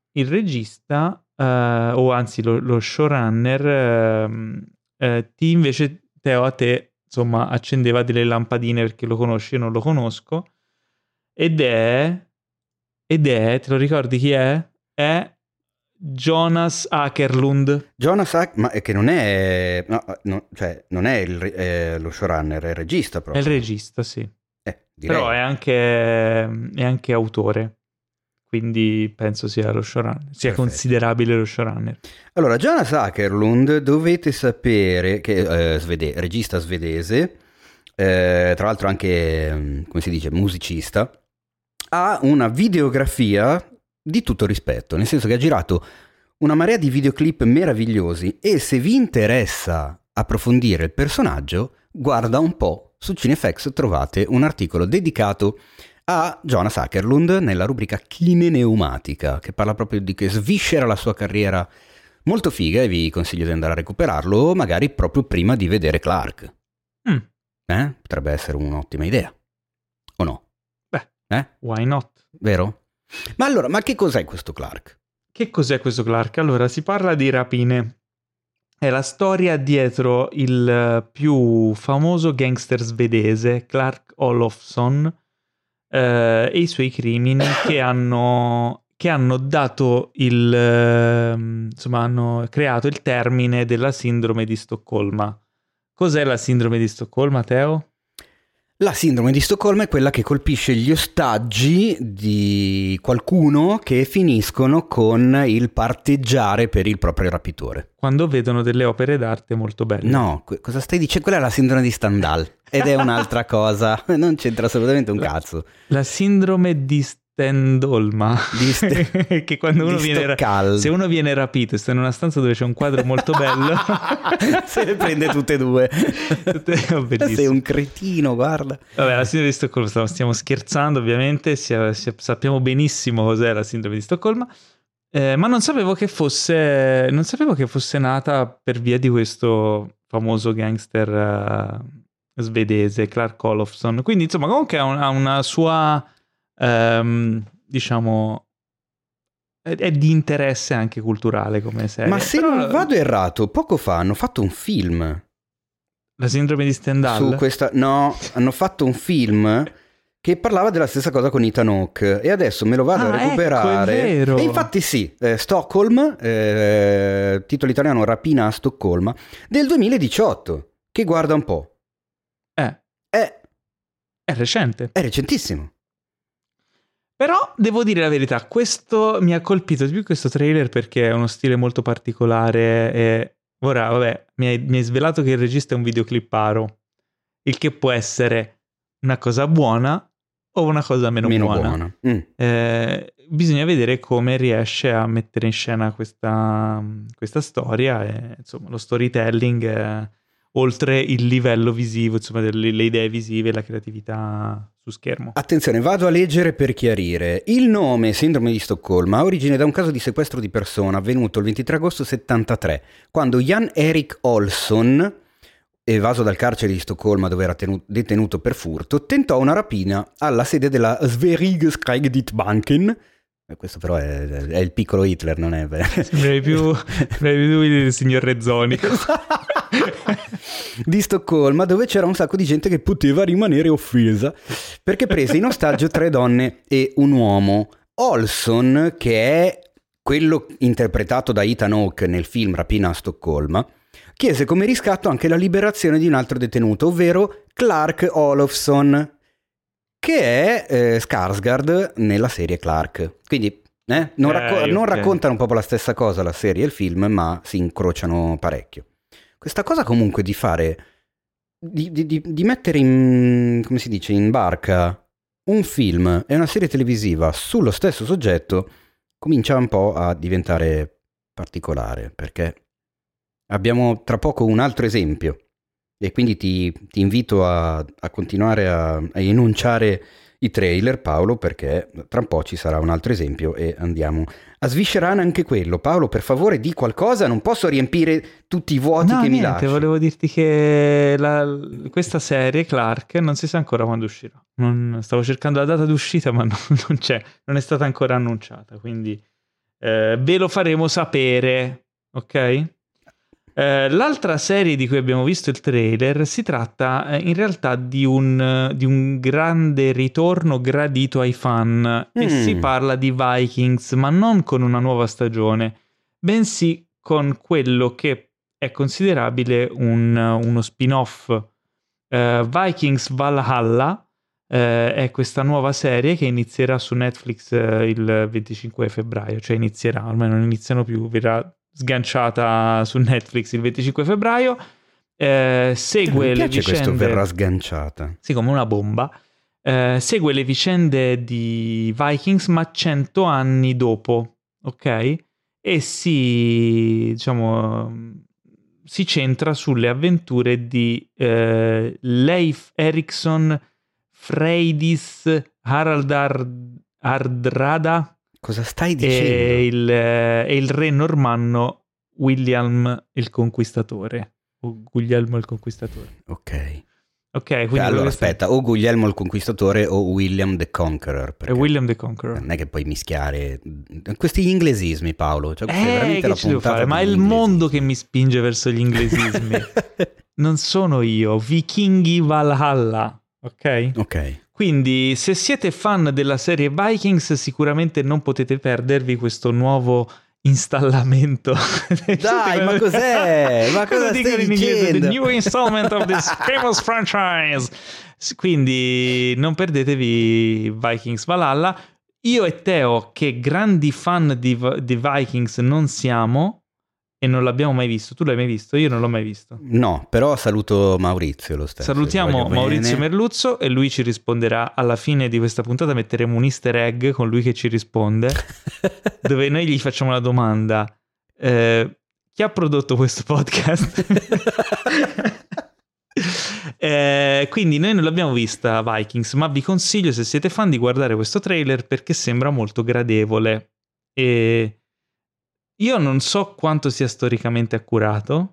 o anzi lo showrunner invece Teo a te insomma accendeva delle lampadine perché lo conosci, io non lo conosco ed è te lo ricordi chi è? È Jonas Åkerlund. Ma è che non è cioè non è lo showrunner, è il regista proprio. È il regista, sì. Direi. Però è anche autore, quindi penso sia lo showrunner, sia considerabile lo showrunner. Allora, Jonas Åkerlund dovete sapere che regista svedese, tra l'altro anche, come si dice, musicista, ha una videografia di tutto rispetto, nel senso che ha girato una marea di videoclip meravigliosi e se vi interessa approfondire il personaggio, guarda un po', su Cinefx trovate un articolo dedicato a Jonas Åkerlund nella rubrica Kineneumatica, che parla proprio di che sviscera la sua carriera molto figa e vi consiglio di andare a recuperarlo magari proprio prima di vedere Clark. Potrebbe essere un'ottima idea, o no? Why not? Vero? Ma che cos'è questo Clark? Che cos'è questo Clark? Allora, si parla di rapine. È la storia dietro il più famoso gangster svedese, Clark Olofsson, e i suoi crimini che hanno dato hanno creato il termine della sindrome di Stoccolma. Cos'è la sindrome di Stoccolma, Teo? La sindrome di Stoccolma è quella che colpisce gli ostaggi di qualcuno che finiscono con il parteggiare per il proprio rapitore. Quando vedono delle opere d'arte molto belle. No, cosa stai dicendo? Quella è la sindrome di Stendhal ed è un'altra cosa, non c'entra assolutamente un cazzo. La sindrome di Stendolma, che quando uno se uno viene rapito e sta in una stanza dove c'è un quadro molto bello se le prende tutte e due. Sei un cretino, guarda. Vabbè, la sindrome di Stoccolma, stiamo scherzando ovviamente, sappiamo benissimo cos'è la sindrome di Stoccolma, ma non sapevo che fosse nata per via di questo famoso gangster svedese, Clark Olofsson. Quindi insomma comunque ha una sua diciamo è di interesse anche culturale come serie. Ma se non vado errato, poco fa hanno fatto un film. La sindrome di Stendhal? No, hanno fatto un film che parlava della stessa cosa con Ethan Hawke e adesso me lo vado a recuperare. Ecco, è vero. E infatti sì, Stockholm, titolo italiano Rapina a Stoccolma, del 2018, che guarda un po'. È recente. È recentissimo. Però devo dire la verità, questo mi ha colpito di più questo trailer perché è uno stile molto particolare e ora, vabbè, mi hai svelato che il regista è un videoclipparo, il che può essere una cosa buona o una cosa meno buona. Bisogna vedere come riesce a mettere in scena questa storia e insomma lo storytelling oltre il livello visivo, insomma le idee visive e la creatività su schermo. Attenzione, vado a leggere per chiarire. Il nome Sindrome di Stoccolma ha origine da un caso di sequestro di persona avvenuto il 23 agosto 73, quando Jan Erik Olsson, evaso dal carcere di Stoccolma dove era detenuto per furto, tentò una rapina alla sede della Sveriges-Kreditbanken. Questo però è il piccolo Hitler, non è vero? Sembra più il signor Rezzoni. di Stoccolma, dove c'era un sacco di gente che poteva rimanere offesa perché prese in ostaggio 3 donne e un uomo. Olson, che è quello interpretato da Ethan Hawke nel film Rapina a Stoccolma, chiese come riscatto anche la liberazione di un altro detenuto, ovvero Clark Olofsson, che è Skarsgård nella serie Clark. Quindi non raccontano proprio la stessa cosa la serie e il film, ma si incrociano parecchio. Questa cosa comunque di fare, di mettere in, come si dice, in barca un film e una serie televisiva sullo stesso soggetto comincia un po' a diventare particolare, perché abbiamo tra poco un altro esempio e quindi ti invito a continuare a enunciare i trailer, Paolo, perché tra un po' ci sarà un altro esempio e andiamo a sviscerare anche quello. Paolo, per favore, di qualcosa, non posso riempire tutti i vuoti che mi lasci. Volevo dirti che questa serie, Clark, non si sa ancora quando uscirà. Stavo cercando la data d'uscita, ma non c'è, non è stata ancora annunciata, quindi ve lo faremo sapere, ok? L'altra serie di cui abbiamo visto il trailer si tratta in realtà di un grande ritorno gradito ai fan e si parla di Vikings, ma non con una nuova stagione, bensì con quello che è considerabile uno spin-off. Vikings Valhalla è questa nuova serie che inizierà su Netflix il 25 febbraio, cioè inizierà, ormai non iniziano più, verrà sganciata su Netflix il 25 febbraio. Segue le vicende. Questo verrà sganciata. Sì, come una bomba. Segue le vicende di Vikings, ma 100 anni dopo, ok? E si centra sulle avventure di Leif Erikson Freydis Hardrada. Cosa stai dicendo? E il re normanno William il Conquistatore. O Guglielmo il Conquistatore. Ok, quindi allora aspetta, o Guglielmo il Conquistatore o William the Conqueror. È William the Conqueror. Non è che puoi mischiare questi inglesismi, Paolo. Cioè, veramente la puntata ma è il mondo che mi spinge verso gli inglesismi. Non sono io. Vichinghi Valhalla. Ok. Quindi, se siete fan della serie Vikings, sicuramente non potete perdervi questo nuovo installamento. Dai, ma cos'è? Ma cosa stai dicendo? The new installment of this famous franchise. Quindi, non perdetevi Vikings Valhalla. Io e Teo, che grandi fan di Vikings non siamo, e non l'abbiamo mai visto. Tu l'hai mai visto? Io non l'ho mai visto. No, però saluto Maurizio lo stesso. Salutiamo Maurizio Merluzzo e lui ci risponderà alla fine di questa puntata. Metteremo un easter egg con lui che ci risponde dove noi gli facciamo la domanda: chi ha prodotto questo podcast? Quindi noi non l'abbiamo vista Vikings, ma vi consiglio, se siete fan, di guardare questo trailer perché sembra molto gradevole e io non so quanto sia storicamente accurato.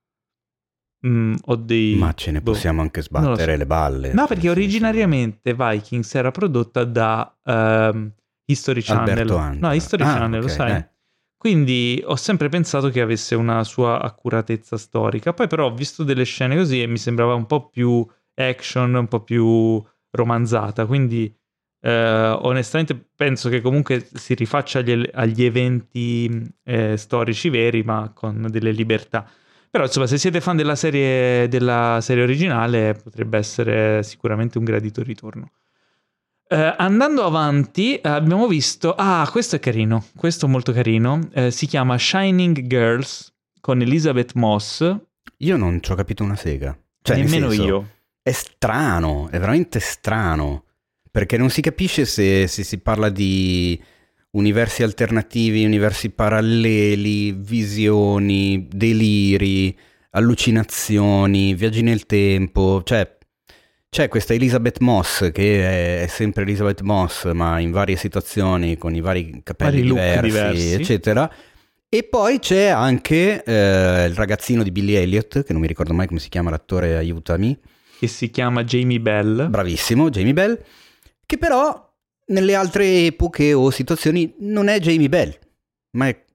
Ma ce ne possiamo anche sbattere le balle. No, perché originariamente Vikings era prodotta da History Channel. No, History Channel, lo sai. Quindi ho sempre pensato che avesse una sua accuratezza storica. Poi però ho visto delle scene così e mi sembrava un po' più action, un po' più romanzata. Quindi onestamente penso che comunque si rifaccia agli eventi storici veri, ma con delle libertà. Però insomma, se siete fan della serie originale, potrebbe essere sicuramente un gradito ritorno. Andando avanti, abbiamo visto... questo è carino, questo è molto carino. Si chiama Shining Girls con Elizabeth Moss. Io non ci ho capito una sega. Cioè, nemmeno io. È strano, è veramente strano. Perché non si capisce se si parla di universi alternativi, universi paralleli, visioni, deliri, allucinazioni, viaggi nel tempo. Cioè, c'è questa Elizabeth Moss che è sempre Elizabeth Moss, ma in varie situazioni, con i vari capelli diversi, eccetera. E poi c'è anche il ragazzino di Billy Elliot, che non mi ricordo mai come si chiama l'attore, aiutami. Che si chiama Jamie Bell. Bravissimo, Jamie Bell. Che però nelle altre epoche o situazioni non è Jamie Bell, ma è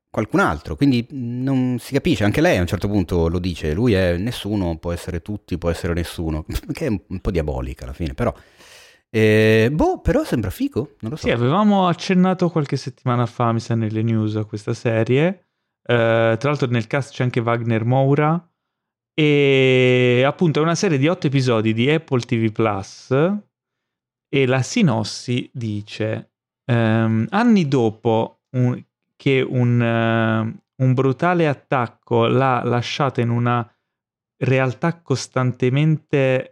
qualcun altro, quindi non si capisce. Anche lei a un certo punto lo dice, lui è nessuno, può essere tutti, può essere nessuno, che è un po' diabolica alla fine, però però sembra figo, non lo so. Sì, avevamo accennato qualche settimana fa, mi sa, nelle news a questa serie. Tra l'altro nel cast c'è anche Wagner Moura, e appunto è una serie di 8 episodi di Apple TV Plus, e la sinossi dice anni dopo che un brutale attacco l'ha lasciata in una realtà costantemente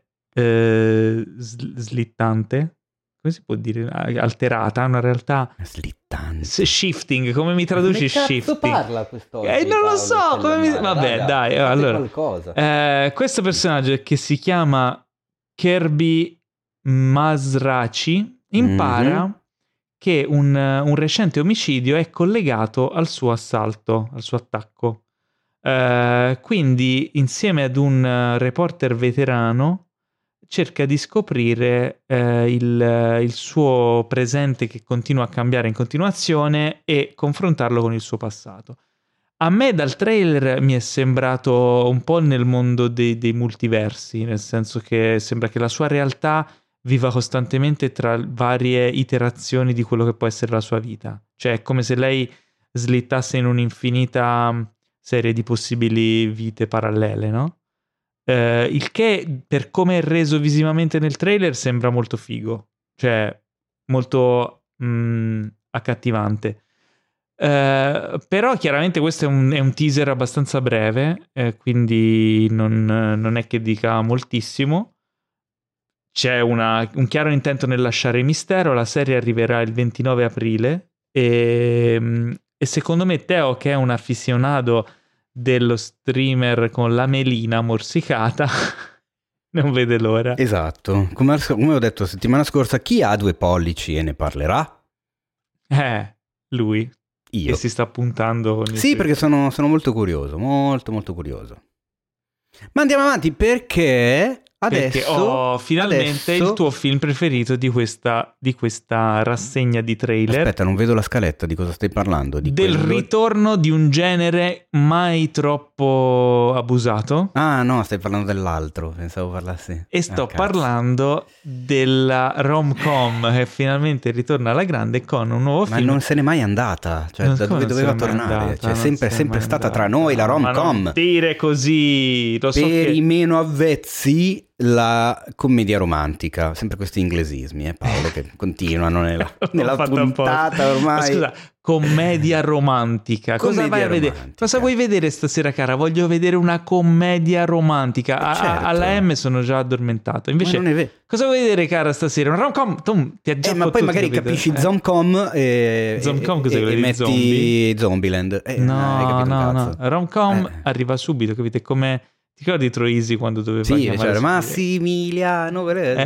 slittante, come si può dire, alterata, una realtà slittante, shifting, come mi traduci shifting? Come parla quest'oggi? Non lo so, vabbè, dai, allora questo personaggio che si chiama Kirby Masrachi impara che un recente omicidio è collegato al suo assalto, al suo attacco. Quindi insieme ad un reporter veterano cerca di scoprire il suo presente, che continua a cambiare in continuazione, e confrontarlo con il suo passato. A me dal trailer mi è sembrato un po' nel mondo dei multiversi, nel senso che sembra che la sua realtà viva costantemente tra varie iterazioni di quello che può essere la sua vita. Cioè è come se lei slittasse in un'infinita serie di possibili vite parallele, no? Il che, per come è reso visivamente nel trailer, sembra molto figo, cioè molto accattivante. Però chiaramente questo è un teaser abbastanza breve, quindi non è che dica moltissimo. C'è un chiaro intento nel lasciare mistero. La serie arriverà il 29 aprile e secondo me Teo, che è un afficionato dello streamer con la melina morsicata, non vede l'ora. Esatto, come ho detto settimana scorsa, chi ha 2 pollici e ne parlerà? Lui. Io. Che si sta puntando. Sì, perché sono molto curioso, molto molto curioso. Ma andiamo avanti perché finalmente il tuo film preferito di questa rassegna di trailer. Aspetta, non vedo la scaletta, di cosa stai parlando? Ritorno di un genere mai troppo abusato. Ah no, stai parlando dell'altro, pensavo parlassi. E sto parlando della rom-com che finalmente ritorna alla grande con un nuovo film. Ma non se n'è mai andata, cioè da dove doveva tornare? Cioè sempre stata tra noi la rom-com. Non dire così, lo so per i meno avvezzi, la commedia romantica, sempre questi inglesismi, Paolo, che continuano nella puntata ormai. Ma scusa, commedia romantica. Cosa vai a vedere? Cosa vuoi vedere stasera, cara? Voglio vedere una commedia romantica. Certo. Alla M sono già addormentato. Invece, non è vero. Cosa vuoi vedere, cara, stasera? Un rom-com? Ma poi magari capisci Zomcom e metti Zombieland. No. Rom-com arriva subito, capite? Come... Ti ricordi Troisi quando doveva chiamare? C'era Massimiliano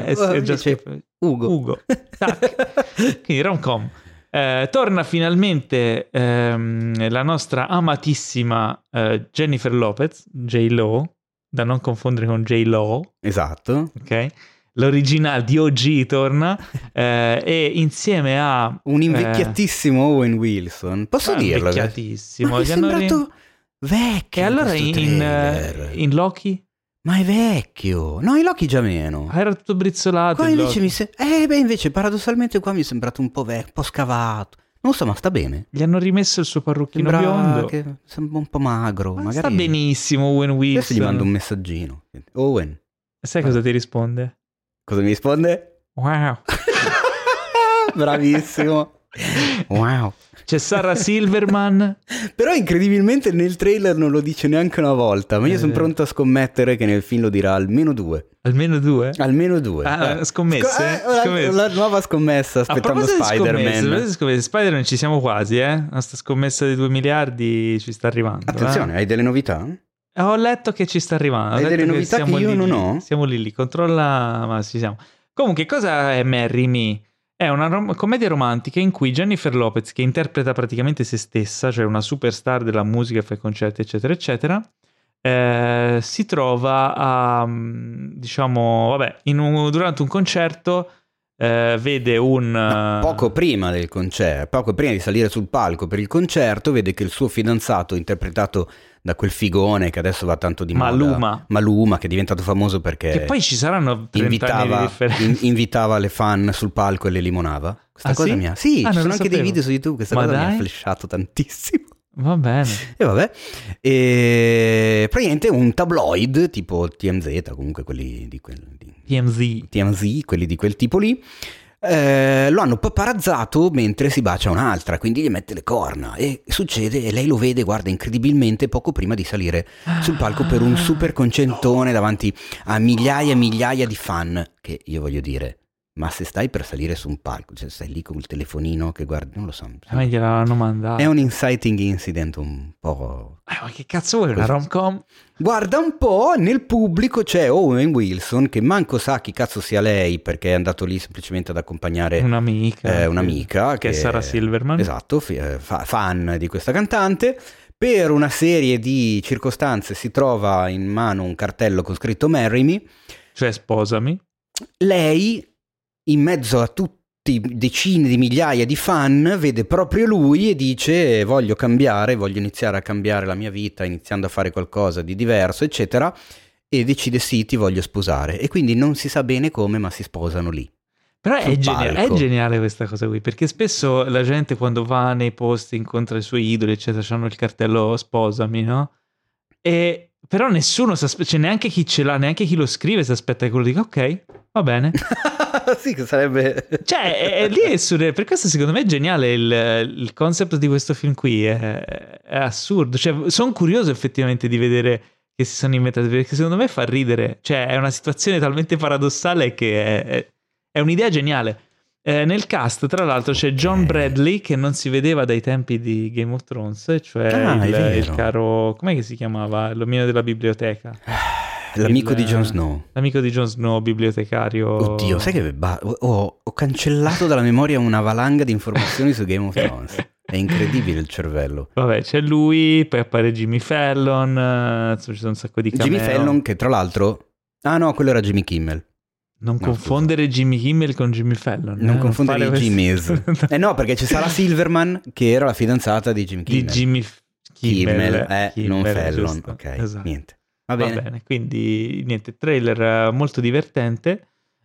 Ugo. Quindi rom-com. Torna finalmente la nostra amatissima Jennifer Lopez, J-Lo, da non confondere con J-Lo. Esatto. Ok. L'originale di OG torna e insieme a un invecchiatissimo Owen Wilson. Posso dirlo? Invecchiatissimo. Ma mi è sembrato vecchio. E allora in Loki? Ma è vecchio. No, in Loki già meno. Era tutto brizzolato. Qua invece invece paradossalmente qua mi è sembrato un po' vecchio, un po' scavato. Non so, ma sta bene. Gli hanno rimesso il suo parrucchino biondo. Che sembra un po' magro. Ma magari sta benissimo Owen Wilson. Adesso gli mando un messaggino. Owen. Sai cosa ti risponde? Cosa mi risponde? Wow. Bravissimo. Wow. C'è Sarah Silverman. Però incredibilmente nel trailer non lo dice neanche una volta. Ma io sono pronto a scommettere che nel film lo dirà almeno 2. Almeno 2? Almeno 2. Scommesse? La nuova scommessa aspettando Spider-Man. Spider-Man ci siamo quasi, La nostra scommessa di 2 miliardi ci sta arrivando. Attenzione, hai delle novità? Ho letto che ci sta arrivando. Hai delle novità che io non ho? Siamo lì, controlla, ma ci siamo. Comunque, cosa è Marry Me? È una commedia romantica in cui Jennifer Lopez, che interpreta praticamente se stessa, cioè una superstar della musica, fa concerti, eccetera, eccetera, si trova a, diciamo, durante un concerto vede poco prima del concerto, poco prima di salire sul palco per il concerto, vede che il suo fidanzato, interpretato da quel figone che adesso va tanto di moda, Maluma, che è diventato famoso perché che poi ci saranno 30 anni di differenza. Invitava le fan sul palco e le limonava. Questa cosa sì? Ci sono anche dei video su YouTube, questa cosa mi ha flashato tantissimo. Va bene. E praticamente un tabloid tipo TMZ, comunque quelli di TMZ, quelli di quel tipo lì, lo hanno paparazzato mentre si bacia un'altra, quindi gli mette le corna e succede, e lei lo vede, guarda, incredibilmente poco prima di salire sul palco per un super concertone davanti a migliaia e migliaia di fan, che io voglio dire, ma se stai per salire su un palco, cioè stai lì con il telefonino che guardi, non lo so. A me gliel'hanno mandato. È un inciting incident un po'. Ma che cazzo vuoi, una rom-com? Guarda un po', nel pubblico c'è Owen Wilson, che manco sa chi cazzo sia lei, perché è andato lì semplicemente ad accompagnare un'amica che è Sarah Silverman. Esatto, fan di questa cantante. Per una serie di circostanze si trova in mano un cartello con scritto Marry Me, cioè sposami. Lei, in mezzo a tutti decine di migliaia di fan, vede proprio lui e dice: voglio cambiare, voglio iniziare a cambiare la mia vita, iniziando a fare qualcosa di diverso, eccetera, e decide sì, ti voglio sposare. E quindi non si sa bene come, ma si sposano lì. Però è geniale questa cosa qui, perché spesso la gente quando va nei posti incontra i suoi idoli, eccetera, hanno il cartello sposami, no? E però nessuno cioè neanche chi ce l'ha, neanche chi lo scrive si aspetta che quello dica ok, va bene. Sì, che sarebbe, cioè lì è surreale. Per questo secondo me è geniale il concept di questo film qui, è assurdo, cioè sono curioso effettivamente di vedere che si sono inventati, perché secondo me fa ridere, cioè è una situazione talmente paradossale che è un'idea geniale. Nel cast tra l'altro c'è John Bradley, che non si vedeva dai tempi di Game of Thrones, cioè il caro, com'è che si chiamava? L'omino della biblioteca, l'amico di Jon Snow. L'amico di Jon Snow, bibliotecario. Oddio, sai che ho cancellato dalla memoria una valanga di informazioni su Game of Thrones. È incredibile il cervello. Vabbè, c'è lui, poi appare Jimmy Fallon, ci sono un sacco di cameo. Jimmy Fallon che tra l'altro... Ah no, quello era Jimmy Kimmel. Non confondere Jimmy Kimmel con Jimmy Fallon. Non confondere i Jimmys. No, perché c'è Sarah Silverman che era la fidanzata di Jimmy Kimmel. Di Jimmy Kimmel, non Fallon. Giusto. Ok, esatto. Niente. Va bene, quindi niente, trailer molto divertente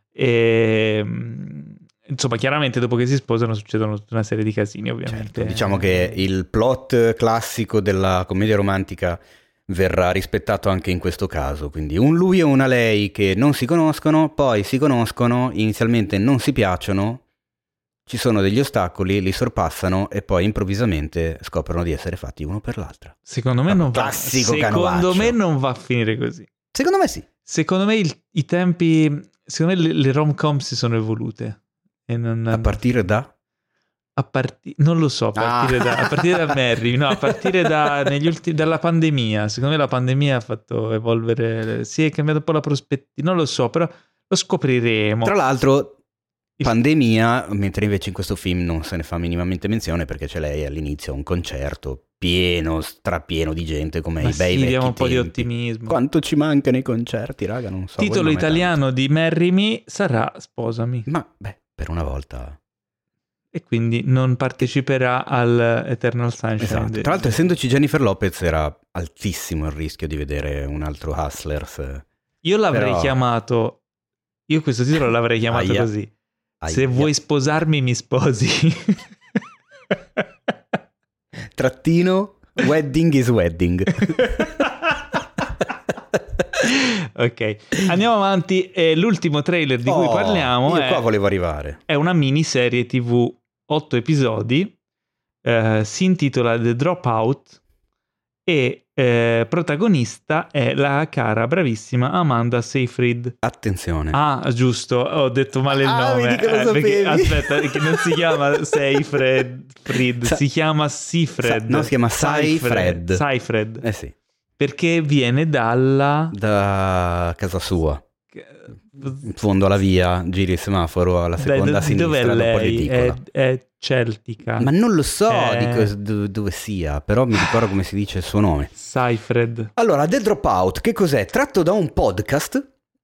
e insomma chiaramente dopo che si sposano succedono tutta una serie di casini, ovviamente. Certo, diciamo che il plot classico della commedia romantica verrà rispettato anche in questo caso, quindi un lui e una lei che non si conoscono, poi si conoscono, inizialmente non si piacciono, ci sono degli ostacoli, li sorpassano e poi improvvisamente scoprono di essere fatti uno per l'altra. Secondo me non va. Secondo me non va a finire così. Secondo me sì. Secondo me i tempi, secondo me le rom-com si sono evolute e non... A partire da? Non lo so, a partire da Marry, no, a partire dalla pandemia. Secondo me la pandemia ha fatto evolvere, è cambiato un po' la prospettiva, non lo so, però lo scopriremo. Tra l'altro pandemia, mentre invece in questo film non se ne fa minimamente menzione, perché c'è lei all'inizio a un concerto pieno, strapieno di gente come i bei vecchi diamo un po' tempi. di ottimismo. Quanto ci manca nei concerti, raga, non so. Titolo italiano di Marry Me sarà Sposami. Ma per una volta... E quindi non parteciperà al Eternal Sunshine. Esatto. Tra l'altro, essendoci Jennifer Lopez, era altissimo il rischio di vedere un altro Hustlers. Io l'avrei chiamato... Io questo titolo l'avrei chiamato così. Se vuoi sposarmi, mi sposi. Trattino, wedding is wedding. Ok, andiamo avanti. L'ultimo trailer di cui parliamo qua volevo arrivare. È una miniserie TV, 8 episodi, si intitola The Dropout e protagonista è la cara, bravissima Amanda Seyfried. Attenzione. Ah, giusto, ho detto male il nome. Vedi che lo sapevi. Perché, aspetta, che non si chiama Seyfried, si chiama Seafred. No, si chiama Seyfried. Seyfried. Sì. Perché viene da casa sua. In fondo alla via, giri il semaforo alla seconda sinistra. Dov'è lei? È celtica. Ma non lo so dove sia, però mi ricordo come si dice il suo nome. Seyfried. Allora, The Dropout, che cos'è? Tratto da un podcast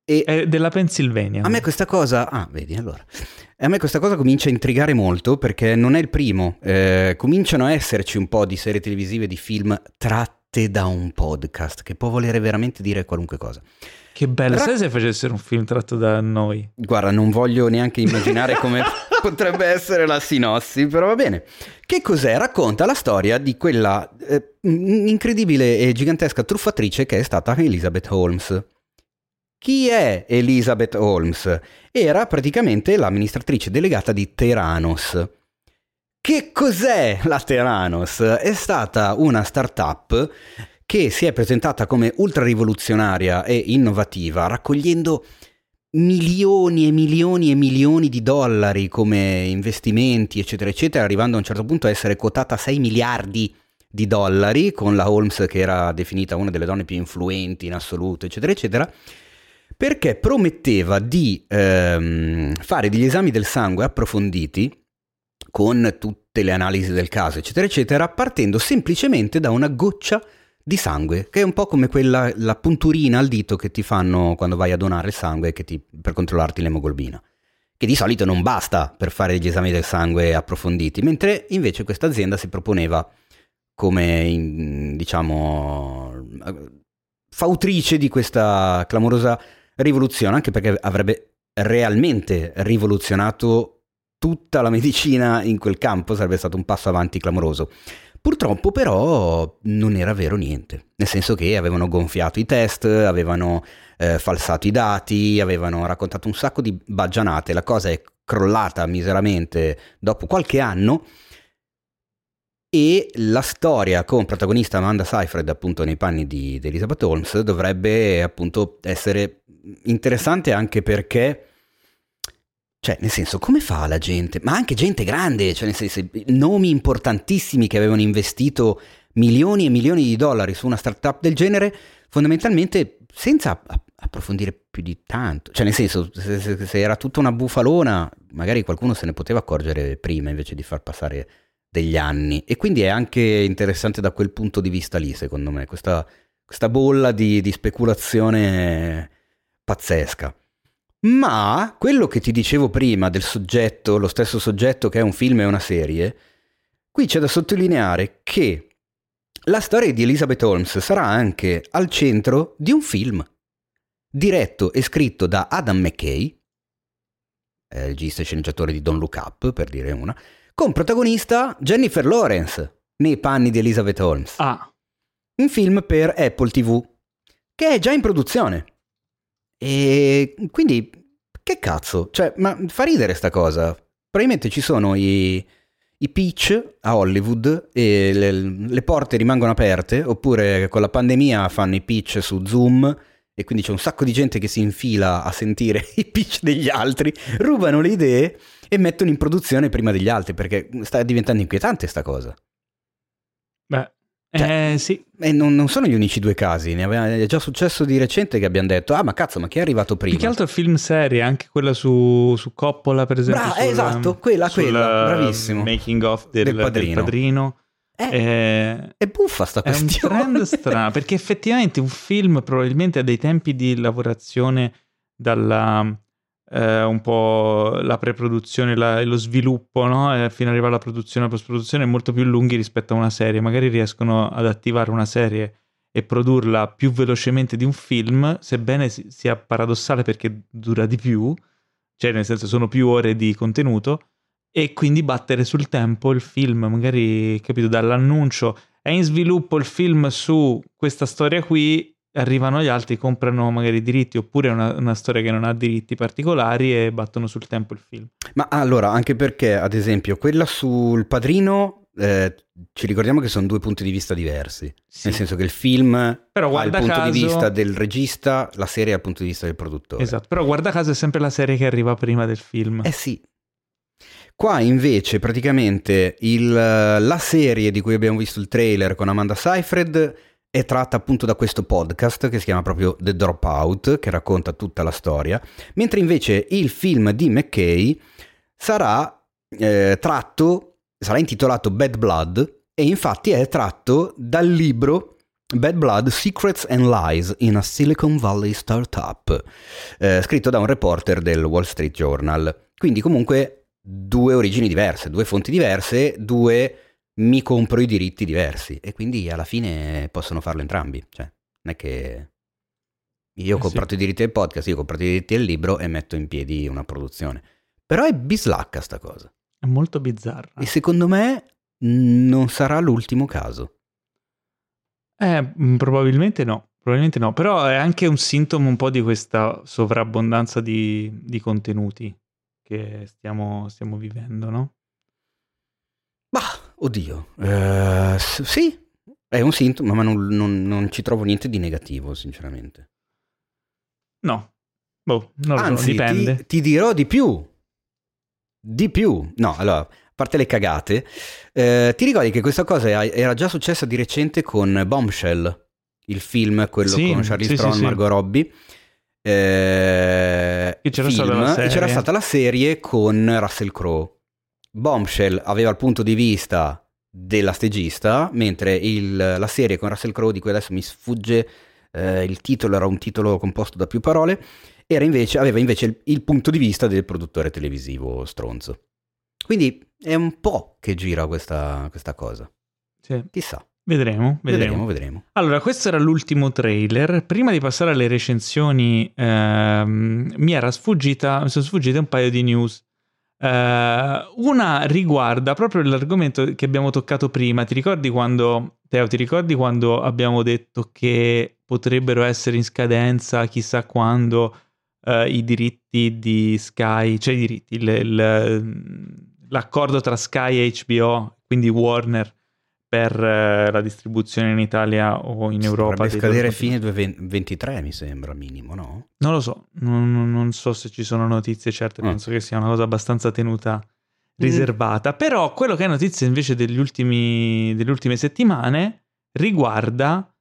È della Pennsylvania. A me questa cosa... vedi, allora. A me questa cosa comincia a intrigare molto, perché non è il primo. Cominciano a esserci un po' di serie televisive, di film tratte da un podcast, che può volere veramente dire qualunque cosa. Che bello, sai se facessero un film tratto da noi? Guarda, non voglio neanche immaginare come potrebbe essere la sinossi, però va bene. Che cos'è? Racconta la storia di quella incredibile e gigantesca truffatrice che è stata Elizabeth Holmes. Chi è Elizabeth Holmes? Era praticamente l'amministratrice delegata di Theranos. Che cos'è la Theranos? È stata una startup che si è presentata come ultra rivoluzionaria e innovativa, raccogliendo milioni e milioni e milioni di dollari come investimenti, eccetera, eccetera, arrivando a un certo punto a essere quotata a 6 miliardi di dollari, con la Holmes che era definita una delle donne più influenti in assoluto, eccetera, eccetera, perché prometteva di fare degli esami del sangue approfonditi con tutte le analisi del caso, eccetera, eccetera, partendo semplicemente da una goccia di sangue, che è un po' come quella, la punturina al dito che ti fanno quando vai a donare il sangue per controllarti l'emoglobina, che di solito non basta per fare gli esami del sangue approfonditi, mentre invece questa azienda si proponeva come, diciamo, fautrice di questa clamorosa rivoluzione, anche perché avrebbe realmente rivoluzionato tutta la medicina in quel campo, sarebbe stato un passo avanti clamoroso. Purtroppo però non era vero niente, nel senso che avevano gonfiato i test, avevano falsato i dati, avevano raccontato un sacco di baggianate, la cosa è crollata miseramente dopo qualche anno e la storia con protagonista Amanda Seyfried appunto nei panni di Elizabeth Holmes dovrebbe appunto essere interessante, anche perché, cioè, nel senso, come fa la gente, ma anche gente grande, cioè nel senso, nomi importantissimi che avevano investito milioni e milioni di dollari su una startup del genere, fondamentalmente senza approfondire più di tanto, cioè nel senso, se era tutta una bufalona, magari qualcuno se ne poteva accorgere prima invece di far passare degli anni, e quindi è anche interessante da quel punto di vista lì, secondo me, questa bolla di speculazione pazzesca. Ma quello che ti dicevo prima del soggetto, lo stesso soggetto che è un film e una serie, qui c'è da sottolineare che la storia di Elizabeth Holmes sarà anche al centro di un film diretto e scritto da Adam McKay, regista e sceneggiatore di Don't Look Up, per dire una, con protagonista Jennifer Lawrence nei panni di Elizabeth Holmes. Un film per Apple TV che è già in produzione. E quindi, che cazzo? Cioè, ma fa ridere sta cosa. Probabilmente ci sono i pitch a Hollywood e le porte rimangono aperte, oppure con la pandemia fanno i pitch su Zoom e quindi c'è un sacco di gente che si infila a sentire i pitch degli altri, rubano le idee e mettono in produzione prima degli altri, perché sta diventando inquietante sta cosa. Beh, sì. E non sono gli unici due casi, è già successo di recente che abbiamo detto ma cazzo, ma chi è arrivato prima? Più che altro film serie, anche quella su Coppola per esempio. Esatto, quella, bravissimo. Making of del Padrino. È buffa sta questione. È un trend strano, perché effettivamente un film probabilmente ha dei tempi di lavorazione dalla un po' la preproduzione e lo sviluppo, no? Fino ad arrivare alla produzione e alla post-produzione molto più lunghi rispetto a una serie. Magari riescono ad attivare una serie e produrla più velocemente di un film, sebbene sia paradossale perché dura di più, cioè nel senso sono più ore di contenuto, e quindi battere sul tempo il film, magari, capito, dall'annuncio è in sviluppo il film su questa storia qui, arrivano gli altri, comprano magari i diritti, oppure una storia che non ha diritti particolari e battono sul tempo il film. Ma allora, anche perché, ad esempio, quella sul Padrino, ci ricordiamo che sono due punti di vista diversi. Sì. Nel senso che il film però ha il punto di vista del regista, la serie ha il punto di vista del produttore. Esatto, però guarda caso è sempre la serie che arriva prima del film. Sì. Qua invece praticamente la serie di cui abbiamo visto il trailer con Amanda Seyfried è tratta appunto da questo podcast che si chiama proprio The Dropout, che racconta tutta la storia, mentre invece il film di McKay sarà intitolato Bad Blood, e infatti è tratto dal libro Bad Blood, Secrets and Lies in a Silicon Valley Startup, scritto da un reporter del Wall Street Journal. Quindi comunque 2 origini diverse, 2 fonti diverse, 2 mi compro i diritti diversi, e quindi alla fine possono farlo entrambi. Cioè, non è che io ho comprato i diritti del podcast, io ho comprato i diritti del libro e metto in piedi una produzione. Però è bislacca sta cosa. È molto bizzarra. E secondo me non sarà l'ultimo caso. Probabilmente no, però è anche un sintomo un po' di questa sovrabbondanza di contenuti che stiamo vivendo, no? Bah, oddio, sì, è un sintomo, ma non ci trovo niente di negativo, sinceramente. No, non lo Anzi, so, dipende. Ti dirò di più. No, allora, a parte le cagate, ti ricordi che questa cosa era già successa di recente con Bombshell, il film, quello con Charlize Theron, Margot Robbie, c'era stata la serie con Russell Crowe. Bombshell aveva il punto di vista della stagista, mentre la serie con Russell Crowe, di cui adesso mi sfugge il titolo, era un titolo composto da più parole, aveva invece il punto di vista del produttore televisivo stronzo. Quindi è un po' che gira questa cosa. Sì. Chissà. Vedremo. Allora, questo era l'ultimo trailer. Prima di passare alle recensioni, mi sono sfuggite un paio di news. Una riguarda proprio l'argomento che abbiamo toccato prima. Teo, ti ricordi quando abbiamo detto che potrebbero essere in scadenza chissà quando i diritti di Sky, cioè i diritti, l'accordo tra Sky e HBO, quindi Warner, per la distribuzione in Italia o in Europa? Dovrebbe scadere fine 2023, mi sembra, minimo, no? Non lo so, non so se ci sono notizie certe, penso che sia una cosa abbastanza tenuta riservata, però quello che è notizia invece delle ultime settimane riguarda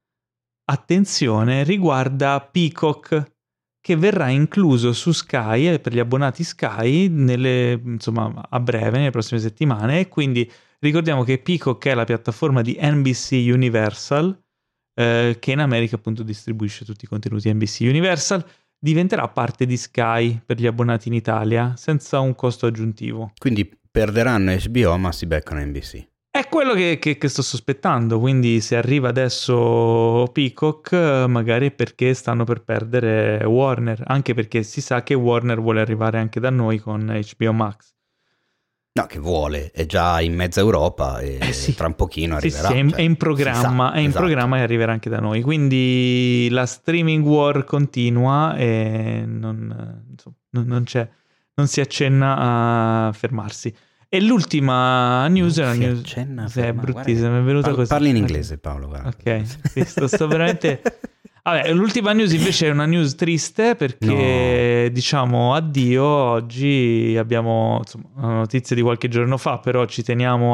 Peacock, che verrà incluso su Sky per gli abbonati Sky a breve, nelle prossime settimane. E quindi ricordiamo che Peacock è la piattaforma di NBC Universal, che in America appunto distribuisce tutti i contenuti NBC Universal, diventerà parte di Sky per gli abbonati in Italia senza un costo aggiuntivo. Quindi perderanno HBO ma si beccano NBC. È quello che sto sospettando, quindi se arriva adesso Peacock magari è perché stanno per perdere Warner, anche perché si sa che Warner vuole arrivare anche da noi con HBO Max. No, che vuole, è già in mezza Europa e tra un pochino arriverà. Sì, è in programma, programma e arriverà anche da noi, quindi la streaming war continua e non si accenna a fermarsi. E l'ultima news è una news. È bruttissima, mi è venuta così. Parli in inglese, Paolo. Guarda. Ok, sto veramente. Vabbè, l'ultima news invece è una news triste perché diciamo addio. Oggi abbiamo una notizia di qualche giorno fa, però ci teniamo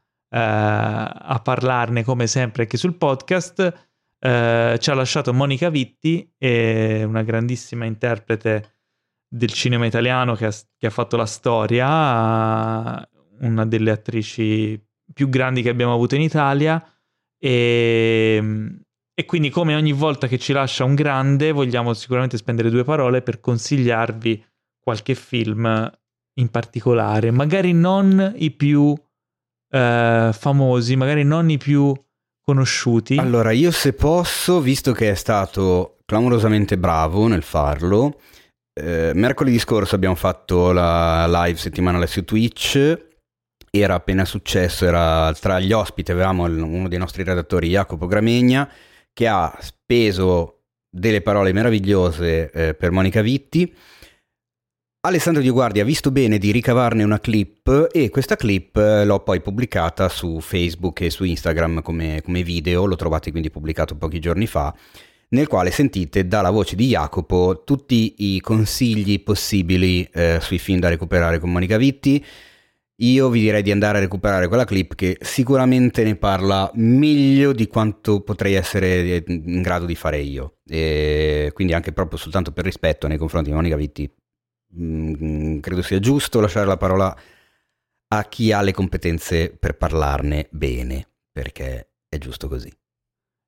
a parlarne come sempre anche sul podcast. Ci ha lasciato Monica Vitti, una grandissima interprete del cinema italiano che ha fatto la storia, una delle attrici più grandi che abbiamo avuto in Italia, e quindi come ogni volta che ci lascia un grande vogliamo sicuramente spendere 2 parole per consigliarvi qualche film in particolare, magari non i più famosi, magari non i più conosciuti. Allora, io se posso, visto che è stato clamorosamente bravo nel farlo, mercoledì scorso abbiamo fatto la live settimanale su Twitch, era appena successo, era tra gli ospiti, avevamo uno dei nostri redattori, Jacopo Gramegna, che ha speso delle parole meravigliose per Monica Vitti. Alessandro Di Guardi ha visto bene di ricavarne una clip e questa clip l'ho poi pubblicata su Facebook e su Instagram come video, lo trovate quindi pubblicato pochi giorni fa, nel quale sentite dalla voce di Jacopo tutti i consigli possibili sui film da recuperare con Monica Vitti. Io vi direi di andare a recuperare quella clip che sicuramente ne parla meglio di quanto potrei essere in grado di fare io, e quindi anche proprio soltanto per rispetto nei confronti di Monica Vitti credo sia giusto lasciare la parola a chi ha le competenze per parlarne bene, perché è giusto così.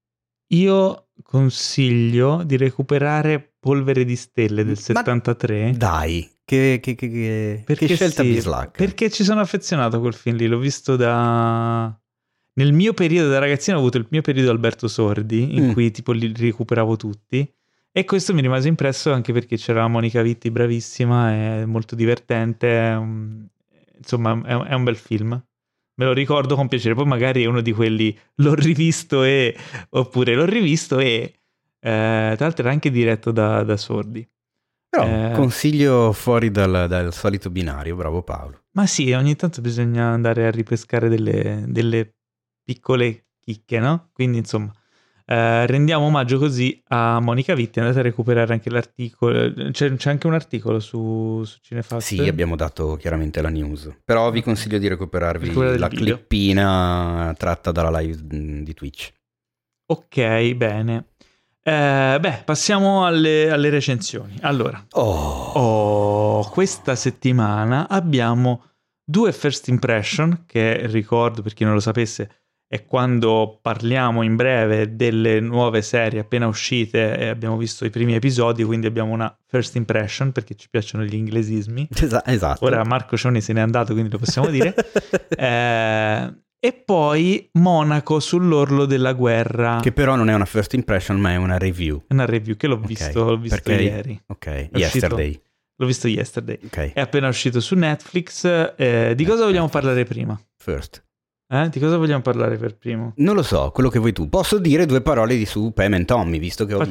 Io consiglio di recuperare Polvere di stelle del 73. Dai, che scelta bislacca. Perché ci sono affezionato a quel film lì, l'ho visto nel mio periodo da ragazzino, ho avuto il mio periodo Alberto Sordi, in cui tipo li recuperavo tutti, e questo mi rimase impresso anche perché c'era Monica Vitti bravissima, è molto divertente, insomma è un bel film. Me lo ricordo con piacere, poi magari è uno di quelli l'ho rivisto oppure l'ho rivisto e tra l'altro era anche diretto da Sordi. Però consiglio fuori dal solito binario, bravo Paolo. Ma sì, ogni tanto bisogna andare a ripescare delle piccole chicche, no? Quindi insomma rendiamo omaggio così a Monica Vitti. Andate a recuperare anche l'articolo, c'è anche un articolo su Cinefax. Sì, abbiamo dato chiaramente la news, però vi consiglio di recuperarvi la clippina tratta dalla live di Twitch. Ok, bene. Passiamo alle recensioni. Allora, questa settimana abbiamo 2 first impression, che ricordo per chi non lo sapesse è quando parliamo in breve delle nuove serie appena uscite e abbiamo visto i primi episodi, quindi abbiamo una first impression perché ci piacciono gli inglesismi. Esatto. Ora Marco Cioni se n'è andato, quindi lo possiamo dire. E poi Monaco sull'orlo della guerra. Che però non è una first impression, ma è una review. Una review che l'ho visto ieri. Ok, yesterday. L'ho visto yesterday. Okay. È appena uscito su Netflix. Di cosa vogliamo parlare prima? First. Di cosa vogliamo parlare per primo? Non lo so, quello che vuoi tu. Posso dire 2 parole su Pam and Tommy, visto che ho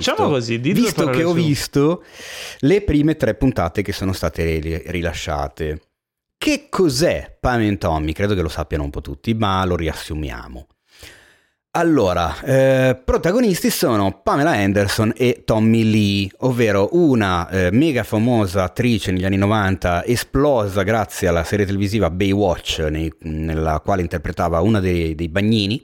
visto le prime 3 puntate che sono state rilasciate. Che cos'è Pam and Tommy? Credo che lo sappiano un po' tutti, ma lo riassumiamo. Allora, protagonisti sono Pamela Anderson e Tommy Lee, ovvero una mega famosa attrice negli anni 90, esplosa grazie alla serie televisiva Baywatch, nella quale interpretava una dei bagnini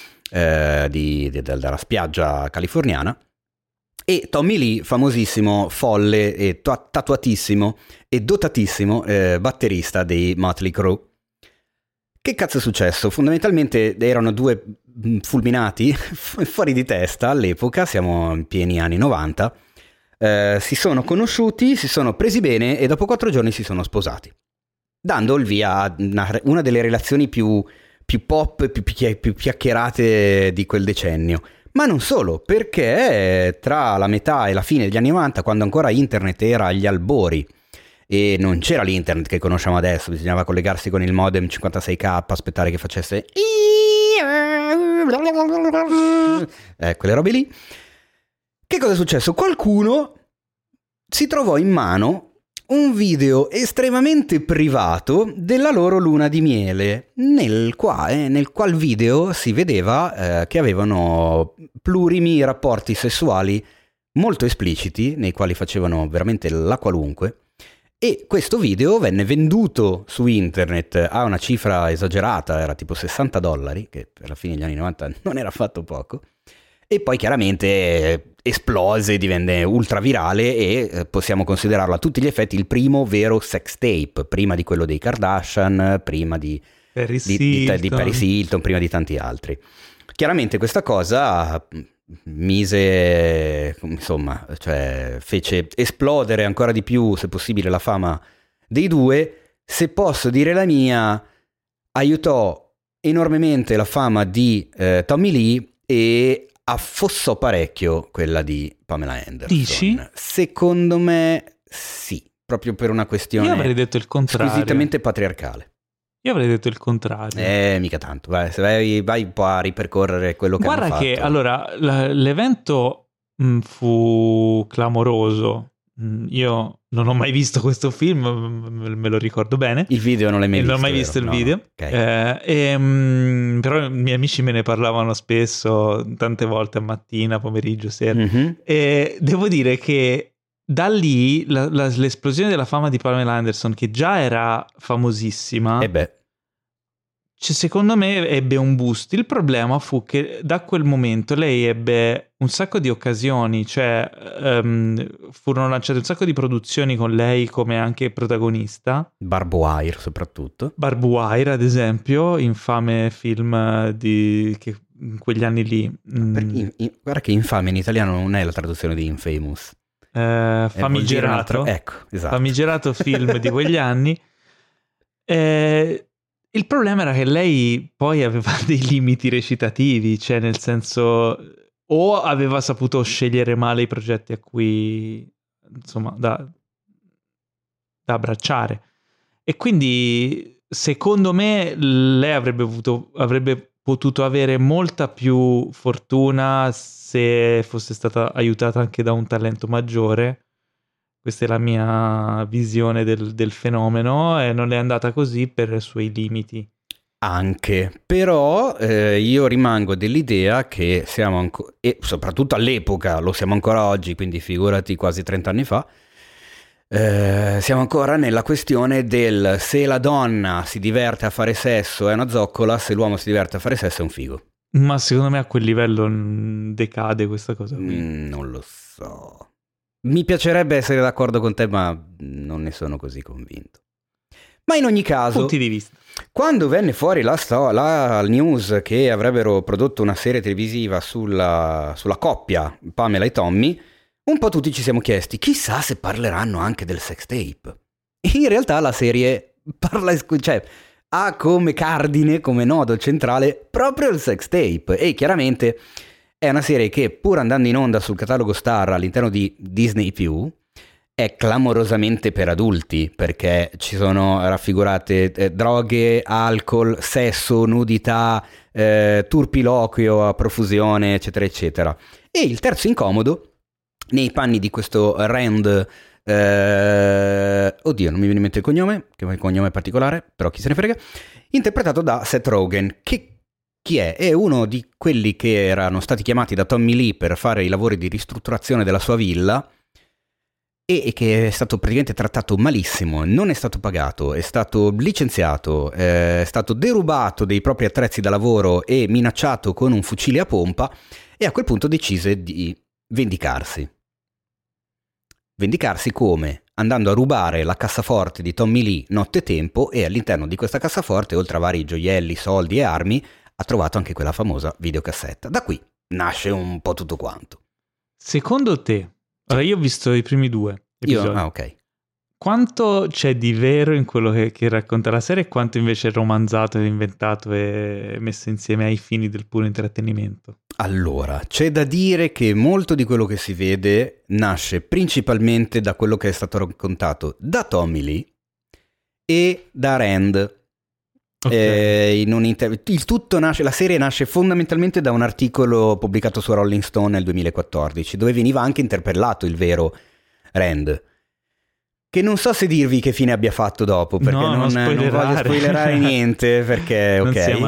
della spiaggia californiana, e Tommy Lee, famosissimo, folle e tatuatissimo e dotatissimo batterista dei Motley Crue. Che cazzo è successo? Fondamentalmente erano 2 fulminati fuori di testa all'epoca, siamo in pieni anni 90, si sono conosciuti, si sono presi bene e dopo 4 giorni si sono sposati, dando il via a una delle relazioni più pop, più chiacchierate di quel decennio. Ma non solo, perché tra la metà e la fine degli anni 90, quando ancora internet era agli albori e non c'era l'internet che conosciamo adesso, bisognava collegarsi con il modem 56k, aspettare che facesse quelle robe lì. Che cosa è successo? Qualcuno si trovò in mano un video estremamente privato della loro luna di miele, nel qual video si vedeva che avevano plurimi rapporti sessuali molto espliciti, nei quali facevano veramente la qualunque. E questo video venne venduto su internet a una cifra esagerata, era tipo $60, che per la fine degli anni 90 non era affatto poco, e poi chiaramente esplose, divenne ultra virale e possiamo considerarlo a tutti gli effetti il primo vero sex tape, prima di quello dei Kardashian, prima di Paris Hilton, prima di tanti altri. Chiaramente questa cosa fece esplodere ancora di più, se possibile, la fama dei 2. Se posso dire la mia, aiutò enormemente la fama di Tommy Lee e affossò parecchio quella di Pamela Anderson. Dici? Secondo me sì, proprio per una questione Io avrei detto il contrario. Squisitamente patriarcale. Io avrei detto il contrario. Mica tanto. Vai un po' a ripercorrere quello che hanno fatto. Guarda che, allora, l'evento fu clamoroso. Io non ho mai visto questo film, me lo ricordo bene. Il video non l'hai mai visto? Non ho mai visto il video. Okay. Però i miei amici me ne parlavano spesso, tante volte a mattina, pomeriggio, sera. Mm-hmm. E devo dire che da lì l'esplosione della fama di Pamela Anderson, che già era famosissima, secondo me ebbe un boost. Il problema fu che da quel momento lei ebbe un sacco di occasioni, cioè furono lanciate un sacco di produzioni con lei come anche protagonista. Barbed Wire soprattutto. Barbed Wire, ad esempio, infame film che in quegli anni lì. Guarda che infame in italiano non è la traduzione di Infamous. Famigerato. Ecco, esatto. Famigerato film di quegli anni. Il problema era che lei poi aveva dei limiti recitativi, cioè nel senso, o aveva saputo scegliere male i progetti a cui, insomma, da abbracciare. E quindi, secondo me, lei avrebbe potuto avere molta più fortuna se fosse stata aiutata anche da un talento maggiore. Questa è la mia visione del fenomeno, e non è andata così per i suoi limiti. Anche, però io rimango dell'idea che siamo ancora, e soprattutto all'epoca, lo siamo ancora oggi, quindi figurati quasi 30 anni fa, siamo ancora nella questione del se la donna si diverte a fare sesso è una zoccola, se l'uomo si diverte a fare sesso è un figo. Ma secondo me a quel livello decade questa cosa qui. Non lo so. Mi piacerebbe essere d'accordo con te, ma non ne sono così convinto. Ma in ogni caso, punti di vista. Quando venne fuori la news che avrebbero prodotto una serie televisiva sulla coppia Pamela e Tommy, un po' tutti ci siamo chiesti, chissà se parleranno anche del sex tape. E in realtà la serie ha come cardine, come nodo centrale, proprio il sex tape. E chiaramente è una serie che, pur andando in onda sul catalogo Star all'interno di Disney+, è clamorosamente per adulti, perché ci sono raffigurate droghe, alcol, sesso, nudità, turpiloquio a profusione, eccetera, eccetera. E il terzo incomodo, nei panni di questo Rand, oddio, non mi viene in mente il cognome, che è un cognome particolare, però chi se ne frega, interpretato da Seth Rogen, che chi è? È uno di quelli che erano stati chiamati da Tommy Lee per fare i lavori di ristrutturazione della sua villa e che è stato praticamente trattato malissimo, non è stato pagato, è stato licenziato, è stato derubato dei propri attrezzi da lavoro e minacciato con un fucile a pompa, e a quel punto decise di vendicarsi. Vendicarsi come? Andando a rubare la cassaforte di Tommy Lee nottetempo, e all'interno di questa cassaforte, oltre a vari gioielli, soldi e armi, ha trovato anche quella famosa videocassetta. Da qui nasce un po' tutto quanto. Secondo te, allora io ho visto i primi 2 episodi. Ok. Quanto c'è di vero in quello che racconta la serie e quanto invece è romanzato, inventato e messo insieme ai fini del puro intrattenimento? Allora, c'è da dire che molto di quello che si vede nasce principalmente da quello che è stato raccontato da Tommy Lee e da Rand. Okay. Il tutto nasce, la serie nasce fondamentalmente da un articolo pubblicato su Rolling Stone nel 2014, dove veniva anche interpellato il vero Rand, che non so se dirvi che fine abbia fatto dopo, perché non voglio spoilerare niente, perché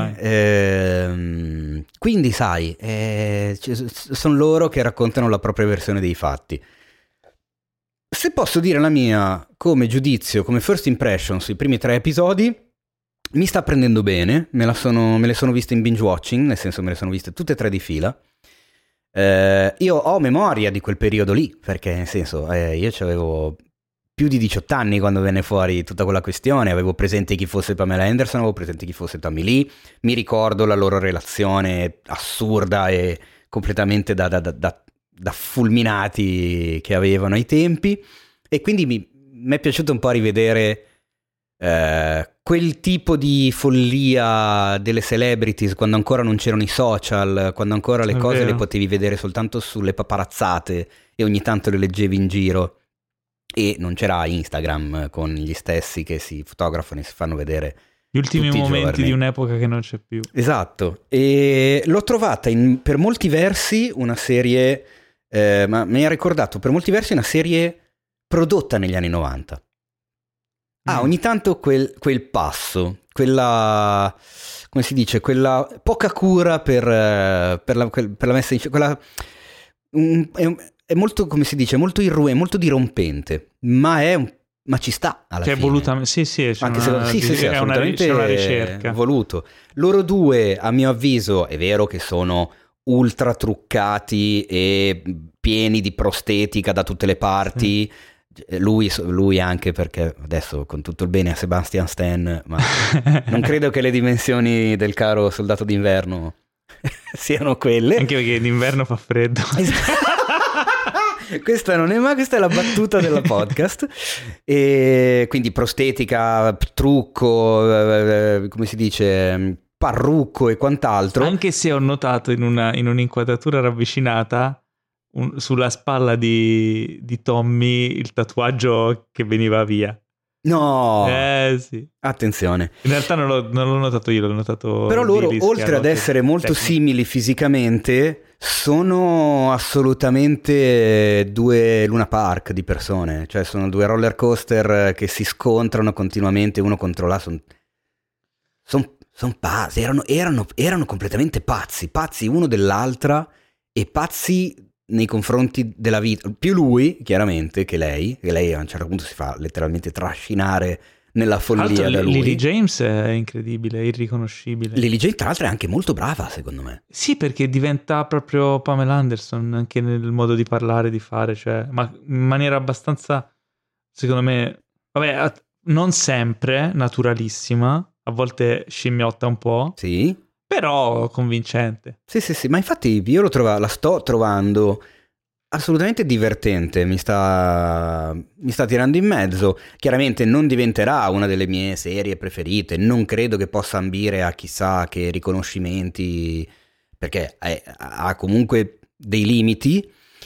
ok. Quindi sai, sono loro che raccontano la propria versione dei fatti. Se posso dire la mia come giudizio, come first impression sui primi 3 episodi, mi sta prendendo bene, me le sono viste in binge watching, nel senso me le sono viste tutte e 3 di fila. Io ho memoria di quel periodo lì, perché nel senso io avevo più di 18 anni quando venne fuori tutta quella questione, avevo presente chi fosse Pamela Anderson, avevo presente chi fosse Tommy Lee, mi ricordo la loro relazione assurda e completamente da fulminati che avevano ai tempi, e quindi mi è piaciuto un po' rivedere quel tipo di follia delle celebrities quando ancora non c'erano i social, quando ancora le cose le potevi vedere soltanto sulle paparazzate e ogni tanto le leggevi in giro, e non c'era Instagram con gli stessi che si fotografano e si fanno vedere gli ultimi momenti di un'epoca che non c'è più. Esatto, e l'ho trovata per molti versi una serie, ma mi ha ricordato per molti versi una serie prodotta negli anni 90. Ogni tanto quel passo, quella, come si dice, quella poca cura per la messa in scena, è molto, come si dice, molto molto dirompente, ma ci sta alla fine. Volutamente, sì, anche se è una ricerca. Voluto. Loro due, a mio avviso, è vero che sono ultra truccati e pieni di prostetica da tutte le parti. Lui anche, perché adesso, con tutto il bene a Sebastian Stan, ma non credo che le dimensioni del caro soldato d'inverno siano quelle. Anche perché d'inverno fa freddo. Questa non è mai, questa è la battuta della podcast. E quindi prostetica, trucco, come si dice, parrucco e quant'altro. Anche se ho notato in un'inquadratura ravvicinata sulla spalla di Tommy il tatuaggio che veniva via. No, sì. Attenzione. In realtà non l'ho notato io, l'ho notato. Però loro, oltre ad essere molto simili fisicamente, sono assolutamente due Luna Park di persone. Cioè sono due roller coaster che si scontrano continuamente uno contro l'altro. Sono pazzi, erano completamente pazzi uno dell'altra e pazzi nei confronti della vita, più lui chiaramente che lei a un certo punto si fa letteralmente trascinare nella follia da lui. Lily James è incredibile, irriconoscibile. Lily James tra l'altro è anche molto brava secondo me. Sì, perché diventa proprio Pamela Anderson anche nel modo di parlare, di fare, cioè, ma in maniera abbastanza, secondo me, vabbè, non sempre naturalissima, a volte scimmiotta un po'. Sì. Però convincente. Sì, ma infatti io la sto trovando assolutamente divertente, mi sta tirando in mezzo. Chiaramente non diventerà una delle mie serie preferite, non credo che possa ambire a chissà che riconoscimenti, perché ha comunque dei limiti.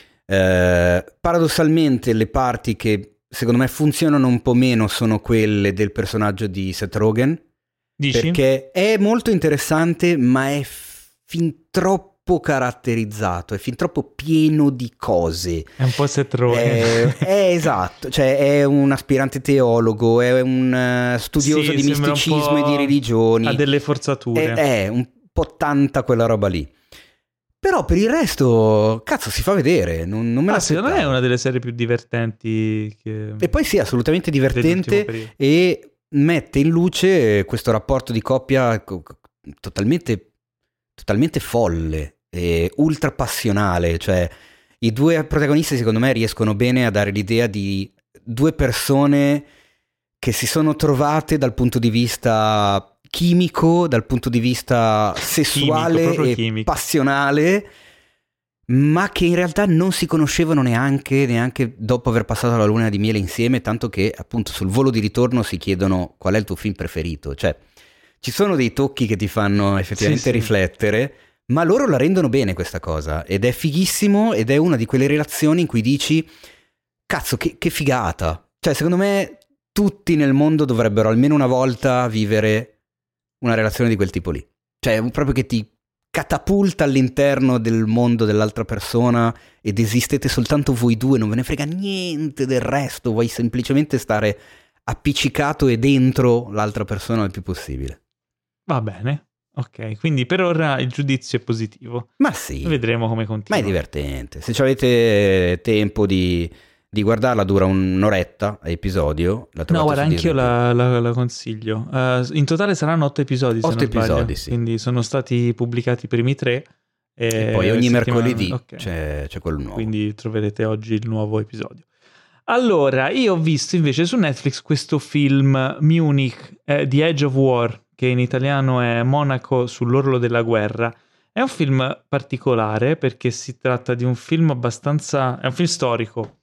Paradossalmente le parti che secondo me funzionano un po' meno sono quelle del personaggio di Seth Rogen. Dici? Perché è molto interessante, ma è fin troppo caratterizzato, è fin troppo pieno di cose. È un po' Seth Rogen. È esatto, cioè è un aspirante teologo, è un studioso di misticismo e di religioni. Ha delle forzature. È un po' tanta quella roba lì. Però per il resto, cazzo, si fa vedere. Non me l'aspettavo. Secondo me è una delle serie più divertenti. E poi sì, assolutamente divertente e mette in luce questo rapporto di coppia totalmente folle e ultra passionale. Cioè i due protagonisti secondo me riescono bene a dare l'idea di due persone che si sono trovate dal punto di vista chimico, dal punto di vista sessuale e passionale, ma che in realtà non si conoscevano neanche dopo aver passato la luna di miele insieme, tanto che appunto sul volo di ritorno si chiedono qual è il tuo film preferito. Cioè ci sono dei tocchi che ti fanno effettivamente riflettere, ma loro la rendono bene questa cosa ed è fighissimo, ed è una di quelle relazioni in cui dici cazzo che figata. Cioè secondo me tutti nel mondo dovrebbero almeno una volta vivere una relazione di quel tipo lì. Cioè proprio che ti catapulta all'interno del mondo dell'altra persona ed esistete soltanto voi due, non ve ne frega niente del resto, vuoi semplicemente stare appiccicato e dentro l'altra persona il più possibile. Va bene, ok, quindi per ora il giudizio è positivo. Ma sì. Vedremo come continua. Ma è divertente, se avete tempo di guardarla, dura un'oretta a episodio. No, guarda, anch'io la consiglio. In totale saranno 8 episodi. 8 episodi, sì. Quindi sono stati pubblicati i primi 3. E poi ogni mercoledì c'è quello nuovo. Quindi troverete oggi il nuovo episodio. Allora, io ho visto invece su Netflix questo film Munich, The Edge of War, che in italiano è Monaco sull'orlo della guerra. È un film particolare perché si tratta di un film abbastanza... è un film storico.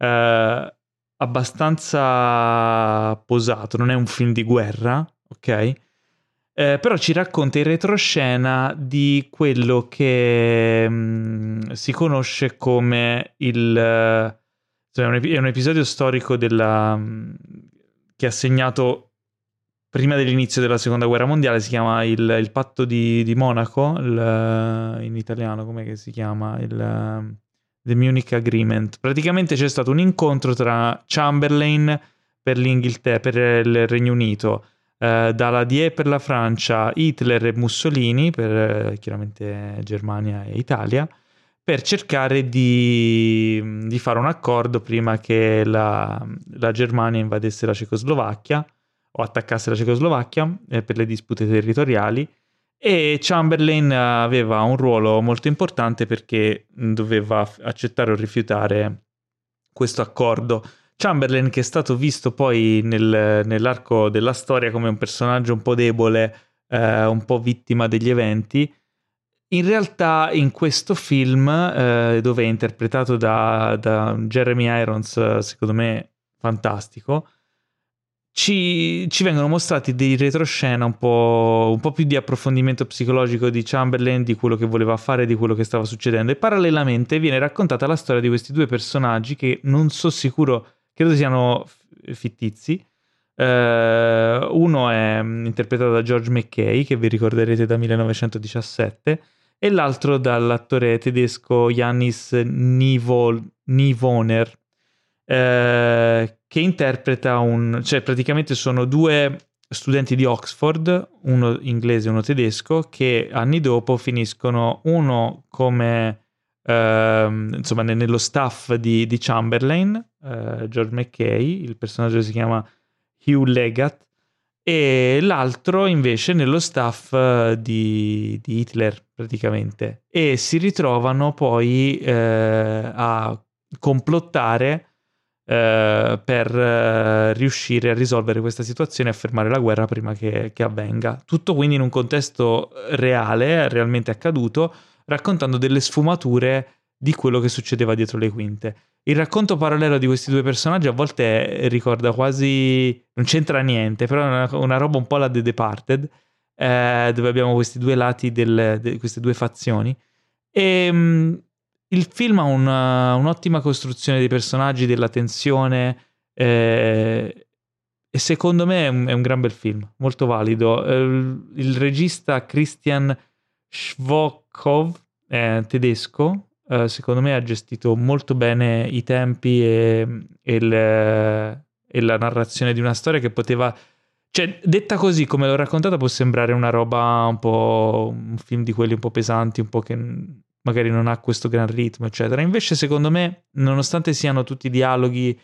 Abbastanza posato, non è un film di guerra, ok? Però ci racconta in retroscena di quello che si conosce come è un episodio storico che ha segnato prima dell'inizio della seconda guerra mondiale. Si chiama il patto di Monaco, in italiano com'è che si chiama? The Munich Agreement. Praticamente c'è stato un incontro tra Chamberlain per l'Inghilterra, per il Regno Unito, Daladier per la Francia, Hitler e Mussolini per chiaramente Germania e Italia, per cercare di fare un accordo prima che la Germania invadesse la Cecoslovacchia o attaccasse la Cecoslovacchia per le dispute territoriali. E Chamberlain aveva un ruolo molto importante perché doveva accettare o rifiutare questo accordo. Chamberlain, che è stato visto poi nell'arco della storia come un personaggio un po' debole, un po' vittima degli eventi, in realtà in questo film, dove è interpretato da Jeremy Irons, secondo me fantastico, ci vengono mostrati dei retroscena un po' più di approfondimento psicologico di Chamberlain, di quello che voleva fare, di quello che stava succedendo, e parallelamente viene raccontata la storia di questi due personaggi che non so sicuro, credo siano fittizi. Uno è interpretato da George McKay, che vi ricorderete da 1917, e l'altro dall'attore tedesco Jannis Nivoner, che interpreta cioè praticamente sono due studenti di Oxford, uno inglese e uno tedesco, che anni dopo finiscono, uno come insomma nello staff di Chamberlain, George McKay, il personaggio si chiama Hugh Leggett, e l'altro invece nello staff di Hitler praticamente, e si ritrovano poi a complottare per riuscire a risolvere questa situazione e a fermare la guerra prima che avvenga. Tutto quindi in un contesto reale, realmente accaduto, raccontando delle sfumature di quello che succedeva dietro le quinte. Il racconto parallelo di questi due personaggi a volte ricorda quasi, non c'entra niente, però è una roba un po' alla The Departed, dove abbiamo questi due lati queste due fazioni, e il film ha un'ottima costruzione dei personaggi, della tensione, e secondo me è un gran bel film, molto valido. Il regista Christian Schwokov, tedesco, secondo me ha gestito molto bene i tempi e la narrazione di una storia che poteva, cioè detta così come l'ho raccontata può sembrare una roba un film di quelli un po' pesanti, un po' che magari non ha questo gran ritmo eccetera. Invece secondo me, nonostante siano tutti dialoghi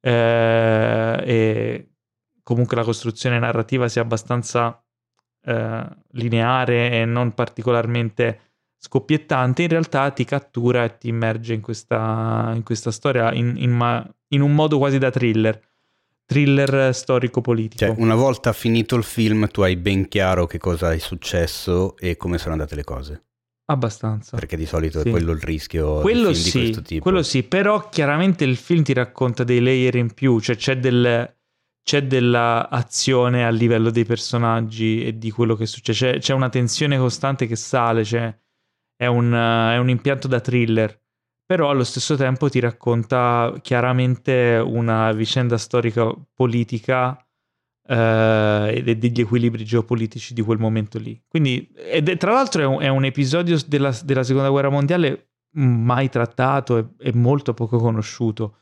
e comunque la costruzione narrativa sia abbastanza lineare e non particolarmente scoppiettante, in realtà ti cattura e ti immerge in questa storia in un modo quasi da thriller storico-politico. Cioè, una volta finito il film tu hai ben chiaro che cosa è successo e come sono andate le cose. Abbastanza. Perché di solito è quello il rischio quello di film di questo tipo. Quello sì, però chiaramente il film ti racconta dei layer in più, cioè c'è della azione a livello dei personaggi e di quello che succede, c'è una tensione costante che sale, è un impianto da thriller, però allo stesso tempo ti racconta chiaramente una vicenda storica politica e degli equilibri geopolitici di quel momento lì. Quindi, tra l'altro è un episodio della seconda guerra mondiale mai trattato e molto poco conosciuto.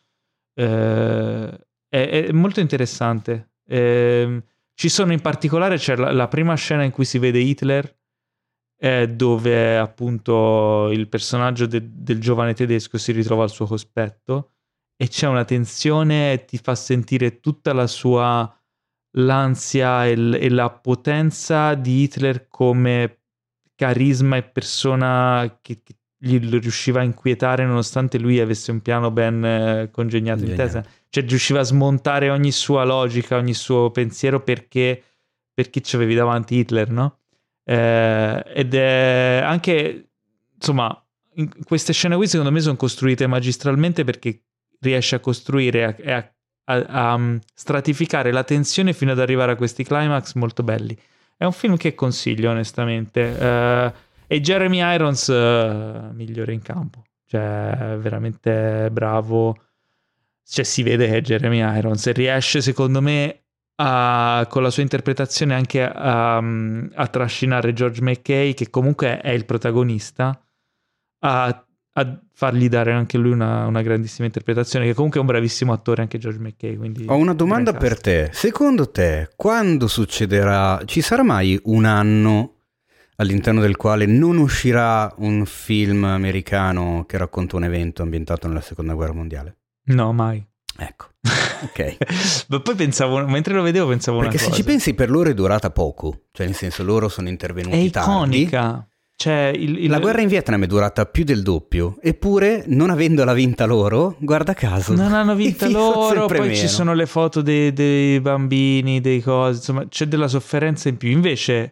È molto interessante. Ci sono in particolare, c'è la prima scena in cui si vede Hitler, dove appunto il personaggio del giovane tedesco si ritrova al suo cospetto e c'è una tensione, ti fa sentire tutta la sua l'ansia e la potenza di Hitler come carisma e persona che gli riusciva a inquietare nonostante lui avesse un piano ben congegnato in testa, cioè riusciva a smontare ogni sua logica, ogni suo pensiero perché ci avevi davanti Hitler, no? Ed è anche, insomma, in queste scene qui secondo me sono costruite magistralmente perché riesce a costruire e a stratificare la tensione fino ad arrivare a questi climax molto belli. È un film che consiglio onestamente, e Jeremy Irons migliore in campo, cioè veramente bravo, cioè si vede che è Jeremy Irons e riesce secondo me con la sua interpretazione anche a trascinare George McKay, che comunque è il protagonista, a fargli dare anche lui una grandissima interpretazione, che comunque è un bravissimo attore anche George McKay. Quindi ho una domanda per te: secondo te quando succederà, ci sarà mai un anno all'interno del quale non uscirà un film americano che racconta un evento ambientato nella seconda guerra mondiale? No, mai. Ecco, ok. Ma poi pensavo, mentre lo vedevo pensavo perché una cosa, se ci pensi per loro è durata poco, cioè nel senso loro sono intervenuti tardi. È iconica. Cioè, la guerra in Vietnam è durata più del doppio, eppure non avendola vinta loro, guarda caso, non hanno vinta loro, poi meno. Ci sono le foto dei bambini, dei cosi, insomma c'è della sofferenza in più. Invece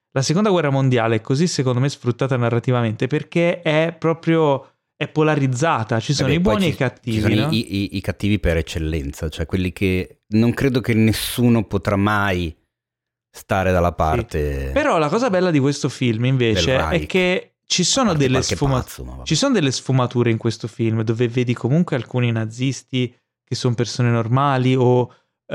la seconda guerra mondiale è così secondo me sfruttata narrativamente perché è polarizzata, ci sono i buoni e i cattivi. Ci sono no? i cattivi per eccellenza, cioè quelli che non credo che nessuno potrà mai stare dalla parte. Sì. Però la cosa bella di questo film invece è che ci sono delle sfumature in questo film dove vedi comunque alcuni nazisti che sono persone normali o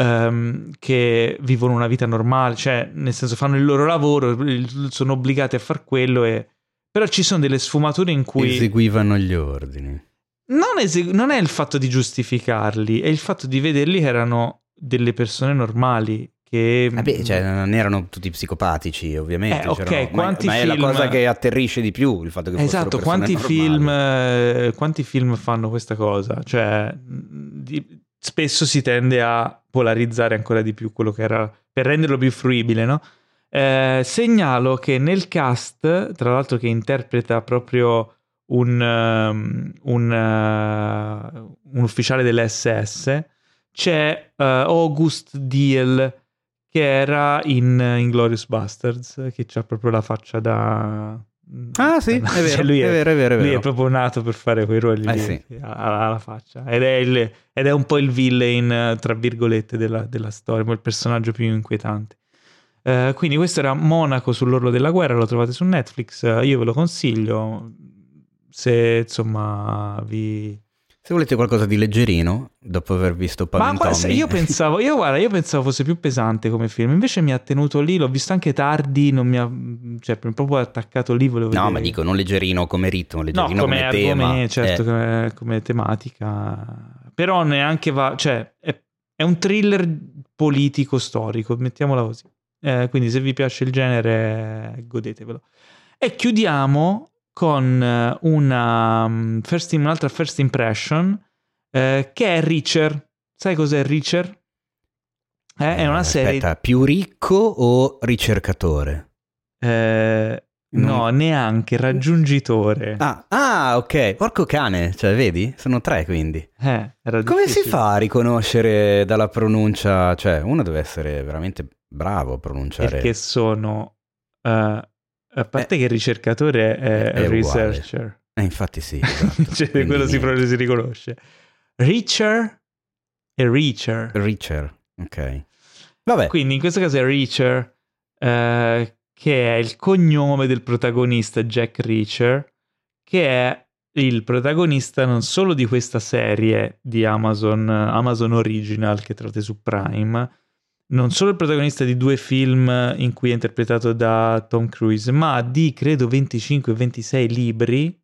che vivono una vita normale, cioè nel senso fanno il loro lavoro, sono obbligati a far quello, però ci sono delle sfumature in cui eseguivano gli ordini. Non è il fatto di giustificarli, è il fatto di vederli che erano delle persone normali. Cioè non erano tutti psicopatici ovviamente, ok, ma è la cosa che atterrisce di più il fatto che esatto, quanti film fanno questa cosa, cioè spesso si tende a polarizzare ancora di più quello che era, per renderlo più fruibile, no? Segnalo che nel cast, tra l'altro che interpreta proprio un ufficiale dell'SS, c'è August Diehl, che era in Inglourious Basterds, che c'ha proprio la faccia da... Ah sì, è vero, cioè è vero. Lui è proprio nato per fare quei ruoli lì, sì. ha la faccia. Ed è un po' il villain, tra virgolette, della storia, il personaggio più inquietante. Quindi questo era Monaco sull'orlo della guerra, lo trovate su Netflix, io ve lo consiglio, se insomma Se volete qualcosa di leggerino, dopo aver visto Paventommi. Io pensavo fosse più pesante come film, invece mi ha tenuto lì, l'ho visto anche tardi, non mi ha, cioè proprio attaccato lì, volevo vedere. Ma dico, non leggerino come ritmo, leggerino come tema. Certo, come tematica, però neanche cioè è un thriller politico storico, mettiamola così. Quindi se vi piace il genere, godetevelo. E chiudiamo con un'altra first impression che è Reacher. Sai cos'è Reacher? È una serie... Aspetta, più ricco o ricercatore? No, neanche raggiungitore. Ok, porco cane, cioè vedi? Sono 3 quindi. Come si fa a riconoscere dalla pronuncia? Cioè uno deve essere veramente bravo a pronunciare. Perché sono... a parte che il ricercatore è researcher. Infatti sì. Esatto. Cioè, quello si riconosce. Reacher e Reacher. Reacher, ok. Vabbè. Quindi in questo caso è Reacher, che è il cognome del protagonista Jack Reacher, che è il protagonista non solo di questa serie di Amazon Original che trovate su Prime, non solo il protagonista di 2 film in cui è interpretato da Tom Cruise, ma di credo 25-26 libri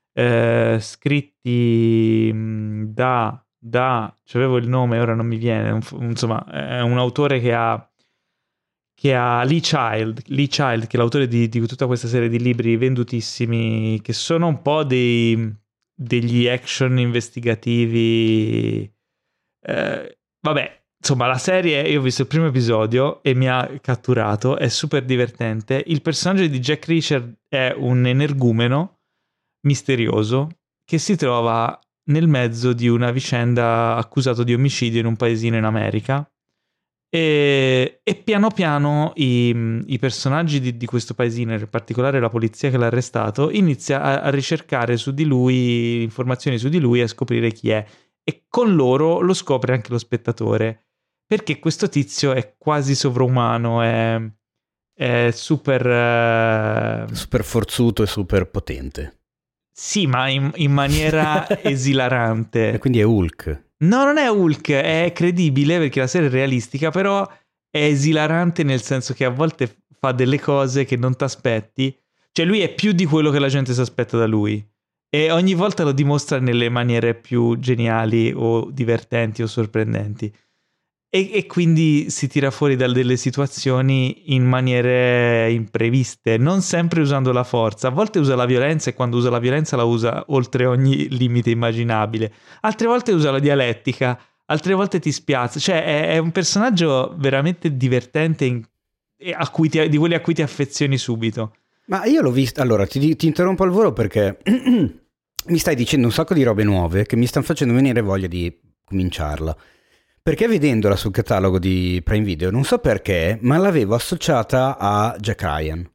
scritti c'avevo il nome, ora non mi viene, insomma è un autore che ha Lee Child, che è l'autore di tutta questa serie di libri vendutissimi, che sono un po' degli action investigativi. Vabbè, insomma, la serie, io ho visto il primo episodio e mi ha catturato, è super divertente. Il personaggio di Jack Reacher è un energumeno misterioso che si trova nel mezzo di una vicenda accusato di omicidio in un paesino in America e piano piano i personaggi di questo paesino, in particolare la polizia che l'ha arrestato, inizia a ricercare su di lui informazioni su di lui e a scoprire chi è, e con loro lo scopre anche lo spettatore, perché questo tizio è quasi sovrumano, è super forzuto e super potente. Sì, ma in maniera esilarante. E quindi è Hulk. No, non è Hulk, è credibile perché la serie è realistica, però è esilarante nel senso che a volte fa delle cose che non ti aspetti. Cioè lui è più di quello che la gente si aspetta da lui e ogni volta lo dimostra nelle maniere più geniali o divertenti o sorprendenti. E quindi si tira fuori da delle situazioni in maniere impreviste, non sempre usando la forza. A volte usa la violenza e quando usa la violenza la usa oltre ogni limite immaginabile. Altre volte usa la dialettica, altre volte ti spiazza. Cioè è un personaggio veramente divertente di quelli a cui ti affezioni subito. Ma io l'ho visto... Allora, ti interrompo al volo perché mi stai dicendo un sacco di robe nuove che mi stanno facendo venire voglia di cominciarla. Perché vedendola sul catalogo di Prime Video, non so perché, ma l'avevo associata a Jack Ryan.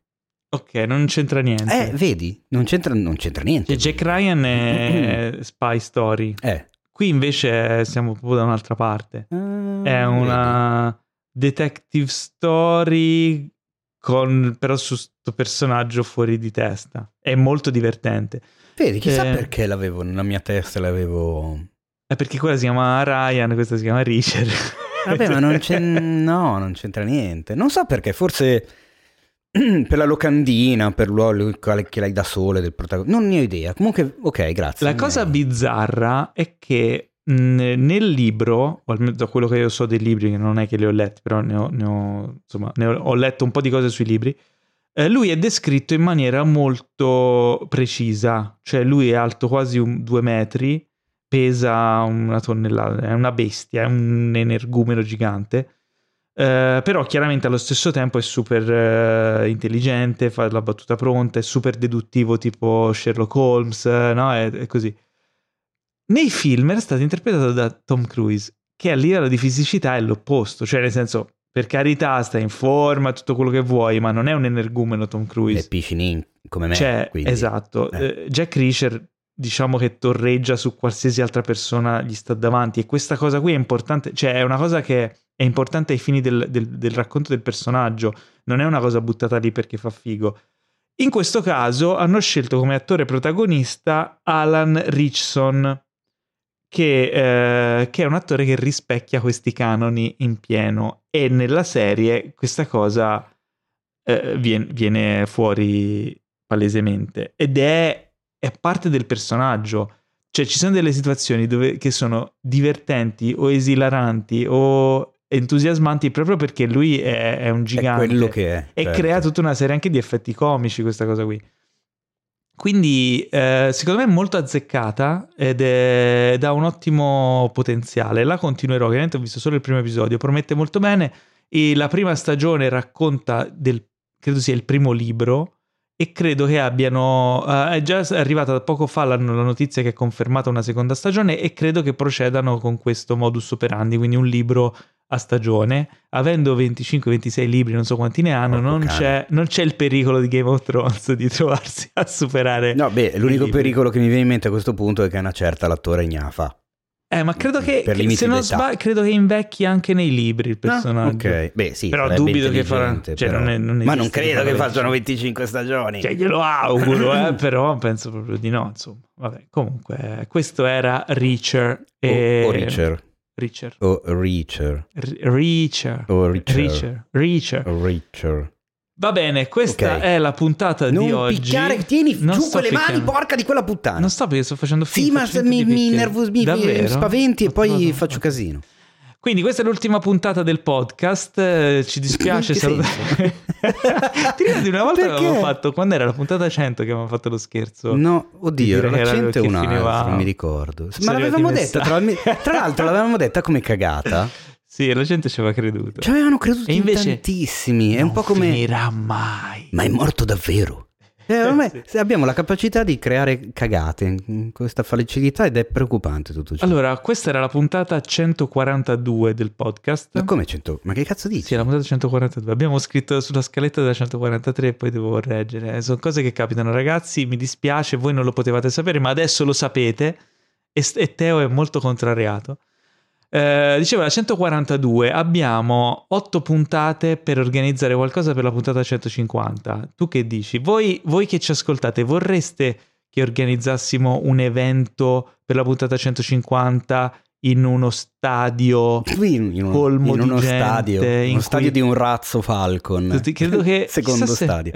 Ok, non c'entra niente. Vedi, non c'entra niente. Jack Ryan è Spy Story. Qui invece siamo proprio da un'altra parte. È una detective story però su sto personaggio fuori di testa. È molto divertente. Vedi, chissà perché l'avevo nella mia testa, È perché quella si chiama Ryan, questa si chiama Richard. Vabbè, ma non c'entra niente. Non so perché, forse per la locandina, per l'uomo che l'hai da sole del protagonista, non ne ho idea. Comunque, ok, grazie. La cosa bizzarra è che nel libro, o almeno da quello che io so dei libri, che non è che li ho letti, però ho letto un po' di cose sui libri, lui è descritto in maniera molto precisa, cioè lui è alto quasi 2 metri, pesa 1 tonnellata, è una bestia, è un energumeno gigante, però chiaramente allo stesso tempo è super intelligente, fa la battuta pronta, è super deduttivo tipo Sherlock Holmes, no? È così. Nei film era stato interpretato da Tom Cruise, che a livello di fisicità è l'opposto, cioè nel senso, per carità, sta in forma, tutto quello che vuoi, ma non è un energumeno Tom Cruise. È piscinin come me. Quindi. Esatto. Jack Reacher, diciamo che torreggia su qualsiasi altra persona gli sta davanti, e questa cosa qui è importante, cioè è una cosa che è importante ai fini del racconto del personaggio, non è una cosa buttata lì perché fa figo. In questo caso hanno scelto come attore protagonista Alan Ritchson, che è un attore che rispecchia questi canoni in pieno, e nella serie questa cosa viene fuori palesemente, ed è parte del personaggio. Cioè ci sono delle situazioni che sono divertenti o esilaranti o entusiasmanti proprio perché lui è un gigante, è quello che è, e certo. Crea tutta una serie anche di effetti comici, questa cosa qui. Quindi secondo me è molto azzeccata ed ha un ottimo potenziale. La continuerò, ovviamente ho visto solo il primo episodio, promette molto bene, e la prima stagione racconta credo sia il primo libro, e credo che abbiano è già arrivata da poco fa la notizia che è confermata una seconda stagione, e credo che procedano con questo modus operandi, quindi un libro a stagione, avendo 25-26 libri, non so quanti ne hanno, non c'è il pericolo di Game of Thrones di trovarsi a superare. No, l'unico pericolo che mi viene in mente a questo punto è che una certa l'attore ignafa. Ma credo che se non sbaglio, credo che invecchi anche nei libri il personaggio. Ok, sì, però dubito che farà, cioè, però... ma non credo che facciano 25 stagioni. Cioè, glielo auguro, però penso proprio di no, insomma. Vabbè, comunque, questo era Reacher o Reacher. Reacher. O Reacher. Reacher. O Reacher. Reacher. O Reacher. Va bene, questa è la puntata di oggi. Non picchiare, tieni giù quelle mani, porca di quella puttana. Non sto, perché sto facendo finta. Sì, ma mi spaventi e poi faccio casino. Quindi questa è l'ultima puntata del podcast, ci dispiace salutare. Ti ricordi una volta che avevamo fatto, quando era la puntata 100 che avevamo fatto lo scherzo? No, oddio, era la 100 e un altro, non mi ricordo. Ma l'avevamo detta, tra l'altro l'avevamo detta come cagata. Sì, la gente ci aveva creduto. Ci avevano creduto invece tantissimi. È un po' come... Non finirà mai. Ma è morto davvero. Abbiamo la capacità di creare cagate, questa facilità, ed è preoccupante tutto ciò. Allora, questa era la puntata 142 del podcast. Ma come 100? Ma che cazzo dici? Sì, la puntata 142. Abbiamo scritto sulla scaletta della 143 e poi devo correggere. Sono cose che capitano, ragazzi, mi dispiace, voi non lo potevate sapere, ma adesso lo sapete, e Teo è molto contrariato. Dicevo, la 142 abbiamo 8 puntate per organizzare qualcosa per la puntata 150. Tu che dici? Voi che ci ascoltate, vorreste che organizzassimo un evento per la puntata 150 in uno stadio colmo di gente, uno stadio di un razzo Falcon? Credo che secondo stadio,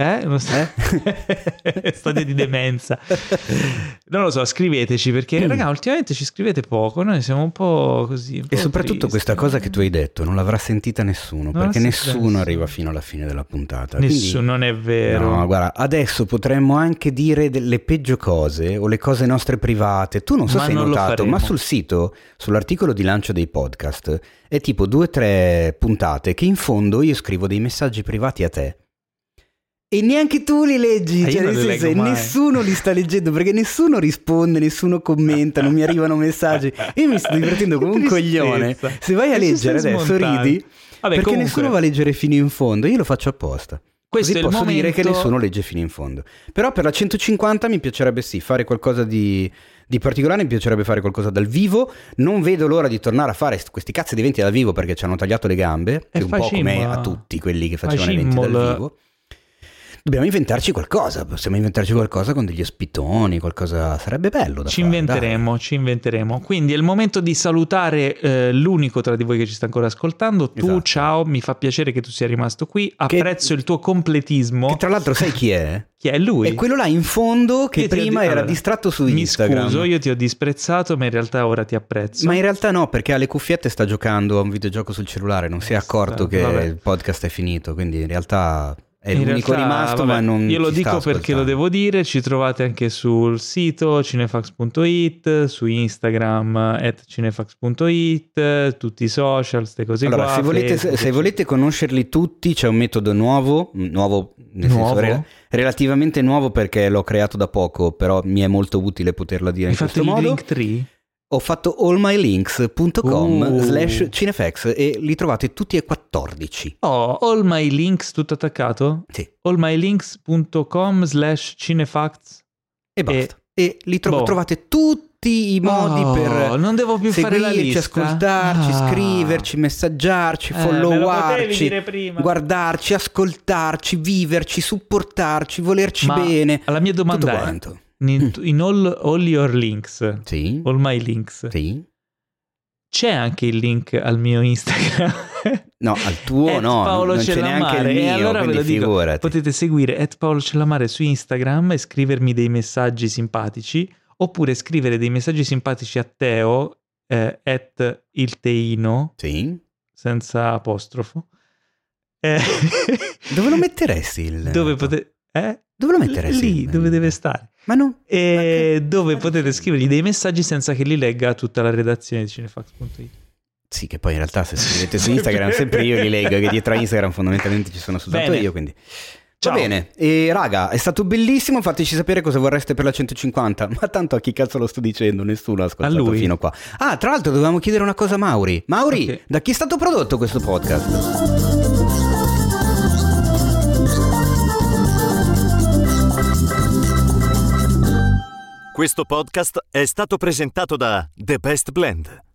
stadio di demenza. Non lo so, scriveteci, perché raga, ultimamente ci scrivete poco, noi siamo un po' così, un po' e soprattutto tristi. Questa cosa che tu hai detto non l'avrà sentita nessuno, perché nessuno arriva fino alla fine della puntata. Nessuno, non è vero. No, guarda, adesso potremmo anche dire delle peggio cose o le cose nostre private. Tu non so se hai notato, ma sul sito, sull'articolo di lancio dei podcast, è tipo 2 o 3 puntate che in fondo io scrivo dei messaggi privati a te e neanche tu li leggi, cioè nel senso, nessuno li sta leggendo, perché nessuno risponde, nessuno commenta, non mi arrivano messaggi. Io mi sto divertendo come un coglione. Se vai a leggere adesso ridi, perché nessuno va a leggere fino in fondo. Io lo faccio apposta. Questo così è il posso momento... dire che nessuno legge fino in fondo. Però per la 150 mi piacerebbe fare qualcosa di particolare, mi piacerebbe fare qualcosa dal vivo. Non vedo l'ora di tornare a fare questi cazzo di eventi dal vivo perché ci hanno tagliato le gambe, è un po' come a tutti quelli che facevano eventi dal vivo. Dobbiamo inventarci qualcosa, possiamo inventarci qualcosa con degli ospitoni, qualcosa, sarebbe bello da fare. Ci inventeremo. Quindi è il momento di salutare l'unico tra di voi che ci sta ancora ascoltando. Tu, esatto. Ciao, mi fa piacere che tu sia rimasto qui, apprezzo il tuo completismo. Che tra l'altro sai chi è? Chi è lui? È quello là in fondo che prima era distratto su Instagram. Mi scuso, io ti ho disprezzato, ma in realtà ora ti apprezzo. Ma in realtà no, perché ha le cuffiette e sta giocando a un videogioco sul cellulare, non si è accorto che il podcast è finito, quindi in realtà... È l'unico rimasto, ma non io lo ci dico perché lo devo dire. Ci trovate anche sul sito cinefax.it, su Instagram @cinefax.it, tutti i social, ste cose allora, qua. Allora, se volete conoscerli tutti, c'è un metodo nuovo nel senso relativamente nuovo perché l'ho creato da poco, però mi è molto utile poterla dire in questo modo. Hai fatto il Linktree? Ho fatto allmylinks.com/cinefax e li trovate tutti e 14. Oh, all my links tutto attaccato? Sì. allmylinks.com/cinefax e basta. E li trovate tutti i modi per non devo più fare la lista, ascoltarci, scriverci, messaggiarci, followarci, guardarci, ascoltarci, viverci, supportarci, volerci bene. La mia domanda tutto è quanto. In all your links, sì. All my links, sì. C'è anche il link al mio Instagram? No, al tuo no, Paolo non c'è neanche il mio, e allora ve lo dico, figurati. potete seguire @Paolo Cellamare su Instagram e scrivermi dei messaggi simpatici, oppure scrivere dei messaggi simpatici a Teo @ilteino, sì, senza apostrofo. Dove lo metteresti il... Dove lo metteresti? Lì, dove deve stare. Ma no. Dove potete scrivergli dei messaggi senza che li legga tutta la redazione di cinefax.it. Sì, che poi in realtà se scrivete su Instagram sempre io li leggo, che dietro a Instagram fondamentalmente ci sono soltanto io, quindi... Ciao. Va bene, e raga, è stato bellissimo, fateci sapere cosa vorreste per la 150, ma tanto a chi cazzo lo sto dicendo, nessuno ha ascoltato fino qua. Ah, tra l'altro dovevamo chiedere una cosa a Mauri. Okay. Da chi è stato prodotto questo podcast? Questo podcast è stato presentato da The Best Blend,